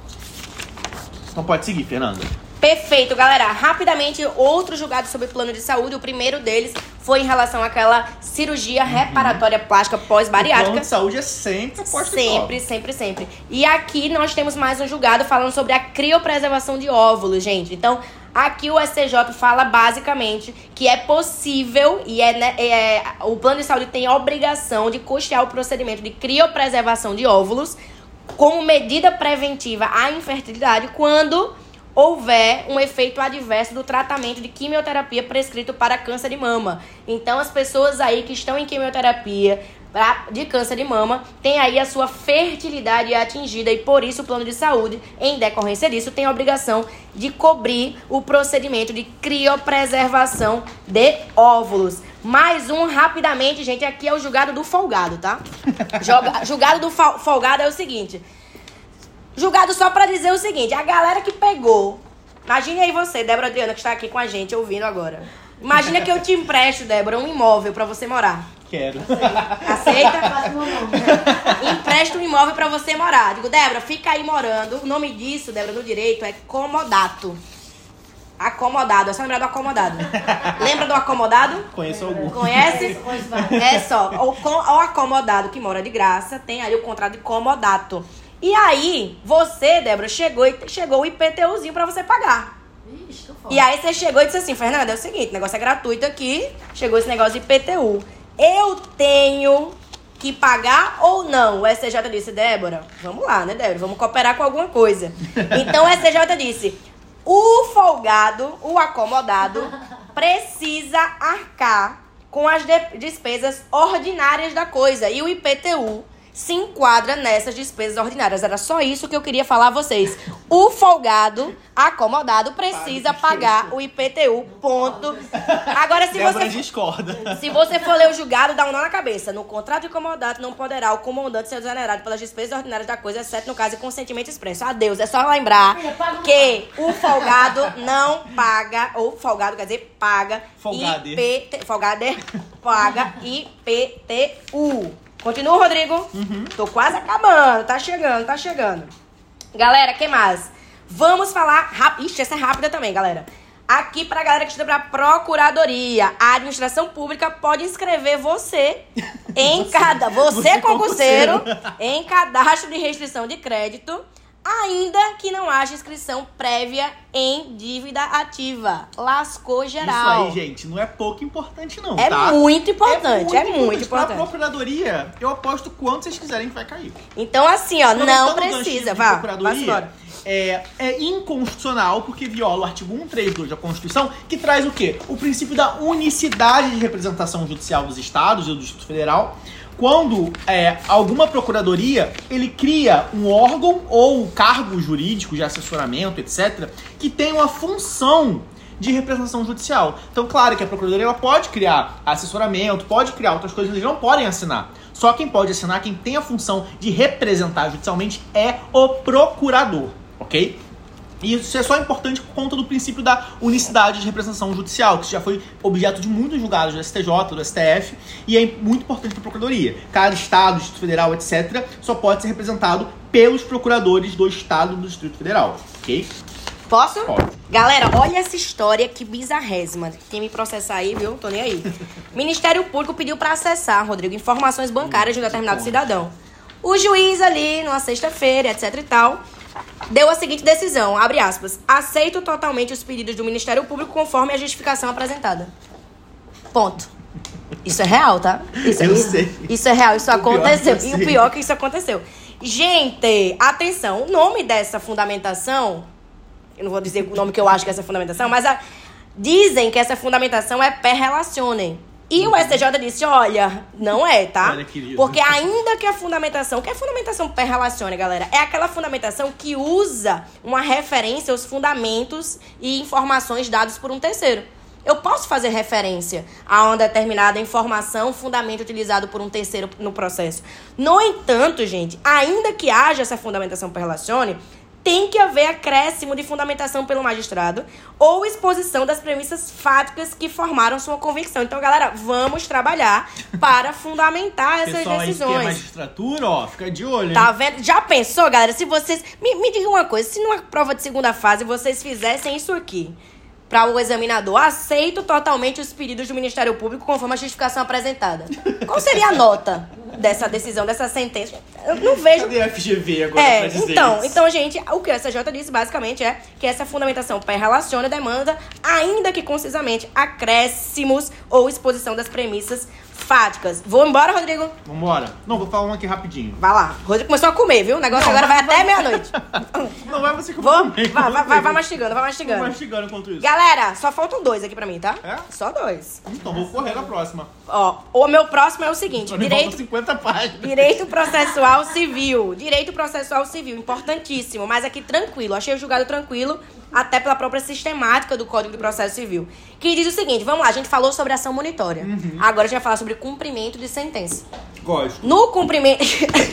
Então pode seguir, Fernanda. Perfeito, galera. Rapidamente, outro julgado sobre plano de saúde. O primeiro deles foi em relação àquela cirurgia uhum. reparatória plástica pós-bariátrica. O plano de saúde é sempre posto em Sempre, sempre, sempre. E aqui nós temos mais um julgado falando sobre a criopreservação de óvulos, gente. Então, aqui o S T J fala basicamente que é possível e é, né, é o plano de saúde tem a obrigação de custear o procedimento de criopreservação de óvulos como medida preventiva à infertilidade quando houver um efeito adverso do tratamento de quimioterapia prescrito para câncer de mama. Então, as pessoas aí que estão em quimioterapia pra, de câncer de mama, tem aí a sua fertilidade atingida e, por isso, o plano de saúde, em decorrência disso, tem a obrigação de cobrir o procedimento de criopreservação de óvulos. Mais um, rapidamente, gente, aqui é o julgado do folgado, tá? Joga, julgado do fol, folgado é o seguinte... Julgado só pra dizer o seguinte, a galera que pegou... Imagine aí você, Débora Adriana, que está aqui com a gente, ouvindo agora. Imagina que eu te empresto, Débora, um imóvel pra você morar. Quero. Aceita? Empresta um imóvel pra você morar. Digo, Débora, fica aí morando. O nome disso, Débora, no direito, é comodato. Acomodado, é só lembrar do acomodado. Lembra do acomodado? Conheço algum. Conhece? É só, o, o acomodado que mora de graça tem aí o contrato de comodato. E aí, você, Débora, chegou, e, chegou o IPTUzinho pra você pagar. Ixi, tô fora. E aí você chegou e disse assim, Fernanda, é o seguinte, o negócio é gratuito aqui, chegou esse negócio de I P T U. Eu tenho que pagar ou não? O S T J disse, Débora, vamos lá, né, Débora? Vamos cooperar com alguma coisa. Então o S T J disse, o folgado, o acomodado, precisa arcar com as de- despesas ordinárias da coisa. E o I P T U se enquadra nessas despesas ordinárias. Era só isso que eu queria falar a vocês. O folgado, acomodado, precisa pagar o I P T U, ponto. Agora, se Débora você... discorda. Se você for ler o julgado, dá um nó na cabeça. No contrato de comodato, não poderá o comandante ser exonerado pelas despesas ordinárias da coisa, exceto no caso de consentimento expresso. Adeus. É só lembrar que o folgado não paga, ou folgado quer dizer paga, Folgade. I P T... Folgade paga I P T U. Continua, Rodrigo? Uhum. Tô quase acabando. Tá chegando, tá chegando. Galera, que mais? Vamos falar... Rap... Ixi, essa é rápida também, galera. Aqui pra galera que estuda pra procuradoria. A administração pública pode inscrever você em cada... Você, você concurseiro, em cadastro de restrição de crédito, ainda que não haja inscrição prévia em dívida ativa. Lascou geral. Isso aí, gente, não é pouco importante não, é tá? Muito importante, é muito, é muito importante. Pra procuradoria, eu aposto quanto vocês quiserem que vai cair. Então, assim, ó, Quando não tá no precisa. gancho de Vá, vá procuradoria, fora. É, é inconstitucional porque viola o artigo cento e trinta e dois da Constituição, que traz o quê? O princípio da unicidade de representação judicial dos estados e do Distrito Federal. Quando é, alguma procuradoria, ele cria um órgão ou cargo jurídico de assessoramento, etcétera, que tem uma função de representação judicial. Então, claro que a procuradoria ela pode criar assessoramento, pode criar outras coisas, eles não podem assinar. Só quem pode assinar, quem tem a função de representar judicialmente, é o procurador, ok? E isso é só importante por conta do princípio da unicidade de representação judicial, que já foi objeto de muitos julgados do S T J, do S T F, e é muito importante para a Procuradoria. Cada Estado, Distrito Federal, etcétera, só pode ser representado pelos procuradores do Estado do Distrito Federal, ok? Posso? Pode. Galera, olha essa história que bizarrésima. Quem me processar aí, viu? Tô nem aí. Ministério Público pediu para acessar, Rodrigo, informações bancárias de um determinado cidadão. O juiz ali, numa sexta-feira, etc e tal, deu a seguinte decisão, abre aspas, aceito totalmente os pedidos do Ministério Público conforme a justificação apresentada. Ponto. Isso é real, tá? Isso, Eu isso, sei. Isso é real, isso O pior aconteceu. é que eu E o sei. pior é que isso aconteceu. Gente, atenção, o nome dessa fundamentação, eu não vou dizer o nome que eu acho que é essa fundamentação, mas a, dizem que essa fundamentação é per relationem. E o S T J disse, olha, não é, tá? Olha, querido. Porque ainda que a fundamentação, que é a fundamentação per relationem, galera, é aquela fundamentação que usa uma referência aos fundamentos e informações dados por um terceiro. Eu posso fazer referência a uma determinada informação, fundamento utilizado por um terceiro no processo. No entanto, gente, ainda que haja essa fundamentação per relationem, tem que haver acréscimo de fundamentação pelo magistrado ou exposição das premissas fáticas que formaram sua convicção. Então, galera, vamos trabalhar para fundamentar essas Pessoal aí que é decisões. magistratura, ó, fica de olho, hein? Tá vendo? Já pensou, galera? Se vocês... Me, me digam uma coisa. Se numa prova de segunda fase vocês fizessem isso aqui para o examinador, aceito totalmente os pedidos do Ministério Público conforme a justificação apresentada. Qual seria a nota dessa decisão, dessa sentença? Eu não vejo... Cadê a F G V agora É, pra dizer então, isso? então, gente, o que o S T J disse basicamente é que essa fundamentação per relaciona demanda, ainda que concisamente, acréscimos ou exposição das premissas fáticas. Vou embora, Rodrigo? Vambora. Não, vou falar um aqui rapidinho. Vai lá. O Rodrigo começou a comer, viu? O negócio Não, agora vai vai- até meia-noite. Não vai você que eu Vou, vou vai, comer. vai, vai, vai mastigando, vai Vou mastigando. mastigando enquanto isso. Galera, só faltam dois aqui pra mim, tá? É? Só dois. Então, vou correr na próxima. Ó, o meu próximo é o seguinte, Só me faltam direito... cinquenta páginas. Direito processual civil. Direito processual civil, importantíssimo. Mas aqui tranquilo, achei o julgado tranquilo, até pela própria sistemática do Código de Processo Civil. Que diz o seguinte, vamos lá, a gente falou sobre ação monitória. Uhum. Agora a gente vai falar sobre cumprimento de sentença. Gosto. No cumprimento...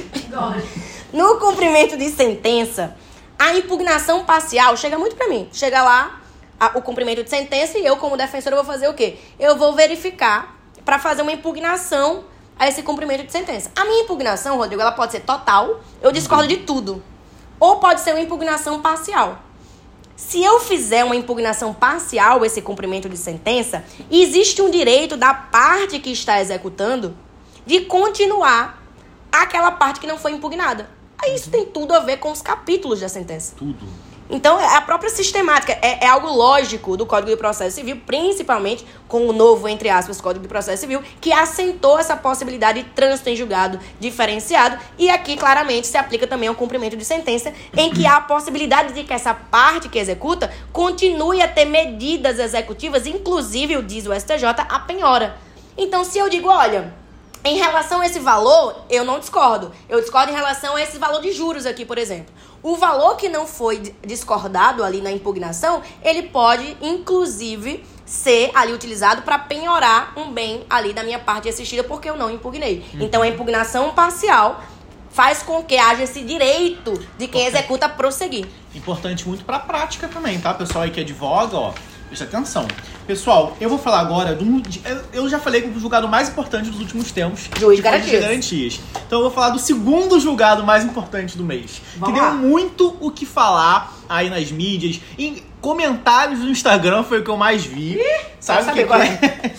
no cumprimento de sentença, a impugnação parcial chega muito pra mim. Chega lá, a- o cumprimento de sentença, e eu, como defensora, vou fazer o quê? Eu vou verificar pra fazer uma impugnação a esse cumprimento de sentença. A minha impugnação, Rodrigo, ela pode ser total, eu discordo de tudo. Ou pode ser uma impugnação parcial. Se eu fizer uma impugnação parcial a esse cumprimento de sentença, existe um direito da parte que está executando de continuar aquela parte que não foi impugnada. Aí isso tem tudo a ver com os capítulos da sentença. Tudo. Então, é a própria sistemática, é, é algo lógico do Código de Processo Civil, principalmente com o novo, entre aspas, Código de Processo Civil, que assentou essa possibilidade de trânsito em julgado diferenciado, e aqui, claramente, se aplica também ao cumprimento de sentença, em que há a possibilidade de que essa parte que executa continue a ter medidas executivas, inclusive, diz o S T J, a penhora. Então, se eu digo, olha... Em relação a esse valor, eu não discordo. Eu discordo em relação a esse valor de juros aqui, por exemplo. O valor que não foi discordado ali na impugnação, ele pode, inclusive, ser ali utilizado para penhorar um bem ali da minha parte assistida, porque eu não impugnei. Uhum. Então, a impugnação parcial faz com que haja esse direito de quem executa prosseguir. Importante muito pra prática também, tá? Pessoal aí que advoga, ó, preste atenção. Pessoal, eu vou falar agora do... Eu já falei do julgado mais importante dos últimos tempos. Juiz de que foi garantias. de garantias. Então eu vou falar do segundo julgado mais importante do mês. Vamos que lá. deu muito o que falar aí nas mídias. Em comentários no Instagram foi o que eu mais vi. Ih, Sabe o saber que, qual que é?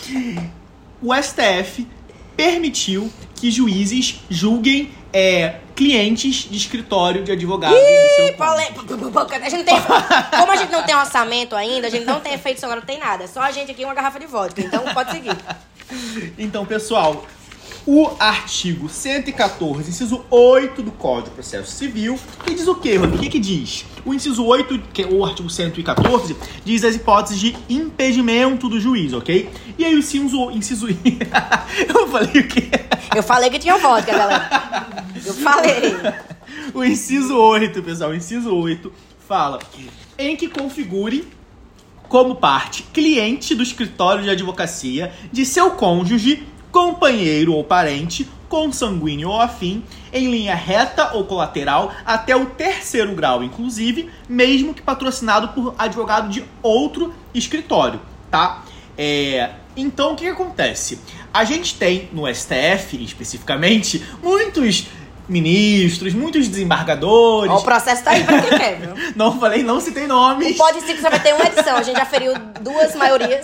O S T F permitiu que juízes julguem é, clientes de escritório de advogado. do seu cônjuge. Polê- A gente não tem, como a gente não tem orçamento ainda, a gente não tem efeito sonoro, não tem nada. É só a gente aqui e uma garrafa de vodka. Então pode seguir. Então, pessoal, o artigo cento e quatorze, inciso oito do Código de Processo Civil, que diz o quê, Rodrigo? O que que diz? O inciso oito, que é o artigo cento e quatorze, diz as hipóteses de impedimento do juiz, ok? E aí o inciso... inciso eu falei o quê? Eu falei que tinha vodka, galera. Eu falei. O inciso oito, pessoal, o inciso oito fala em que configure como parte cliente do escritório de advocacia de seu cônjuge, companheiro ou parente, consanguíneo ou afim, em linha reta ou colateral, até o terceiro grau, inclusive, mesmo que patrocinado por advogado de outro escritório, tá? É, então, o que, que acontece? A gente tem, no S T F, especificamente, muitos ministros, muitos desembargadores. Ó, o processo tá aí pra quem quer, viu? Não falei, não citei nomes. O Pode Ciclos vai ter uma edição, a gente já feriu duas maiorias.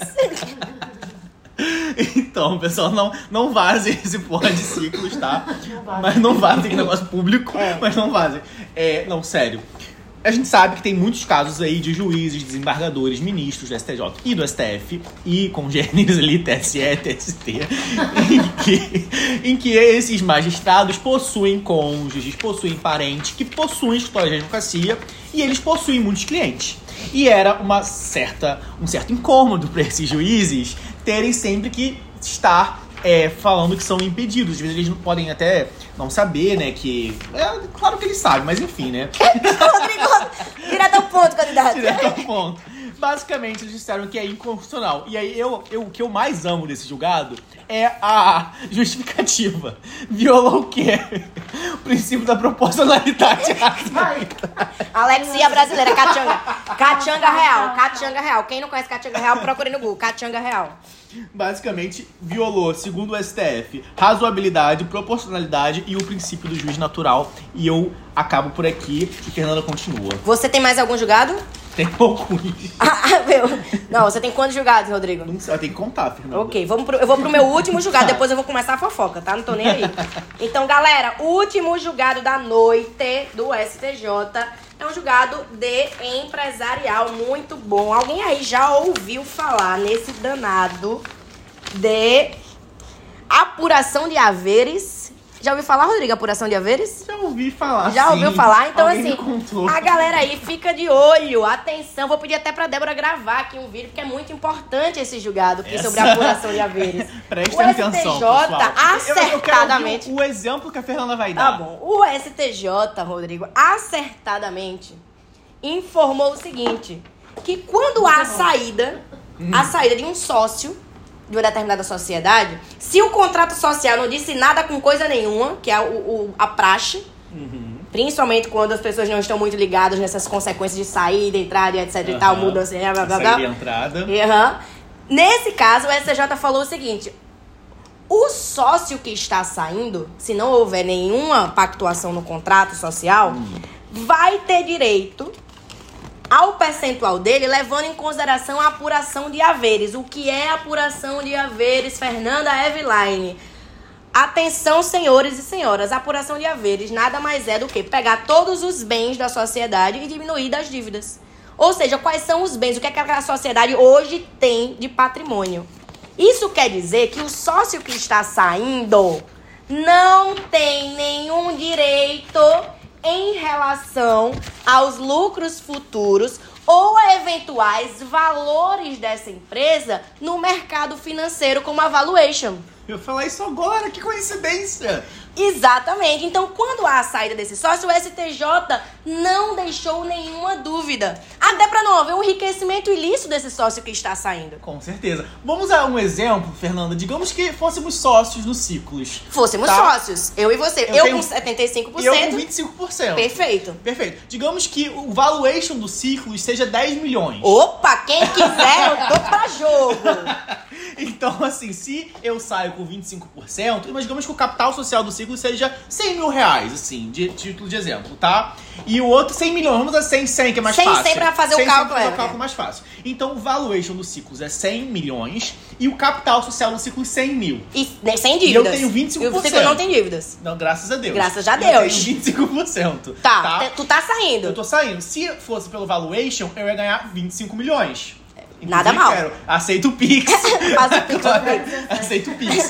Então, pessoal, não, não vazem esse Pode Ciclos, tá? Não mas não vazem, negócio público, é. mas não vazem. É, não, sério. A gente sabe que tem muitos casos aí de juízes, desembargadores, ministros do S T J e do S T F, e congêneres ali, T S E, T S T, em que, em que esses magistrados possuem cônjuges, possuem parentes, que possuem escritório de advocacia, e eles possuem muitos clientes. E era uma certa, um certo incômodo para esses juízes terem sempre que estar é, falando que são impedidos. Às vezes eles não podem até não saber, né, que... É, claro que eles sabem, mas enfim, né? Rodrigo, direto ao ponto, candidato. Direto ao ponto. Basicamente, eles disseram que é inconstitucional. E aí, eu, eu, o que eu mais amo desse julgado é a justificativa. Violou o quê? O princípio da proporcionalidade. Alexia brasileira, Cachanga. Cachanga real, Cachanga real. Quem não conhece Cachanga real, procure no Google. Cachanga real. Basicamente, violou, segundo o S T F, razoabilidade, proporcionalidade e o princípio do juiz natural. E eu acabo por aqui e Fernanda continua. Você tem mais algum julgado? Tem alguns. Ah, meu. Não, você tem quantos julgados, Rodrigo? Não sei, eu tenho que contar, Fernanda. Ok, vamos pro, eu vou pro meu último julgado, depois eu vou começar a fofoca, tá? Não tô nem aí. Então, galera, o último julgado da noite do S T J é um julgado de empresarial muito bom. Alguém aí já ouviu falar nesse danado de apuração de haveres? Já ouviu falar, Rodrigo, apuração de haveres? Já ouvi falar, Já sim. ouviu falar? Então, Alguém assim, a galera aí fica de olho, atenção. Vou pedir até pra Débora gravar aqui um vídeo, porque é muito importante esse julgado aqui Essa... sobre a apuração de haveres. Prestem o atenção, S T J, pessoal. acertadamente... Eu, eu quero o exemplo que a Fernanda vai dar. Tá bom. O S T J, Rodrigo, acertadamente informou o seguinte, que quando há a saída, hum. a saída de um sócio de uma determinada sociedade, se o contrato social não disse nada com coisa nenhuma, que é o, o, a praxe, uhum. principalmente quando as pessoas não estão muito ligadas nessas consequências de saída, entrada, etc uhum. e tal, mudança, blá, blá, blá, blá. Saída e entrada. Uhum. Nesse caso, o S T J falou o seguinte, o sócio que está saindo, se não houver nenhuma pactuação no contrato social, uhum. vai ter direito ao percentual dele, levando em consideração a apuração de haveres. O que é apuração de haveres, Fernanda Eveline? Atenção, senhores e senhoras. A apuração de haveres nada mais é do que pegar todos os bens da sociedade e diminuir das dívidas. Ou seja, quais são os bens, o que é que a sociedade hoje tem de patrimônio. Isso quer dizer que o sócio que está saindo não tem nenhum direito em relação aos lucros futuros ou eventuais valores dessa empresa no mercado financeiro como a valuation. Eu ia falar isso agora, que coincidência! Exatamente. Então, quando há a saída desse sócio, o S T J não deixou nenhuma dúvida. Até para não haver um enriquecimento ilícito desse sócio que está saindo. Com certeza. Vamos a um exemplo, Fernanda. Digamos que fôssemos sócios no Ciclos. Fôssemos tá? sócios. Eu e você. Eu, eu tenho... com setenta e cinco por cento. E eu com vinte e cinco por cento. Perfeito. Perfeito. Digamos que o valuation do Ciclos seja dez milhões. Opa, quem quiser, eu tô pra jogo. Então, assim, se eu saio com vinte e cinco por cento, imaginamos que o capital social do Ciclo seja cem mil reais, assim, de título de exemplo, tá? E o outro cem milhões, vamos dar cem, cem, que é mais cem, fácil. cem pra fazer cem, o cálculo, cem pra fazer é. o cálculo mais fácil. Então, o valuation do Ciclos é cem milhões e o capital social do Ciclo cem mil. E sem dívidas. E eu tenho vinte e cinco por cento. E o Ciclo não tem dívidas. Não, graças a Deus. Graças a Deus. Eu tenho vinte e cinco por cento. Tá, tá? tu tá saindo. Eu tô saindo. Se fosse pelo valuation, eu ia ganhar vinte e cinco milhões. Nada mal. Quero. Aceito o Pix. Faz o Pix. Aceito o Pix.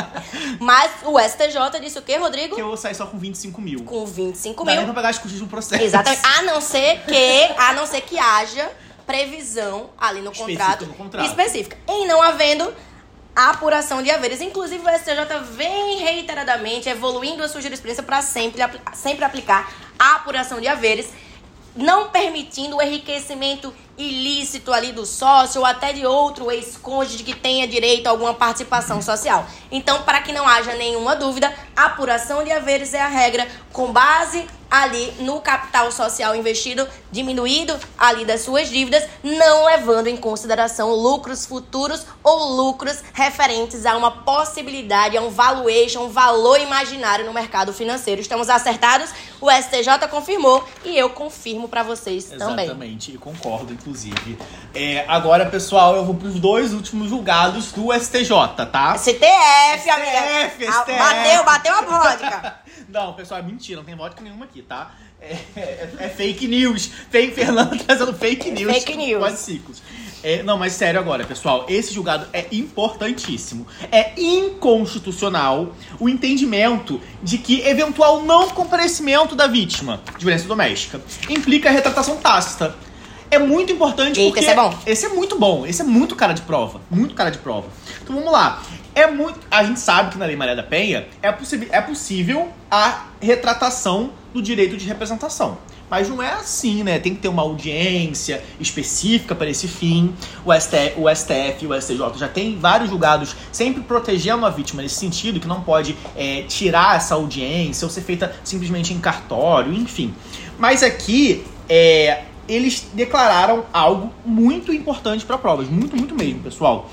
Mas o S T J disse o quê, Rodrigo? Que eu vou sair só com vinte e cinco mil. Com vinte e cinco Dá mil. nem pra pagar as custas do processo. Exatamente. A não ser que, a não ser que haja previsão ali no contrato, no contrato específica. Em não havendo a apuração de haveres. Inclusive, o S T J vem reiteradamente evoluindo a sua jurisprudência para sempre, sempre aplicar a apuração de haveres. não permitindo o enriquecimento ilícito ali do sócio ou até de outro ex-cônjuge que tenha direito a alguma participação social. Então, para que não haja nenhuma dúvida, a apuração de haveres é a regra com base ali no capital social investido, diminuído ali das suas dívidas, não levando em consideração lucros futuros ou lucros referentes a uma possibilidade, a um valuation, um valor imaginário no mercado financeiro. Estamos acertados? O S T J confirmou e eu confirmo para vocês também. Exatamente, e concordo, inclusive. É, agora, pessoal, eu vou pros dois últimos julgados do S T J, tá? S T F, amiga. S T F, S T F. Bateu, bateu a vodka. Não, pessoal, é mentira, não tem vodka nenhuma aqui, tá? É, é, é fake news. Fake, Fernando trazendo fake news. Fake news. Quase ciclos. É, não, mas sério agora, pessoal, esse julgado é importantíssimo. É inconstitucional o entendimento de que eventual não comparecimento da vítima de violência doméstica implica retratação tácita. É muito importante. Eita, porque... esse é bom. Esse é muito bom. Esse é muito cara de prova. Muito cara de prova. Então vamos lá. É muito... A gente sabe que na Lei Maria da Penha é, possi... é possível a retratação do direito de representação. Mas não é assim, né? Tem que ter uma audiência específica para esse fim. O S T F, o S T F e o S T J já tem vários julgados sempre protegendo a vítima nesse sentido, que não pode é, tirar essa audiência ou ser feita simplesmente em cartório, enfim. Mas aqui, é, eles declararam algo muito importante para provas. Muito, muito mesmo, pessoal.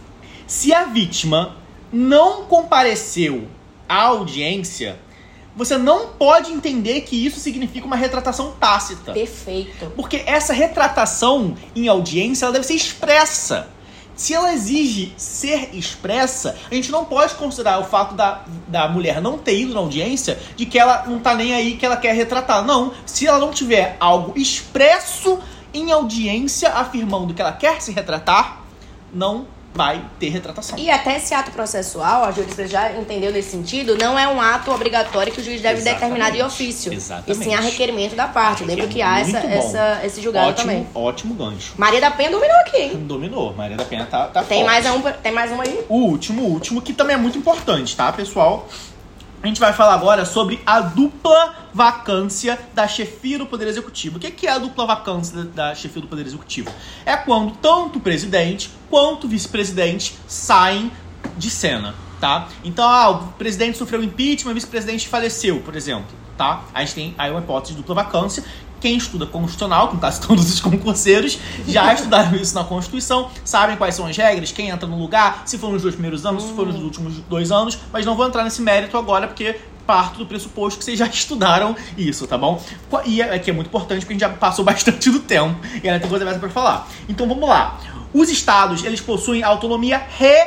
Se a vítima não compareceu à audiência, você não pode entender que isso significa uma retratação tácita. Perfeito. Porque essa retratação em audiência, ela deve ser expressa. Se ela exige ser expressa, a gente não pode considerar o fato da, da mulher não ter ido na audiência de que ela não tá nem aí, que ela quer retratar. Não. Se ela não tiver algo expresso em audiência afirmando que ela quer se retratar, não vai ter retratação. E até esse ato processual, a juíza já entendeu nesse sentido, não é um ato obrigatório que o juiz deve Exatamente. determinar de ofício. Exatamente. E sim a requerimento da parte. Lembro que há essa, essa, esse julgado ótimo, também. Ótimo gancho. Maria da Penha dominou aqui, hein? Dominou. Maria da Penha tá, tá tem forte. mais um, tem mais um aí? O último, o último, que também é muito importante, tá, pessoal? A gente vai falar agora sobre a dupla vacância da chefia do Poder Executivo. O que é a dupla vacância da chefia do Poder Executivo? É quando tanto o presidente quanto o vice-presidente saem de cena, tá? Então, ah, o presidente sofreu impeachment, o vice-presidente faleceu, por exemplo, tá? A gente tem aí uma hipótese de dupla vacância. Quem estuda constitucional, que não está citando os concurseiros, já estudaram isso na Constituição, sabem quais são as regras, quem entra no lugar, se for nos dois primeiros anos, se for nos últimos dois anos, mas não vou entrar nesse mérito agora, porque parto do pressuposto que vocês já estudaram isso, tá bom? E aqui é muito importante, porque a gente já passou bastante do tempo, e ainda tem coisa mais para falar. Então vamos lá. Os estados, eles possuem autonomia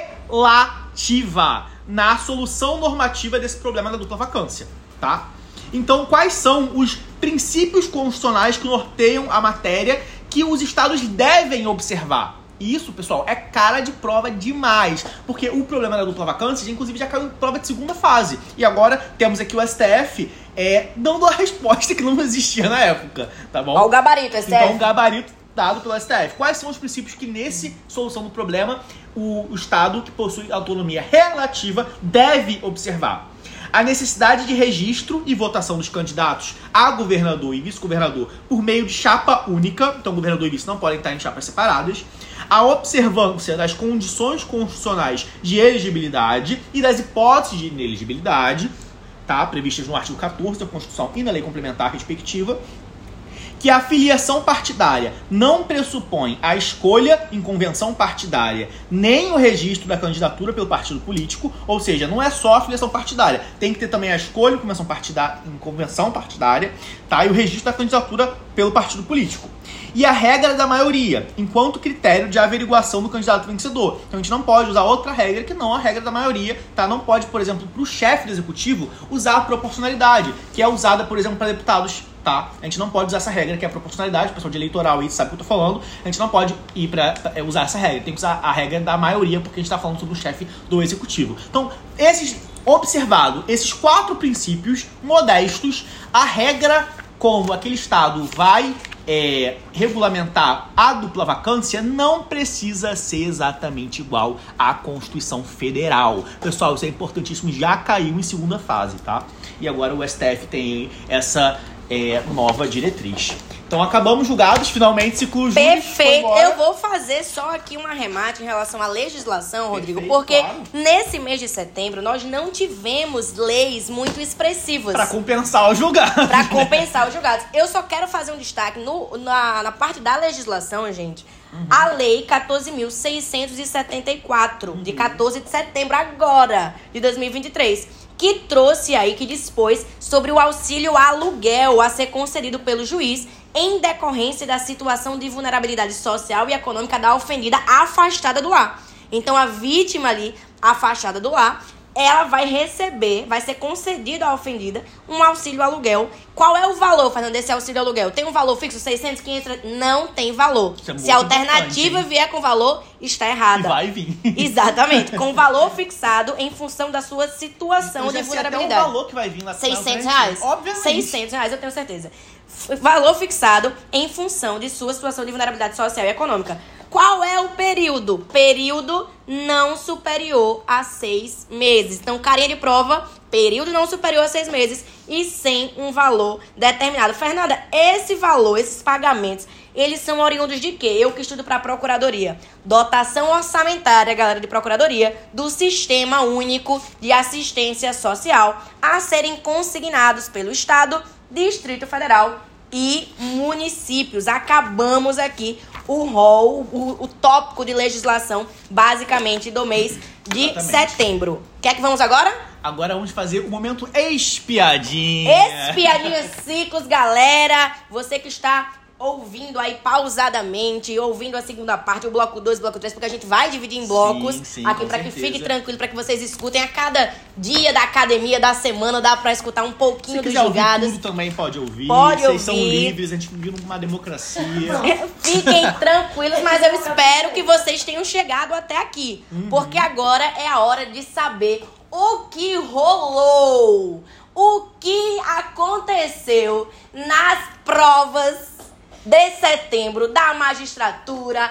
relativa na solução normativa desse problema da dupla vacância, tá? Então, quais são os princípios constitucionais que norteiam a matéria que os estados devem observar? Isso, pessoal, é cara de prova demais, porque o problema da dupla vacância, inclusive, já caiu em prova de segunda fase. E agora temos aqui o S T F é, dando a resposta que não existia na época, tá bom? Olha o gabarito, S T F. Então, o gabarito dado pelo S T F. Quais são os princípios que, nesse solução do problema, o, o estado que possui autonomia relativa deve observar? A necessidade de registro e votação dos candidatos a governador e vice-governador por meio de chapa única, então governador e vice não podem estar em chapas separadas, a observância das condições constitucionais de elegibilidade e das hipóteses de inelegibilidade, tá, previstas no artigo quatorze da Constituição e na lei complementar respectiva, que a filiação partidária não pressupõe a escolha em convenção partidária, nem o registro da candidatura pelo partido político, ou seja, não é só a filiação partidária, tem que ter também a escolha em convenção partidária, em convenção partidária, tá? E o registro da candidatura pelo partido político. E a regra da maioria, enquanto critério de averiguação do candidato vencedor. Então a gente não pode usar outra regra que não a regra da maioria, tá? Não pode, por exemplo, para o chefe do executivo, usar a proporcionalidade, que é usada, por exemplo, para deputados, tá? A gente não pode usar essa regra, que é a proporcionalidade, o pessoal de eleitoral aí sabe o que eu tô falando, a gente não pode ir para usar essa regra, tem que usar a regra da maioria, porque a gente tá falando sobre o chefe do executivo. Então, esses, observado esses quatro princípios modestos, a regra como aquele estado vai é, regulamentar a dupla vacância não precisa ser exatamente igual à Constituição Federal. Pessoal, isso é importantíssimo, já caiu em segunda fase, tá? E agora o S T F tem essa é, nova diretriz. Então, Então acabamos julgados, finalmente ciclo justo. Perfeito. Eu vou fazer só aqui um arremate em relação à legislação, Rodrigo, Perfeito, porque claro. nesse mês de setembro nós não tivemos leis muito expressivas. Pra compensar os julgados. Pra compensar os julgados. Eu só quero fazer um destaque no, na, na parte da legislação, gente. Uhum. A Lei quatorze mil seiscentos e setenta e quatro, uhum. de quatorze de setembro agora, de dois mil e vinte e três, que trouxe aí, que dispôs sobre o auxílio aluguel a ser concedido pelo juiz em decorrência da situação de vulnerabilidade social e econômica da ofendida afastada do lar. Então, a vítima ali, afastada do lar, ela vai receber, vai ser concedido à ofendida um auxílio aluguel. Qual é o valor, Fernanda, desse auxílio aluguel? Tem um valor fixo, seiscentos, quinhentos? Não tem valor. É Se a alternativa vier com valor, está errada. E vai vir. Exatamente. Com valor fixado em função da sua situação de vulnerabilidade. Até o valor que vai vir lá. seiscentos reais? Obviamente. seiscentos reais, eu tenho certeza. Valor fixado em função de sua situação de vulnerabilidade social e econômica. Qual é o período? Período não superior a seis meses. Então, carinha de prova, período não superior a seis meses e sem um valor determinado. Fernanda, esse valor, esses pagamentos, eles são oriundos de quê? Eu que estudo para a Procuradoria. Dotação orçamentária, galera de Procuradoria, do Sistema Único de Assistência Social, a serem consignados pelo Estado, Distrito Federal e municípios. Acabamos aqui o rol, o, o tópico de legislação, basicamente, do mês de Exatamente. setembro. Quer que vamos agora? Agora vamos fazer o momento espiadinha. Espiadinha Ciclos, galera. Você que está ouvindo aí pausadamente, ouvindo a segunda parte, o bloco dois, o bloco três, porque a gente vai dividir em blocos sim, sim, aqui com para que certeza. fique tranquilo, para que vocês escutem a cada dia da academia, da semana, dá para escutar um pouquinho Se dos quiser ouvir julgados. tudo também pode ouvir. Pode Vocês ouvir. são livres, a gente vive numa democracia. Fiquem tranquilos, mas eu espero que vocês tenham chegado até aqui. Uhum. Porque agora é a hora de saber o que rolou, o que aconteceu nas provas de setembro da magistratura,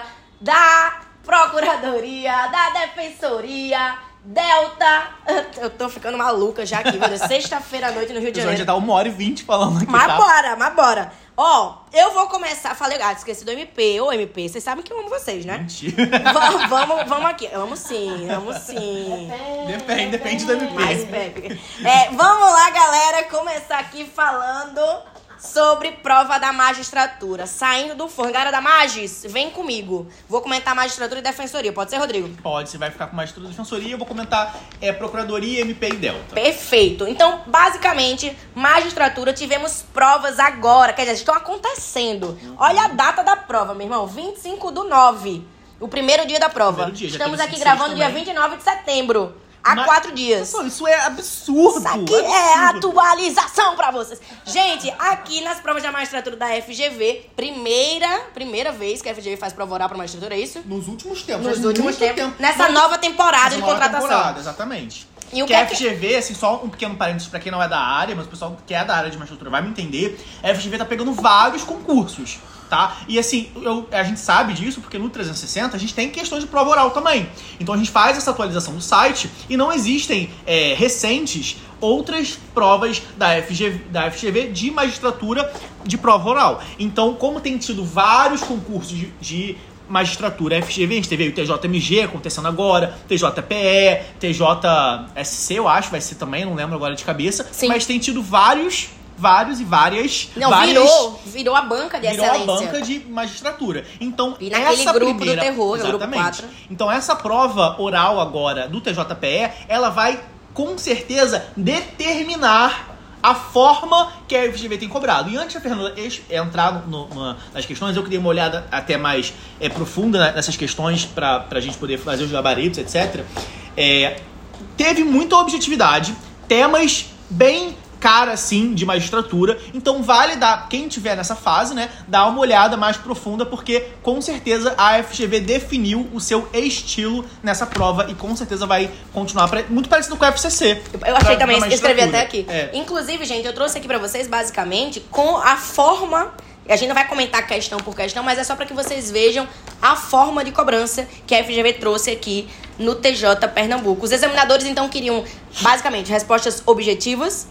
da procuradoria, da defensoria, Delta. Eu tô ficando maluca já aqui, meu. Sexta-feira à noite no Rio de A gente Janeiro. já tá uma hora e vinte falando aqui, Mas tá? bora, mas bora. Ó, eu vou começar. Falei, ah, esqueci do M P. Ô, M P, vocês sabem que eu amo vocês, né? Mentira. vamos, vamos, vamos aqui. Eu amo sim, amo sim. Depende, depende do M P. Mais Pepe. É, vamos lá, galera, começar aqui falando sobre prova da magistratura. Saindo do forno. Galera da Magis, vem comigo. Vou comentar magistratura e defensoria. Pode ser, Rodrigo? Pode, você vai ficar com magistratura e defensoria. Eu vou comentar é, procuradoria, M P e Delta. Perfeito. Então, basicamente, magistratura, tivemos provas agora. Quer dizer, estão acontecendo. Olha a data da prova, meu irmão. vinte e cinco do nove. O primeiro dia da prova. Primeiro dia, já Estamos temos aqui vinte e seis gravando dia também. vinte e nove de setembro. Há Mas- quatro dias. Pessoal, isso é absurdo. Isso aqui é atualização pra vocês. Gente, aqui nas provas da magistratura da F G V, primeira, primeira vez que a F G V faz prova oral pra magistratura, é isso? Nos últimos tempos. Nos faz últimos muito tempos. tempo. Nessa Mas- nova temporada Essa de nova contratação. temporada, exatamente. E o que que a é que- F G V, assim, só um pequeno parênteses pra quem não é da área, mas o pessoal que é da área de magistratura vai me entender, a F G V tá pegando vários concursos, tá? E assim, eu- a gente sabe disso porque no trezentos e sessenta a gente tem questões de prova oral também. Então a gente faz essa atualização do site e não existem é, recentes outras provas da F G V, da F G V de magistratura de prova oral. Então, como tem tido vários concursos de, de magistratura F G V, a gente teve aí o T J M G acontecendo agora, T J P E, T J S C, eu acho, vai ser também, não lembro agora de cabeça. Sim. Mas tem tido vários, vários e várias... Não, várias, virou, virou a banca de virou a excelência. banca de magistratura. Então, E naquele essa grupo do primeira, terror, que é o grupo exatamente. quatro. Então, essa prova oral agora do T J P E, ela vai, com certeza, determinar a forma que a F G V tem cobrado. E antes da Fernanda ex- entrar no, no, nas questões, eu queria uma olhada até mais é, profunda nessas questões para a gente poder fazer os gabaritos, etcétera. É, teve muita objetividade, temas bem cara, assim, de magistratura. Então vale dar, quem tiver nessa fase, né, dar uma olhada mais profunda, porque com certeza a F G V definiu o seu estilo nessa prova e com certeza vai continuar pare- muito parecido com o F C C. Eu achei pra- também, pra escrevi magistratura. até aqui. É. Inclusive, gente, eu trouxe aqui pra vocês, basicamente, com a forma... A gente não vai comentar questão por questão, mas é só pra que vocês vejam a forma de cobrança que a F G V trouxe aqui no T J Pernambuco. Os examinadores, então, queriam, basicamente, respostas objetivas,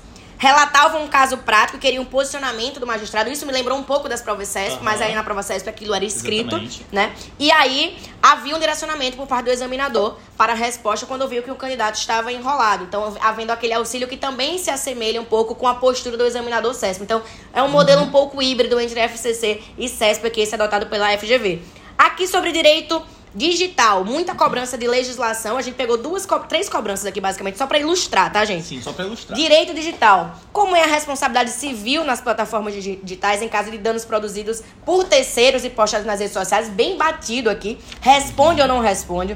relatavam um caso prático, queriam um posicionamento do magistrado. Isso me lembrou um pouco das provas C E S P, Uhum. mas aí na prova C E S P aquilo era escrito, Exatamente. né? E aí havia um direcionamento por parte do examinador para a resposta quando viu que o candidato estava enrolado. Então, havendo aquele auxílio que também se assemelha um pouco com a postura do examinador C E S P. Então, é um modelo um pouco híbrido entre F C C e C E S P, que esse é adotado pela F G V. Aqui sobre direito digital, muita cobrança de legislação. A gente pegou duas, co- três cobranças aqui, basicamente, só para ilustrar, tá, gente? Sim, só pra ilustrar. Direito digital. Como é a responsabilidade civil nas plataformas digi- digitais em caso de danos produzidos por terceiros e postados nas redes sociais? Bem batido aqui. Responde ou não responde?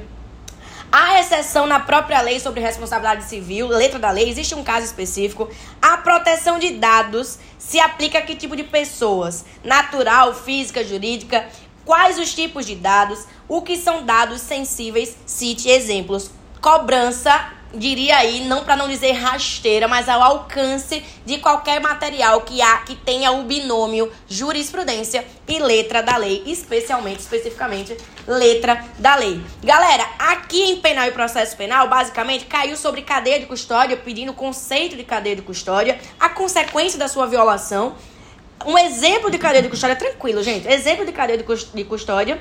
A exceção na própria lei sobre responsabilidade civil, letra da lei, existe um caso específico. A proteção de dados se aplica a que tipo de pessoas? Natural, física, jurídica? Quais os tipos de dados? O que são dados sensíveis? Cite exemplos. Cobrança, diria aí, não para não dizer rasteira, mas ao alcance de qualquer material que, há, que tenha o binômio jurisprudência e letra da lei, especialmente, especificamente, letra da lei. Galera, aqui em penal e processo penal, basicamente, caiu sobre cadeia de custódia, pedindo o conceito de cadeia de custódia, a consequência da sua violação. Um exemplo de cadeia de custódia, tranquilo, gente. Exemplo de cadeia de cus- de custódia.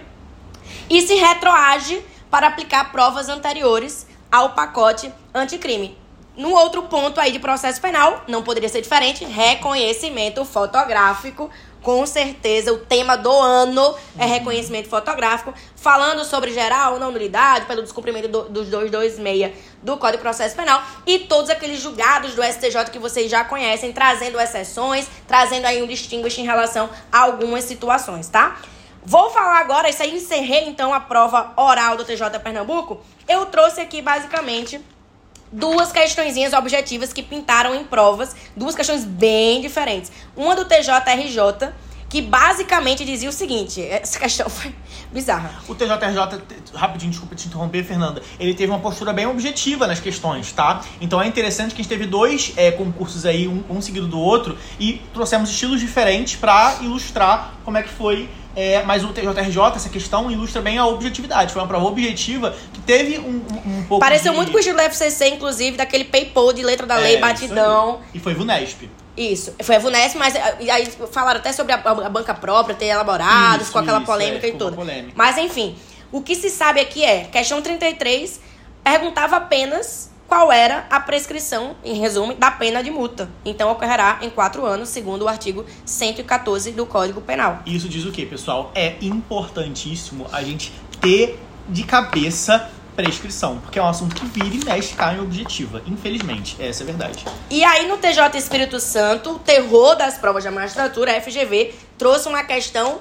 E se retroage para aplicar provas anteriores ao pacote anticrime. No outro ponto aí de processo penal, não poderia ser diferente, reconhecimento fotográfico. Com certeza, o tema do ano é reconhecimento fotográfico. Falando sobre geral, não nulidade, pelo descumprimento do, dos duzentos e vinte e seis do Código de Processo Penal. E todos aqueles julgados do S T J que vocês já conhecem, trazendo exceções, trazendo aí um distinguish em relação a algumas situações, tá? Vou falar agora, isso aí encerrei então a prova oral do T J Pernambuco. Eu trouxe aqui basicamente duas questõezinhas objetivas que pintaram em provas, duas questões bem diferentes. Uma do T J R J, que basicamente dizia o seguinte, essa questão foi bizarra. O T J R J, rapidinho, desculpa te interromper, Fernanda, ele teve uma postura bem objetiva nas questões, tá? Então é interessante que a gente teve dois é, concursos aí, um, um seguido do outro, e trouxemos estilos diferentes pra ilustrar como é que foi. É, mas o T J R J, essa questão ilustra bem a objetividade. Foi uma prova objetiva que teve um, um, um pouco Pareceu de... muito com o estilo do F C C, inclusive, daquele paypal de letra da lei, É, batidão. isso aí. E foi VUNESP. Isso, foi a VUNESP, mas e aí falaram até sobre a, a banca própria ter elaborado, Isso, ficou aquela isso, polêmica é, e ficou tudo. uma polêmica. Mas enfim, o que se sabe aqui é, questão trinta e três perguntava apenas qual era a prescrição, em resumo, da pena de multa. Então ocorrerá em quatro anos, segundo o artigo cento e quatorze do Código Penal. Isso diz o quê, pessoal? É importantíssimo a gente ter de cabeça prescrição, porque é um assunto que vira e mexe, cai em objetiva. Infelizmente, essa é a verdade. E aí no T J Espírito Santo, o terror das provas da magistratura, a F G V, trouxe uma questão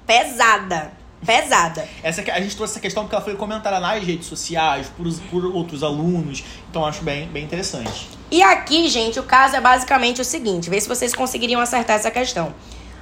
pesada. Pesada. Essa, a gente trouxe essa questão porque ela foi comentada nas redes sociais, por, por outros alunos, então eu acho bem, bem interessante. E aqui, gente, o caso é basicamente o seguinte, vê se vocês conseguiriam acertar essa questão.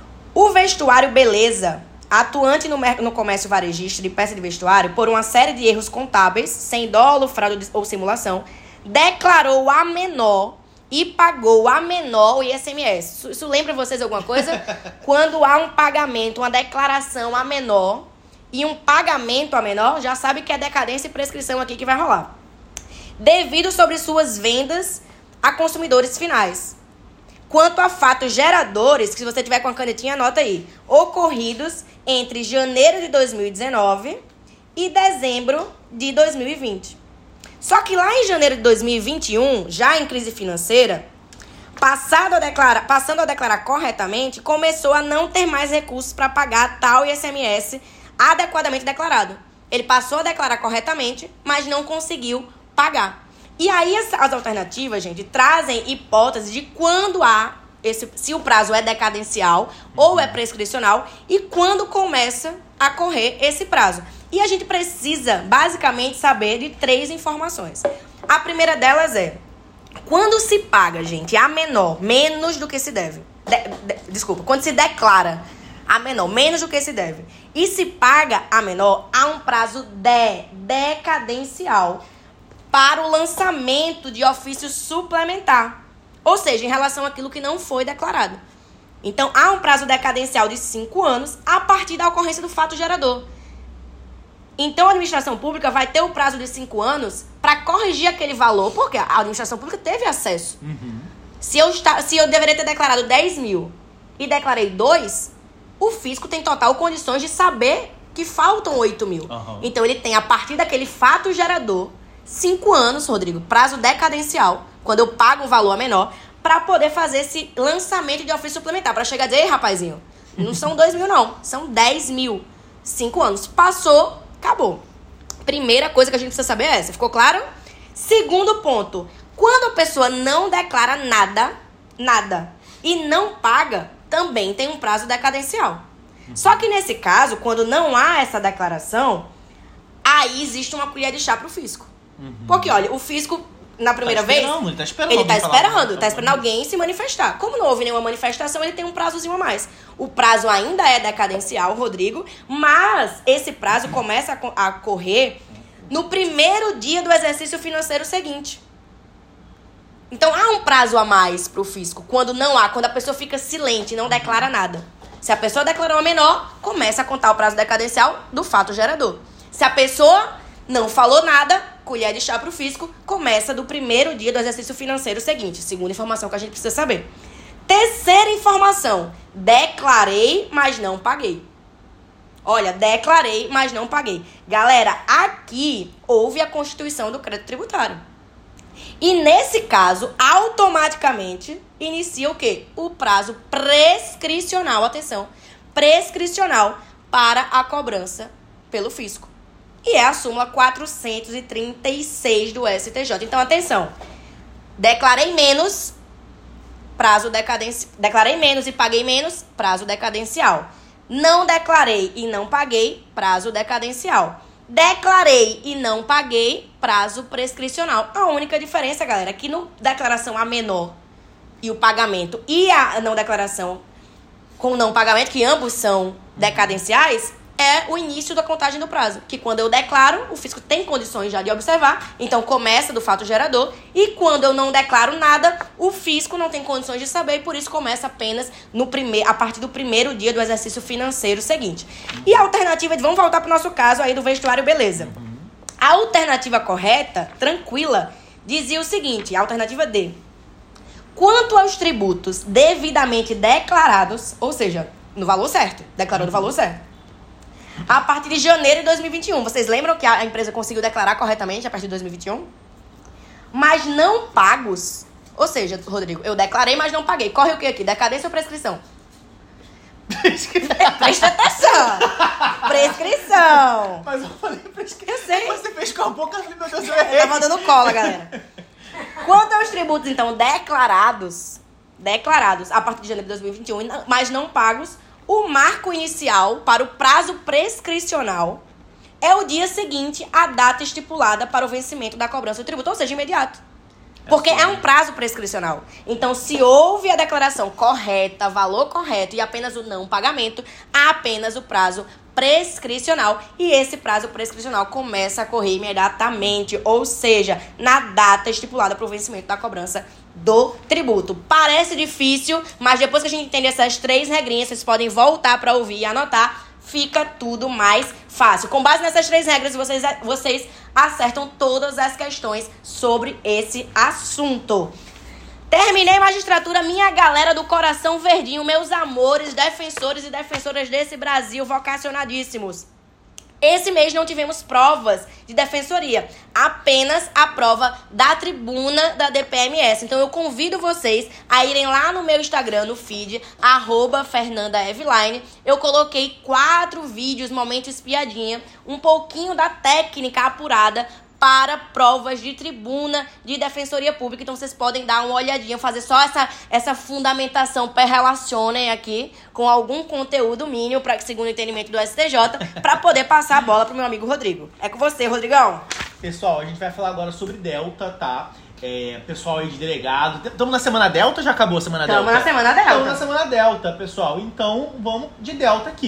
O vestuário Beleza, atuante no, no comércio varejista de peça de vestuário, por uma série de erros contábeis, sem dolo, fraude ou simulação, declarou a menor e pagou a menor o I C M S. Isso, isso lembra vocês alguma coisa? Quando há um pagamento, uma declaração a menor e um pagamento a menor, já sabe que é decadência e prescrição aqui que vai rolar. Devido sobre suas vendas a consumidores finais. Quanto a fatos geradores, que se você tiver com a canetinha, anota aí, ocorridos entre janeiro de dois mil e dezenove e dezembro de dois mil e vinte. Só que lá em janeiro de dois mil e vinte e um, já em crise financeira, passado a declarar, passando a declarar corretamente, começou a não ter mais recursos para pagar tal I C M S adequadamente declarado. Ele passou a declarar corretamente, mas não conseguiu pagar. E aí as, as alternativas, gente, trazem hipóteses de quando há, esse, se o prazo é decadencial ou é prescricional e quando começa a correr esse prazo. E a gente precisa, basicamente, saber de três informações. A primeira delas é, quando se paga, gente, a menor, menos do que se deve. De, de, desculpa, quando se declara a menor, menos do que se deve. E se paga a menor, há um prazo de decadencial para o lançamento de ofício suplementar. Ou seja, em relação àquilo que não foi declarado. Então, há um prazo decadencial de cinco anos a partir da ocorrência do fato gerador. Então, a administração pública vai ter o prazo de cinco anos para corrigir aquele valor, porque a administração pública teve acesso. Uhum. Se eu, está, se eu deveria ter declarado dez mil e declarei dois, o fisco tem total condições de saber que faltam oito mil. Uhum. Então ele tem, a partir daquele fato gerador, cinco anos, Rodrigo, prazo decadencial, quando eu pago um valor menor, para poder fazer esse lançamento de ofício suplementar. Para chegar a dizer, ei, rapazinho, não são dois mil não, são dez mil. Cinco anos. Passou, acabou. Primeira coisa que a gente precisa saber é essa. Ficou claro? Segundo ponto. Quando a pessoa não declara nada, nada, e não paga, também tem um prazo decadencial. Só que nesse caso, quando não há essa declaração, aí existe uma colher de chá pro fisco. Uhum. Porque, olha, o fisco, na primeira tá vez... Ele tá esperando. Ele tá esperando. Tá esperando alguém se manifestar. Como não houve nenhuma manifestação, ele tem um prazozinho a mais. O prazo ainda é decadencial, Rodrigo, mas esse prazo começa a correr no primeiro dia do exercício financeiro seguinte. Então, há um prazo a mais pro fisco. Quando não há, quando a pessoa fica silente e não declara nada. Se a pessoa declarou a menor, começa a contar o prazo decadencial do fato gerador. Se a pessoa não falou nada, colher de chá pro fisco, começa do primeiro dia do exercício financeiro seguinte. Segunda informação que a gente precisa saber. Terceira informação. Declarei, mas não paguei. Olha, declarei, mas não paguei. Galera, aqui houve a constituição do crédito tributário. E nesse caso, automaticamente, inicia o quê? O prazo prescricional, atenção, prescricional para a cobrança pelo fisco. E é a súmula quatrocentos e trinta e seis do S T J. Então, atenção, declarei menos, prazo decadencial. Declarei menos e paguei menos, prazo decadencial. Não declarei e não paguei, prazo decadencial. Declarei e não paguei, prazo prescricional. A única diferença, galera, é que no declaração a menor e o pagamento e a não declaração com não pagamento, que ambos são decadenciais, é o início da contagem do prazo. Que quando eu declaro, o fisco tem condições já de observar, então começa do fato gerador. E quando eu não declaro nada, o fisco não tem condições de saber e por isso começa apenas no prime- a partir do primeiro dia do exercício financeiro seguinte. E a alternativa, vamos voltar para o nosso caso aí do vestuário, beleza. A alternativa correta, tranquila, dizia o seguinte, a alternativa D. Quanto aos tributos devidamente declarados, ou seja, no valor certo, declarou no valor certo, a partir de janeiro de dois mil e vinte e um. Vocês lembram que a empresa conseguiu declarar corretamente a partir de dois mil e vinte e um? Mas não pagos. Ou seja, Rodrigo, eu declarei, mas não paguei. Corre o que aqui? Decadência ou prescrição? Presta atenção. Prescrição. Mas eu falei prescrição. Eu sei. Você fez com a boca, meu Deus, eu Tá errei. mandando cola, galera. Quanto aos tributos, então, declarados, declarados a partir de janeiro de dois mil e vinte e um, mas não pagos, o marco inicial para o prazo prescricional é o dia seguinte à data estipulada para o vencimento da cobrança do tributo, ou seja, imediato. Porque é um prazo prescricional. Então, se houve a declaração correta, valor correto e apenas o não pagamento, há apenas o prazo prescricional. E esse prazo prescricional começa a correr imediatamente, ou seja, na data estipulada para o vencimento da cobrança do tributo. Parece difícil, mas depois que a gente entender essas três regrinhas, vocês podem voltar para ouvir e anotar, fica tudo mais fácil. Com base nessas três regras, vocês, vocês acertam todas as questões sobre esse assunto. Terminei magistratura, minha galera do coração verdinho, meus amores, defensores e defensoras desse Brasil vocacionadíssimos. Esse mês não tivemos provas de defensoria, apenas a prova da tribuna da D P M S. Então eu convido vocês a irem lá no meu Instagram, no feed, arroba Fernanda Eveline. Eu coloquei quatro vídeos, momento espiadinha, um pouquinho da técnica apurada para provas de tribuna de defensoria pública. Então vocês podem dar uma olhadinha, fazer só essa, essa fundamentação, pré-relacionem aqui com algum conteúdo mínimo, para segundo o entendimento do S T J, para poder passar a bola pro meu amigo Rodrigo. É com você, Rodrigão. Pessoal, a gente vai falar agora sobre Delta, tá? É, pessoal aí de delegado. Estamos na semana Delta ou já acabou a semana Tamo Delta? na semana Delta. Estamos na semana Delta, pessoal. Então, vamos de Delta aqui.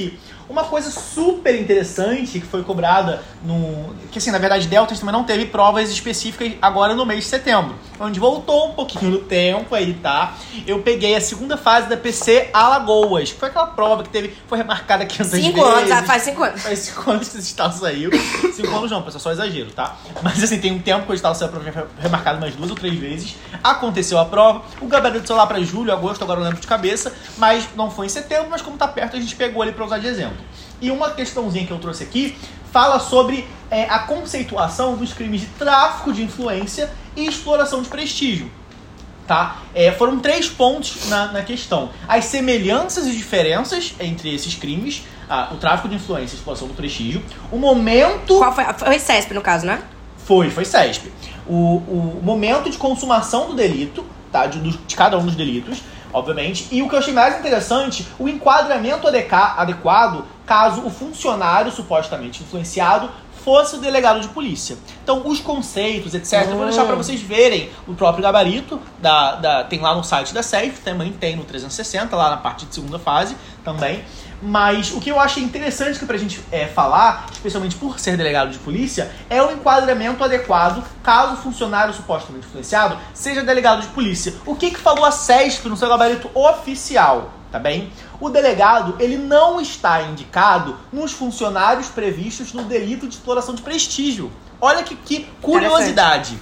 Uma coisa super interessante que foi cobrada no... Que assim, na verdade, Deltas também não teve provas específicas agora no mês de setembro. Onde voltou um pouquinho no tempo aí, tá? Eu peguei a segunda fase da P C Alagoas. Que foi aquela prova que teve... Foi remarcada quinhentas vezes. Cinco anos, ah, faz cinco anos. Faz cinco anos que esse estado saiu. Cinco anos não, pessoal, só exagero, tá? Mas assim, tem um tempo que o estado saiu a prova remarcada umas duas ou três vezes. Aconteceu a prova. O gabarito saiu lá pra julho, agosto, agora eu lembro de cabeça. Mas não foi em setembro, mas como tá perto, a gente pegou ali pra usar de exemplo. E uma questãozinha que eu trouxe aqui fala sobre é, a conceituação dos crimes de tráfico de influência e exploração de prestígio. Tá? É, foram três pontos na, na questão. As semelhanças e diferenças entre esses crimes, ah, o tráfico de influência e exploração do prestígio, o momento... Qual foi? Foi C E S P, no caso, né? Foi, foi C E S P. O, o momento de consumação do delito, tá? de, de cada um dos delitos, obviamente. E o que eu achei mais interessante, o enquadramento adeca- adequado caso o funcionário supostamente influenciado fosse o delegado de polícia. Então, os conceitos, etcétera, Hum. eu vou deixar para vocês verem o próprio gabarito. Da, da, tem lá no site da S E F, também tem no trezentos e sessenta, lá na parte de segunda fase também. Mas o que eu achei interessante que pra gente é, falar, especialmente por ser delegado de polícia, é o enquadramento adequado caso o funcionário supostamente influenciado seja delegado de polícia. O que que falou a S E S P no seu gabarito oficial, tá bem? O delegado, ele não está indicado nos funcionários previstos no delito de exploração de prestígio. Olha que, que curiosidade.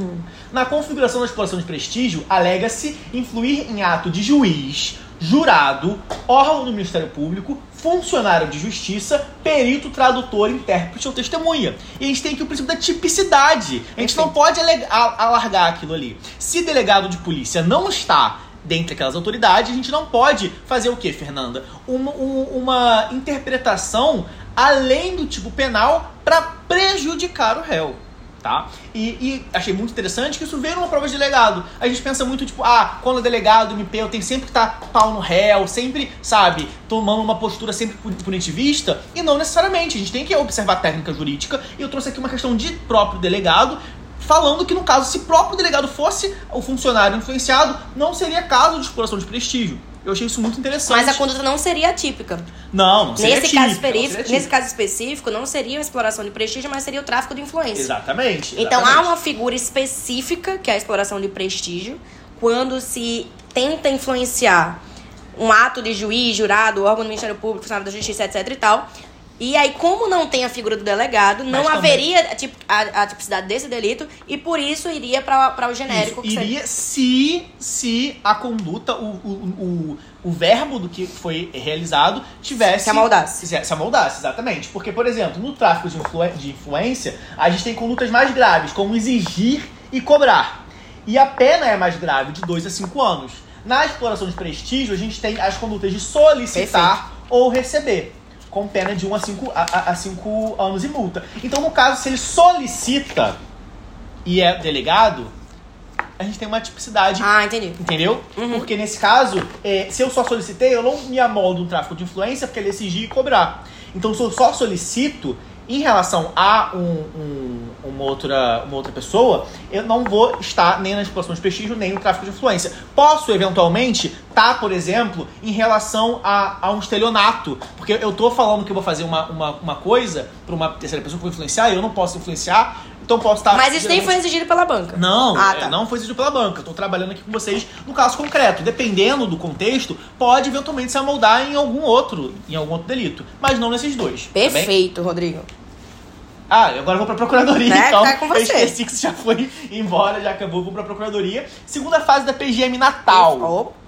Na configuração da exploração de prestígio, alega-se influir em ato de juiz, jurado, órgão do Ministério Público, funcionário de justiça, perito, tradutor, intérprete ou testemunha. E a gente tem aqui o princípio da tipicidade. A gente não pode alargar aquilo ali. Se delegado de polícia não está dentre aquelas autoridades, a gente não pode fazer o quê, Fernanda? Uma, uma interpretação além do tipo penal para prejudicar o réu. Tá? E, e achei muito interessante que isso veio numa prova de delegado. A gente pensa muito, tipo, ah, quando é delegado, M P, eu tenho sempre que estar tá pau no réu, sempre, sabe, tomando uma postura sempre punitivista, e não necessariamente. A gente tem que observar a técnica jurídica, e eu trouxe aqui uma questão de próprio delegado, falando que, no caso, se próprio delegado fosse o funcionário influenciado, não seria caso de exploração de prestígio. Eu achei isso muito interessante. Mas a conduta não seria atípica. Não, não seria nesse típica. Caso específico, não seria nesse caso específico, não seria a exploração de prestígio, mas seria o tráfico de influência. Exatamente. Então, exatamente. há uma figura específica, que é a exploração de prestígio, quando se tenta influenciar um ato de juiz, jurado, órgão do Ministério Público, funcionário da Justiça, etc e tal. E aí, como não tem a figura do delegado, não Mas haveria a, tip, a, a tipicidade desse delito e, por isso, iria para o genérico. Isso, que iria se, se a conduta, o, o, o, o verbo do que foi realizado tivesse... Se amoldasse. Se, se amoldasse, exatamente. Porque, por exemplo, no tráfico de, influ, de influência, a gente tem condutas mais graves, como exigir e cobrar. E a pena é mais grave, de dois a cinco anos. Na exploração de prestígio, a gente tem as condutas de solicitar Perfeito. Ou receber, com pena de um a cinco anos e multa. Então, no caso, se ele solicita e é delegado, a gente tem uma tipicidade. Ah, entendi. Entendeu? Uhum. Porque, nesse caso, é, se eu só solicitei, eu não me amoldo um tráfico de influência, porque ele exigir e cobrar. Então, se eu só solicito, em relação a um, um, uma, outra, uma outra pessoa, eu não vou estar nem na exploração de prestígio, nem no tráfico de influência. Posso, eventualmente, estar, por exemplo, em relação a, a um estelionato. Porque eu tô falando que eu vou fazer uma, uma, uma coisa para uma terceira pessoa que eu vou influenciar, e eu não posso influenciar, então posso estar... Mas isso nem foi exigido pela banca. Não, ah, tá. não foi exigido pela banca. Eu tô trabalhando aqui com vocês no caso concreto. Dependendo do contexto, pode eventualmente se amoldar em algum outro, em algum outro delito. Mas não nesses dois. Perfeito, tá, Rodrigo. Ah, agora eu vou pra procuradoria, né? então. Tá com você. Eu esqueci que você já foi embora, já acabou, vou pra procuradoria. Segunda fase da P G M Natal. Oh.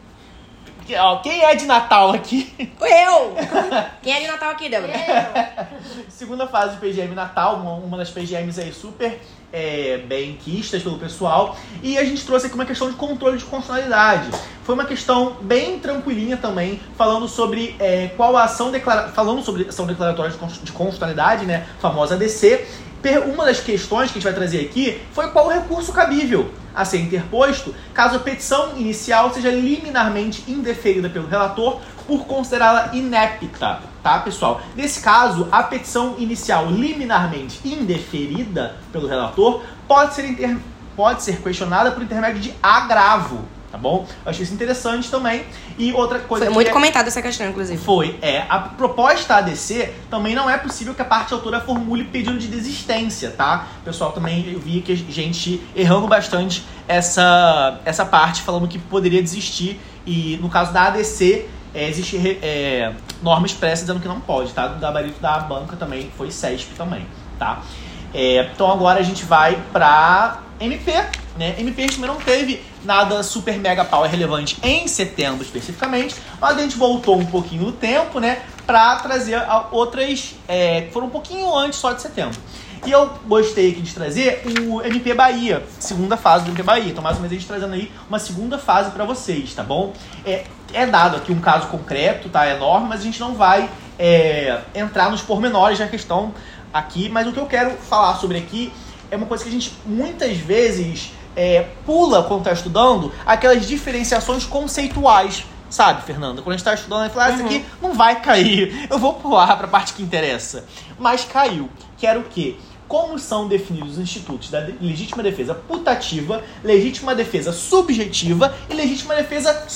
Ó, quem é de Natal aqui? Eu! Quem é de Natal aqui, Débora? Eu! Segunda fase de P G M Natal, uma, uma das P G Ms aí super é, bem quistas pelo pessoal. E a gente trouxe aqui uma questão de controle de constitucionalidade. Foi uma questão bem tranquilinha também, falando sobre é, qual a ação declara... falando sobre ação declaratória de constitucionalidade, né? Famosa A D C. Uma das questões que a gente vai trazer aqui foi qual o recurso cabível a ser interposto caso a petição inicial seja liminarmente indeferida pelo relator por considerá-la inepta, tá, pessoal? Nesse caso, a petição inicial liminarmente indeferida pelo relator pode ser, inter... pode ser questionada por intermédio de agravo, tá bom? Eu achei isso interessante também. E outra coisa Foi que muito é... comentada essa questão, inclusive. Foi, é, a proposta A D C também não é possível que a parte autora formule pedido de desistência, tá? Pessoal, também eu vi que a gente errando bastante essa, essa parte, falando que poderia desistir, e no caso da A D C, é, existe é, norma expressa dizendo que não pode, tá? Do gabarito da banca também, foi C E S P também, tá? É, então agora a gente vai pra M P, né? M P a gente também não teve nada super mega power relevante em setembro especificamente, mas a gente voltou um pouquinho no tempo, né? Pra trazer outras, é, que foram um pouquinho antes só de setembro. E eu gostei aqui de trazer o M P Bahia, segunda fase do M P Bahia. Então, mais uma vez, a gente trazendo aí uma segunda fase pra vocês, tá bom? É, é dado aqui um caso concreto, tá? É enorme, mas a gente não vai é, entrar nos pormenores da questão aqui. Mas o que eu quero falar sobre aqui é uma coisa que a gente muitas vezes é, pula quando está estudando, aquelas diferenciações conceituais. Sabe, Fernanda? Quando a gente tá estudando, a gente fala, ah, isso aqui não vai cair. Eu vou pular pra parte que interessa. Mas caiu. Que era o quê? Como são definidos os institutos da legítima defesa putativa, legítima defesa subjetiva e legítima defesa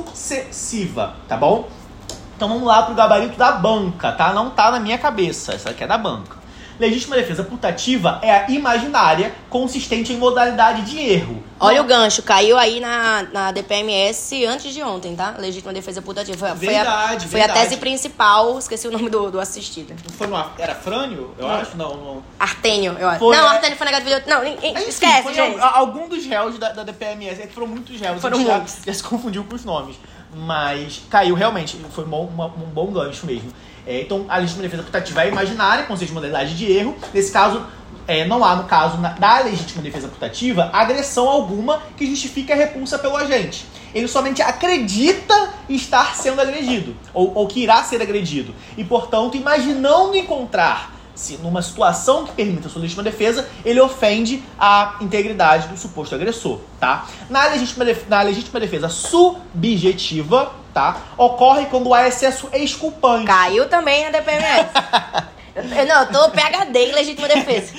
sucessiva, tá bom? Então vamos lá pro gabarito da banca, tá? Não tá na minha cabeça, essa aqui é da banca. Legítima defesa putativa é a imaginária consistente em modalidade de erro. Olha o gancho, caiu aí na, na D P M S antes de ontem, tá? Legítima defesa putativa. Foi, verdade, foi, a, foi verdade. a tese principal, esqueci o nome do, do assistido. Foi no, era Frânio, eu não. acho? Não, não. Artênio, eu acho. Foi, não, é... Artênio foi negado de vídeo. Não, Enfim, esquece, foi gente. Algum dos réus da, da D P M S, é que foram muitos réus, foram a gente já, muitos. já se confundiu com os nomes. Mas caiu realmente, foi um bom, uma, um bom gancho mesmo. É, então, a legítima defesa putativa é imaginária, consiste em modalidade de erro. Nesse caso, é, não há, no caso na, da legítima defesa putativa, agressão alguma que justifique a repulsa pelo agente. Ele somente acredita estar sendo agredido, ou, ou que irá ser agredido. E, portanto, imaginando encontrar se numa situação que permita a sua legítima defesa, ele ofende a integridade do suposto agressor, tá? Na legítima, def- na legítima defesa subjetiva, tá? Ocorre quando há excesso exculpante. Caiu também na D P M S. eu, não, eu tô P H D em legítima defesa.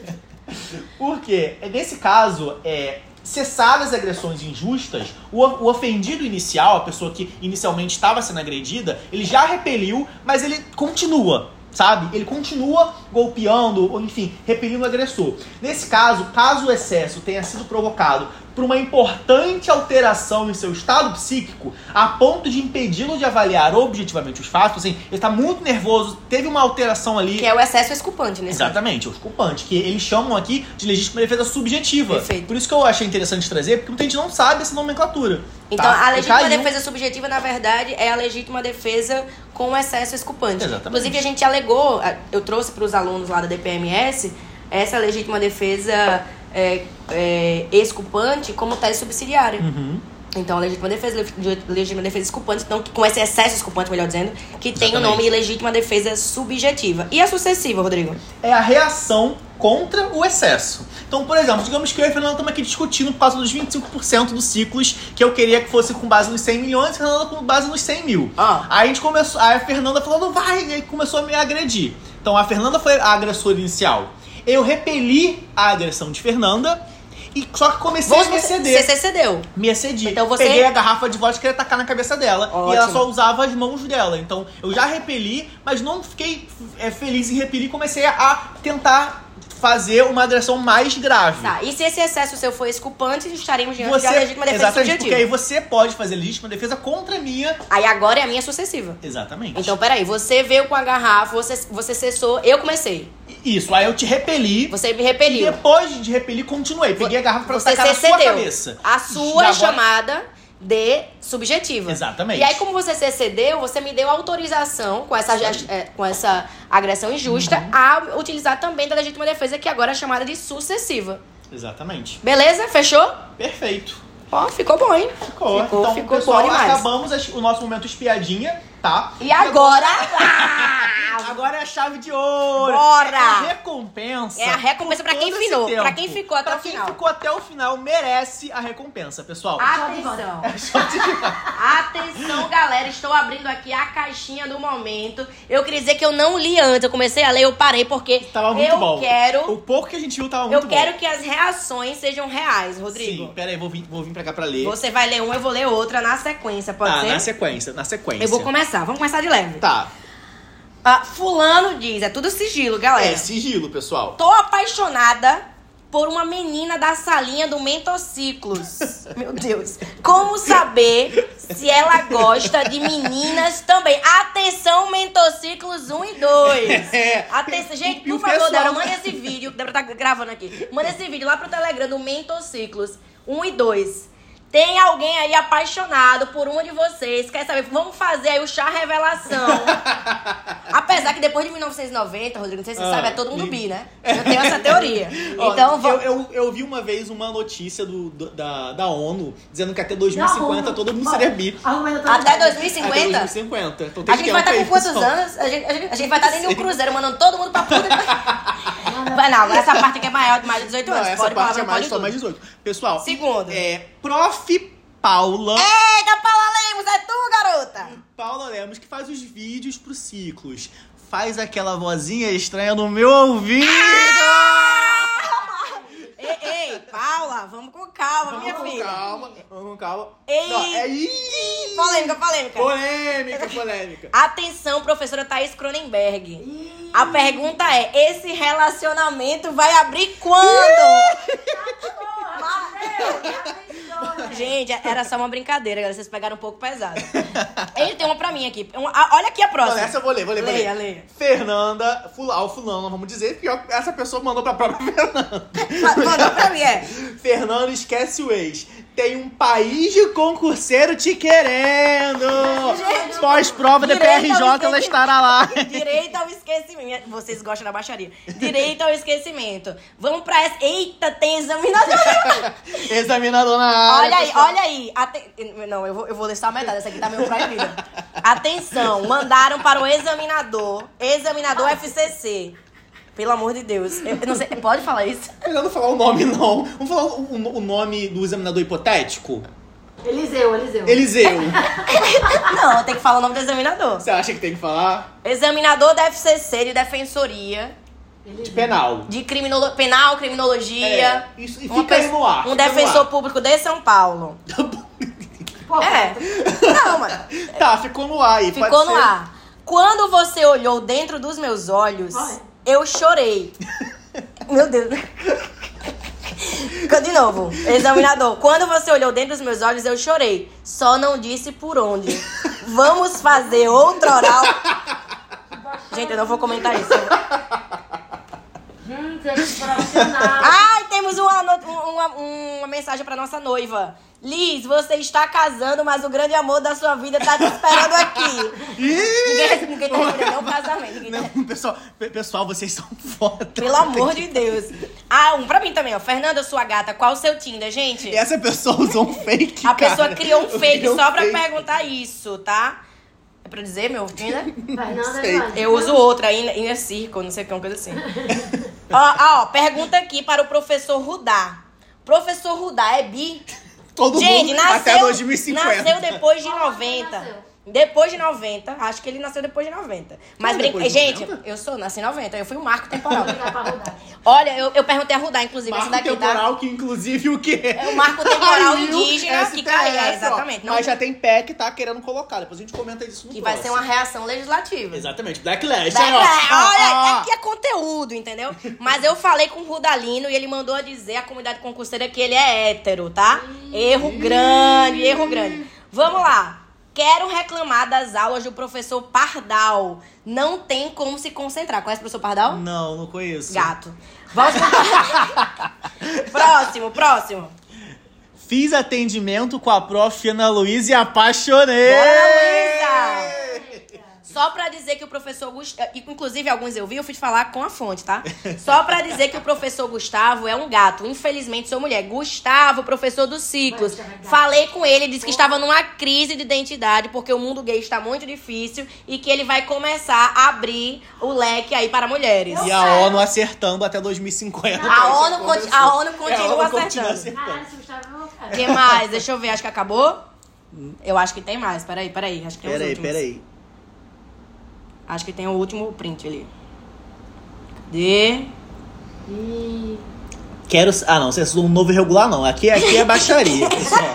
Por quê? Nesse caso, é... cessadas as agressões injustas, o, o ofendido inicial, a pessoa que inicialmente estava sendo agredida, ele já repeliu, mas ele continua, sabe? Ele continua golpeando, ou enfim, repelindo o agressor. Nesse caso, caso o excesso tenha sido provocado por uma importante alteração em seu estado psíquico, a ponto de impedi-lo de avaliar objetivamente os fatos, assim, ele está muito nervoso, teve uma alteração ali... Que é o excesso exculpante, né? Exatamente, o exculpante, que eles chamam aqui de legítima defesa subjetiva. Perfeito. Por isso que eu achei interessante trazer, porque muita gente não sabe essa nomenclatura. Então, tá? a legítima caiu... defesa subjetiva, na verdade, é a legítima defesa com excesso exculpante. Exatamente. Inclusive, a gente alegou, eu trouxe para os alunos lá da D P M S, essa legítima defesa é, é, exculpante como tese subsidiária. Uhum. Então, a legítima defesa, legítima defesa exculpante, então, com esse excesso exculpante, melhor dizendo, que tem Exatamente. o nome de legítima defesa subjetiva. E a sucessiva, Rodrigo? É a reação contra o excesso. Então, por exemplo, digamos que eu e a Fernanda estamos aqui discutindo por causa dos vinte e cinco por cento dos ciclos que eu queria que fosse com base nos cem milhões e a Fernanda com base nos cem mil. Ah. Aí a gente começou, aí a Fernanda falou, não vai, e aí começou a me agredir. Então, a Fernanda foi a agressora inicial. Eu repeli a agressão de Fernanda, e só que comecei Você, a me exceder. você cedeu. Me excedi. Então você... Peguei a garrafa de vodka e queria tacar na cabeça dela. Ótimo. E ela só usava as mãos dela. Então, eu já repeli, mas não fiquei é, feliz em repelir e comecei a tentar fazer uma agressão mais grave. Tá, e se esse excesso seu for exculpante, estaremos diante Você, da legítima defesa exatamente, subjetiva. porque aí você pode fazer legítima defesa contra a minha. Aí agora é a minha sucessiva. Exatamente. Então, peraí, você veio com a garrafa, você, você cessou, eu comecei. Isso, aí eu te repeli. Você me repeliu. E depois de repelir, continuei. Peguei a garrafa pra você tacar na sua cedeu. cabeça. A sua Já é agora... chamada de subjetiva. Exatamente. E aí, como você se cedeu, você me deu autorização com essa, é, com essa agressão injusta Uhum. a utilizar também da legítima defesa, que agora é chamada de sucessiva. Exatamente. Beleza? Fechou? Ó, Perfeito. ficou bom, hein? Ficou. Ficou, Então, ficou pessoal, bom demais. acabamos o nosso momento espiadinha. tá? E agora? Agora é a chave de ouro. Bora! É a recompensa. É a recompensa pra quem todo esse finou, tempo. pra quem ficou até Pra o quem final. ficou até o final merece a recompensa, pessoal. Atenção. Atenção, galera. Estou abrindo aqui a caixinha do momento. Eu queria dizer que eu não li antes. Eu comecei a ler, eu parei porque Tava muito eu bom. quero... O pouco que a gente viu tava muito Eu bom. quero que as reações sejam reais, Rodrigo. Sim, pera aí, vou vir, vou vir pra cá pra ler. Você vai ler uma, eu vou ler outra na sequência, pode Tá, ser? na sequência, na sequência. Eu vou começar. Vamos começar de leve. Tá. Ah, fulano diz, é tudo sigilo, galera. É sigilo, pessoal. Tô apaixonada por uma menina da salinha do Mentociclos. Meu Deus. Como saber se ela gosta de meninas também? Atenção, Mentociclos um e dois. É. Atenção, gente, E o por favor, pessoal- Débora, manda esse vídeo. Débora tá gravando aqui. Manda esse vídeo lá pro Telegram do Mentociclos um e dois. Tem alguém aí apaixonado por uma de vocês? Quer saber? Vamos fazer aí o chá revelação. Apesar que depois de mil novecentos e noventa, Rodrigo, não sei se você Ah, sabe, é todo mundo e- bi, né? Eu tenho essa teoria. Ó, Então, eu, vamos... eu, eu vi uma vez uma notícia do, do- da, da ONU dizendo que até dois mil e cinquenta Não, todo mundo bora. seria bi. Arruma ainda Até todo dois mil e mundo. Até dois mil cinquenta? e cinquenta. Então A tem gente vai estar tempo com aí, quantos pessoal. anos? A gente, a gente, a gente vai estar dentro de um cruzeiro, mandando todo mundo pra puta. Vai, não, essa parte aqui é maior de mais de dezoito Não, anos. essa Pode parte falar, é mais pode só tudo. mais dezoito. Pessoal, Segundo. é Prof. Paula. Eita, Paula Lemos, é tu, garota? Paula Lemos, que faz os vídeos pros ciclos. Faz aquela vozinha estranha no meu ouvido. Ei, ei, Paula, vamos com calma, minha Vamos com filha. calma, vamos com calma. Ei. Não, é Ih! Polêmica, polêmica. Polêmica, polêmica. Atenção, professora Thaís Cronenberg. A pergunta é, esse relacionamento vai abrir quando? Gente, era só uma brincadeira, galera. Vocês pegaram um pouco pesado. Ele tem uma pra mim aqui. Uma- ah, olha aqui a Não, próxima. essa eu vou ler, vou ler, vou Leia, ler. leia. Fernanda, fulano, fulano, vamos dizer, pior que essa pessoa mandou pra própria Fernanda. Mandou pra mim, é. Fernanda, esquece o ex. Tem um país de concurseiro te querendo. Gente, Pós-prova da P direito R ao J, ela esquecimento. estará lá. Direito ao esquecimento. Vocês gostam da baixaria. Direito ao esquecimento. Vamos pra essa. Eita, tem examinador. Examinador na área. Olha aí, pessoal. olha aí. Aten- Não, eu vou, eu vou ler só a metade. Essa aqui tá meio proibida. Atenção, mandaram para o examinador. Examinador F C C. Pelo amor de Deus. Eu não sei, pode falar isso? Melhor não falar o nome, não. Vamos falar o, o- o nome do examinador hipotético? Eliseu, Eliseu. Eliseu. Não, tem que falar o nome do examinador. Você acha que tem que falar? Examinador da F C C de Defensoria. De penal. De criminolo... penal, criminologia. É, isso- e Uma fica aí pe- no ar, Um fica no defensor ar. público de São Paulo. Pô, É. Não, mano. Tá, ficou no ar aí. Ficou pode no ser. ar. Quando você olhou dentro dos meus olhos, Vai. eu chorei. Meu Deus. De novo, examinador. Quando você olhou dentro dos meus olhos, eu chorei. Só não disse por onde. Vamos fazer outro oral. Gente, eu não vou comentar isso. Gente, é profissional. Ai, temos uma, no- uma, uma mensagem pra nossa noiva. Liz, você está casando, mas o grande amor da sua vida tá te esperando aqui. Ih! Ninguém, ninguém tá respondendo, não casamento. Ninguém tá... Não, pessoal, pe- pessoal, vocês são foda. Pelo amor de Deus. Ah, um pra mim também, ó. Fernanda, sua gata, qual o seu Tinder, gente? E essa pessoa usou um fake, A pessoa cara. criou um fake Criou um só pra fake. perguntar isso, tá? É pra dizer, meu Tinder? Fernanda Sei. Evandro. Eu uso outra, Inner Inner Circle, não sei o que, uma coisa assim. ó, ó, pergunta aqui para o professor Rudá. Professor Rudá é bi? Todo Gente, mundo nasceu, até dois mil e cinquenta. nasceu depois de Qual ano noventa. nasceu? Depois de noventa. Acho que ele nasceu depois de noventa. Mas Como brinca... depois de Gente, noventa? eu sou, nasci em noventa. Eu fui um marco temporal. Vou ligar pra rodar. Olha, eu, eu perguntei a Rudá, inclusive, Marco essa daqui, temporal, tá? que inclusive o quê? É o marco temporal Caiu, indígena que S T F, cai, é, ó. exatamente. Não- Mas já tem P E C que tá querendo colocar. Depois a gente comenta isso no Que vai ser uma reação legislativa. Exatamente. Blacklash. Black- aí, ó. Olha, Ó, ó. aqui é conteúdo, entendeu? Mas eu falei com o Rudalino e ele mandou a dizer à comunidade concurseira que ele é hétero, tá? Erro grande, erro grande. Vamos lá. Quero reclamar das aulas do professor Pardal. Não tem como se concentrar. Conhece o professor Pardal? Não, não conheço. Gato. Vamos pro... Próximo, próximo. Fiz atendimento com a prof Ana Luísa e apaixonei. Bora, Luísa! Só pra dizer que o professor Gustavo... Inclusive, alguns eu vi, eu fui falar com a fonte, tá? Só pra dizer que o professor Gustavo é um gato. Infelizmente, sou mulher. Gustavo, professor dos ciclos. Falei com ele, disse que estava numa crise de identidade, porque o mundo gay está muito difícil e que ele vai começar a abrir o leque aí para mulheres. E a ONU acertando até dois mil e cinquenta. A ONU, conti- a ONU continua É, a ONU acertando. continua acertando. Caralho, esse Gustavo é meu cara. O que mais? Deixa eu ver, acho que acabou. Eu acho que tem mais. Peraí, peraí. Acho que tem os Peraí, últimos. peraí. Acho que tem o último print ali. Cadê? Ih, Quero... Ah, não, vocês são um novo irregular, não. Aqui, aqui é baixaria, pessoal.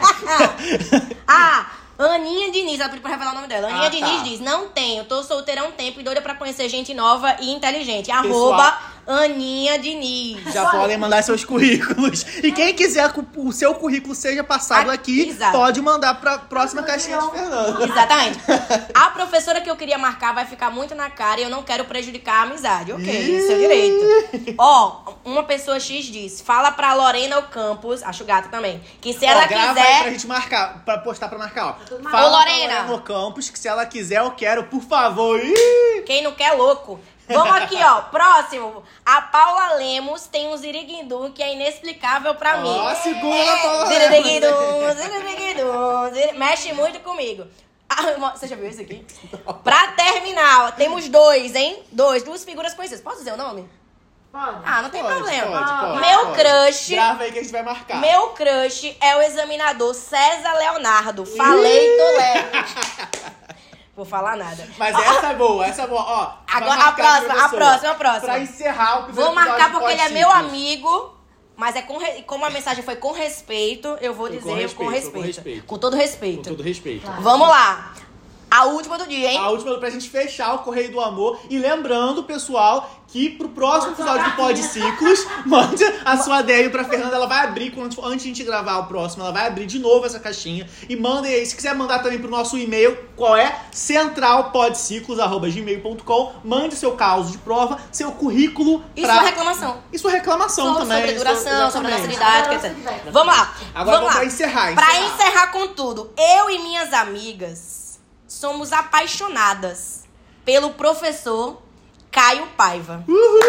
Ah, Aninha Diniz, ela pediu pra revelar o nome dela. Aninha Ah, tá. Diniz diz: não tenho, tô solteira há um tempo e doida pra conhecer gente nova e inteligente. Pessoal. Arroba Aninha Diniz. Já podem mandar seus currículos. E quem quiser que o seu currículo seja passado Ah, aqui, exato. pode mandar pra próxima caixinha de Fernanda. Exatamente. A professora que eu queria marcar vai ficar muito na cara e eu não quero prejudicar a amizade. Ok, Ih. seu direito. Ó, uma pessoa X diz: fala pra Lorena Ocampos, acho gata também, que se ela Ó, grava aí quiser. pra gente marcar, pra postar pra marcar, ó. tudo Fala Ô, Lorena. pra Lorena Campos que se ela quiser, eu quero, por favor. Ih! Quem não quer, louco. Vamos aqui, ó. Próximo. A Paula Lemos tem um ziriguindu que é inexplicável pra mim. Ó, segura, Paula Ziriguindu, ziriguindu, ziri- mexe muito comigo. Ah, você já viu isso aqui? Pra terminar, ó, temos dois, hein? Dois, duas figuras conhecidas. Posso dizer o nome? pode. Ah, não tem Pode, problema. pode, pode, Meu pode. crush... Grava aí que a gente vai marcar. Meu crush é o examinador César Leonardo. Falei, tô leve. Vou falar nada. Mas essa é boa, essa é boa. Ó, vai Agora, a marcar próxima, a professor. próxima, a próxima. Pra encerrar o primeiro Vou marcar episódio porque do ele é meu Podciclos. amigo, mas é com re- como a mensagem foi com respeito, eu vou Foi dizer com com respeito, respeito. foi com respeito. Com todo respeito. Com todo respeito. Vamos lá. A última do dia, hein? A última pra gente fechar o Correio do Amor. E lembrando, pessoal, que pro próximo episódio do Pod Ciclos, mande a sua D M pra Fernanda. Ela vai abrir, quando, antes de a gente gravar o próximo, ela vai abrir de novo essa caixinha. E mandem aí, se quiser mandar também pro nosso e-mail, qual é? centralpodciclos arroba gmail ponto com. Mande seu caso de prova, seu currículo. E pra... sua reclamação. E sua reclamação Sobre, também. sobre duração, sobre a nossa exatamente. idade, Agora etcétera. você vai. Vamos lá. Agora vamos vamos lá. pra encerrar, Pra encerrar. encerrar com tudo, eu e minhas amigas somos apaixonadas pelo professor Caio Paiva.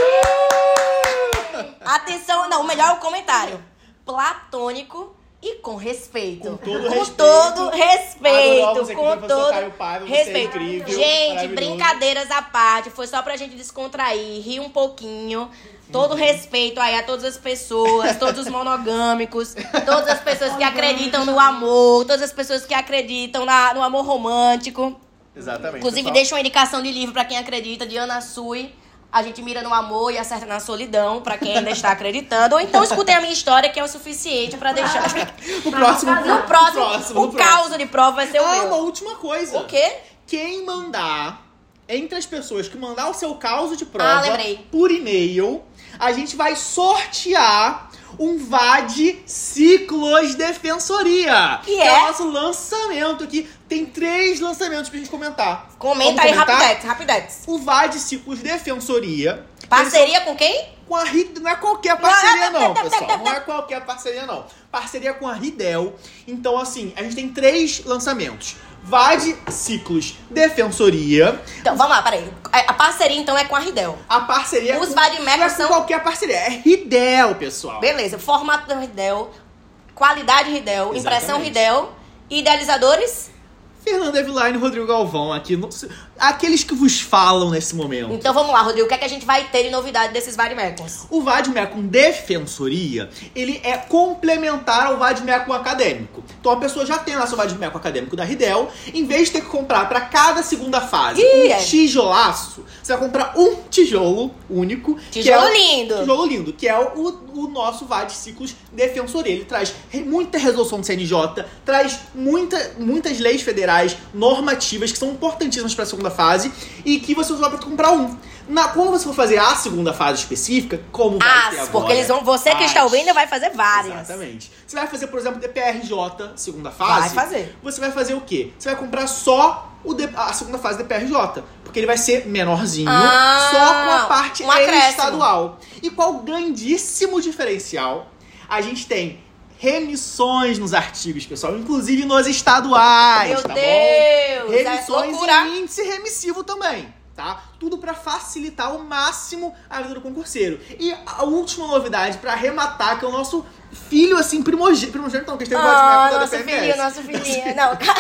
Atenção, não, o melhor é o comentário. Platônico e com respeito. Com todo com respeito. todo respeito. Adoramos aqui o Com professor todo Caio Paiva, você é respeito. incrível, Gente, maravilhoso. brincadeiras à parte, foi só pra gente descontrair, rir um pouquinho. Todo respeito aí a todas as pessoas, todos os monogâmicos, todas as pessoas que acreditam no amor, todas as pessoas que acreditam na, no amor romântico. Exatamente. Inclusive, pessoal. deixa uma indicação de livro pra quem acredita, de Ana Sui. A gente mira no amor e acerta na solidão, pra quem ainda está acreditando. Ou então escutem a minha história, que é o suficiente pra deixar. O próximo. No próximo, próximo, o no próximo. caos de prova vai ser o Ah, uma meu. última coisa. O quê? Quem mandar, entre as pessoas que mandar o seu caso de prova Ah, lembrei. por e-mail, a gente vai sortear um V A D Ciclos Defensoria. Que é é? o nosso lançamento aqui. Tem três lançamentos pra gente comentar. Comenta Vamos aí, comentar? rapidex, rapidex. O V A D Ciclos Defensoria. Parceria com quem? Eles são com a Ridel. Não é qualquer parceria, Não, não, não, não, pessoal. não, não. Não é qualquer parceria, não. Parceria com a Ridel. Então, assim, a gente tem três lançamentos. V A D Ciclos Defensoria. Então, vamos lá, peraí. A a parceria, então, é com a Ridel. A parceria Os com, Vadimecos não é com são- qualquer parceria, é Ridel, pessoal. Beleza, formato da Ridel, qualidade Ridel, impressão Exatamente. Ridel, idealizadores. Fernanda Eveline e Rodrigo Galvão aqui, no- aqueles que vos falam nesse momento. Então vamos lá, Rodrigo, o que é que a gente vai ter de novidade desses Vadimecos? O Vadimecum Defensoria, ele é complementar ao Vadimecum Acadêmico. Então a pessoa já tem lá seu Vadimecum Acadêmico da Ridel, em vez de ter que comprar para cada segunda fase Ih, um é. tijolaço, você vai comprar um tijolo único. que Tijolo é o- lindo. Tijolo lindo, que é o, o nosso V A D Ciclos Defensoria. Ele traz re- muita resolução do C N J, traz muita, muitas leis federais, normativas, que são importantíssimas para a segunda fase, e que você só vai comprar um. Na, quando você for fazer a segunda fase específica, como vai ter As, agora, porque eles vão, você que está as- ouvindo vai fazer várias. Exatamente. Você vai fazer, por exemplo, D P R J, segunda fase. Vai fazer. Você vai fazer o quê? Você vai comprar só o D- a segunda fase do D P R J. Porque ele vai ser menorzinho, Ah, só com a parte um acréscimo. estadual. E qual grandíssimo diferencial? A gente tem remissões nos artigos, pessoal. Inclusive nos estaduais, Meu tá bom? Deus, Remissões é loucura. e índice remissivo também, tá? Tudo pra facilitar ao máximo a vida do concurseiro. E a última novidade pra arrematar, que é o nosso filho, assim, primogênito. Primogênito não, que a gente tem Ah, da nosso D P M S. filhinho, nosso filhinho.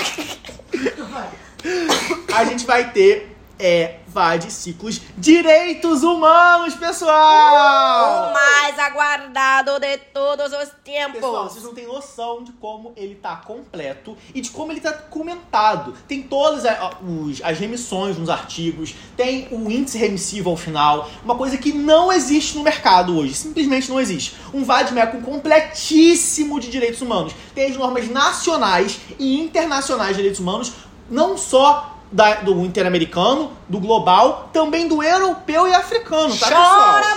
Não, A gente vai ter é, V A D Ciclos Direitos Humanos, pessoal! o mais aguardado de todos os tempos. Pessoal, vocês não têm noção de como ele tá completo e de como ele tá comentado. Tem todas a- os- as remissões nos artigos, tem o índice remissivo ao final, uma coisa que não existe no mercado hoje, simplesmente não existe. Um vademecum completíssimo de direitos humanos. Tem as normas nacionais e internacionais de direitos humanos, não só da- do interamericano, do global, também do europeu e africano, tá, Chora, pessoal?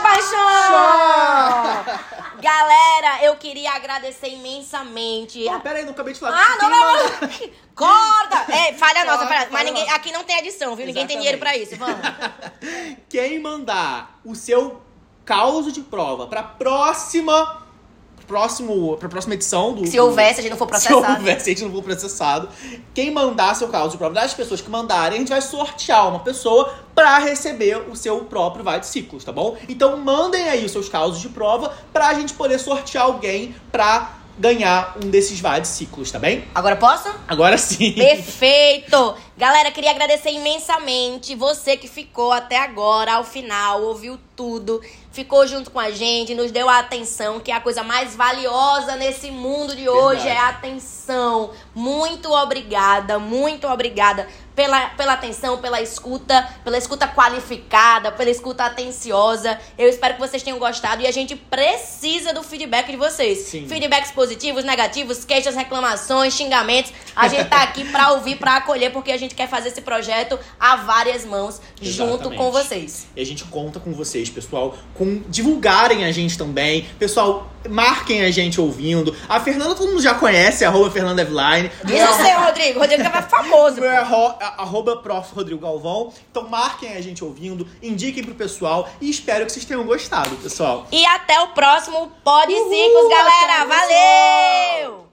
paixão! Galera, eu queria agradecer imensamente. Não, pera aí, não acabei de falar. Ah, não, Quem não, manda- não. Corta! É, falha nossa, Corta, falha. falha Mas ninguém, nossa. aqui não tem edição, viu? Ninguém tem Exatamente. dinheiro pra isso. Vamos. Quem mandar o seu caso de prova pra próxima próximo pra próxima edição do Se do- houver, se a gente não for se processado. houver, se a gente não for processado, quem mandar seu caso de prova, das pessoas que mandarem, a gente vai sortear uma pessoa pra receber o seu próprio V A D Ciclos, tá bom? Então mandem aí os seus casos de prova pra gente poder sortear alguém pra ganhar um desses V A D Ciclos, tá bem? Agora posso? Agora sim. Perfeito! Galera, queria agradecer imensamente você que ficou até agora, ao final, ouviu tudo, ficou junto com a gente, nos deu a atenção, que é a coisa mais valiosa nesse mundo de hoje, Verdade. é a atenção. Muito obrigada, muito obrigada pela, pela atenção, pela escuta, pela escuta qualificada, pela escuta atenciosa. Eu espero que vocês tenham gostado e a gente precisa do feedback de vocês. Sim. Feedbacks positivos, negativos, queixas, reclamações, xingamentos. A gente tá aqui pra ouvir, pra acolher, porque a gente quer fazer esse projeto a várias mãos, junto Exatamente. com vocês. E a gente conta com vocês, pessoal, com divulgarem a gente também. Pessoal, marquem a gente ouvindo. A Fernanda todo mundo já conhece, arroba Fernanda Eveline. Diz o seu, Rodrigo. Rodrigo que é famoso. Meu é pô. arro- arroba prof Rodrigo Galvão. Então marquem a gente ouvindo, indiquem pro pessoal e espero que vocês tenham gostado, pessoal. E até o próximo Pod Ciclos, Uhul, galera. até, pessoal. Valeu!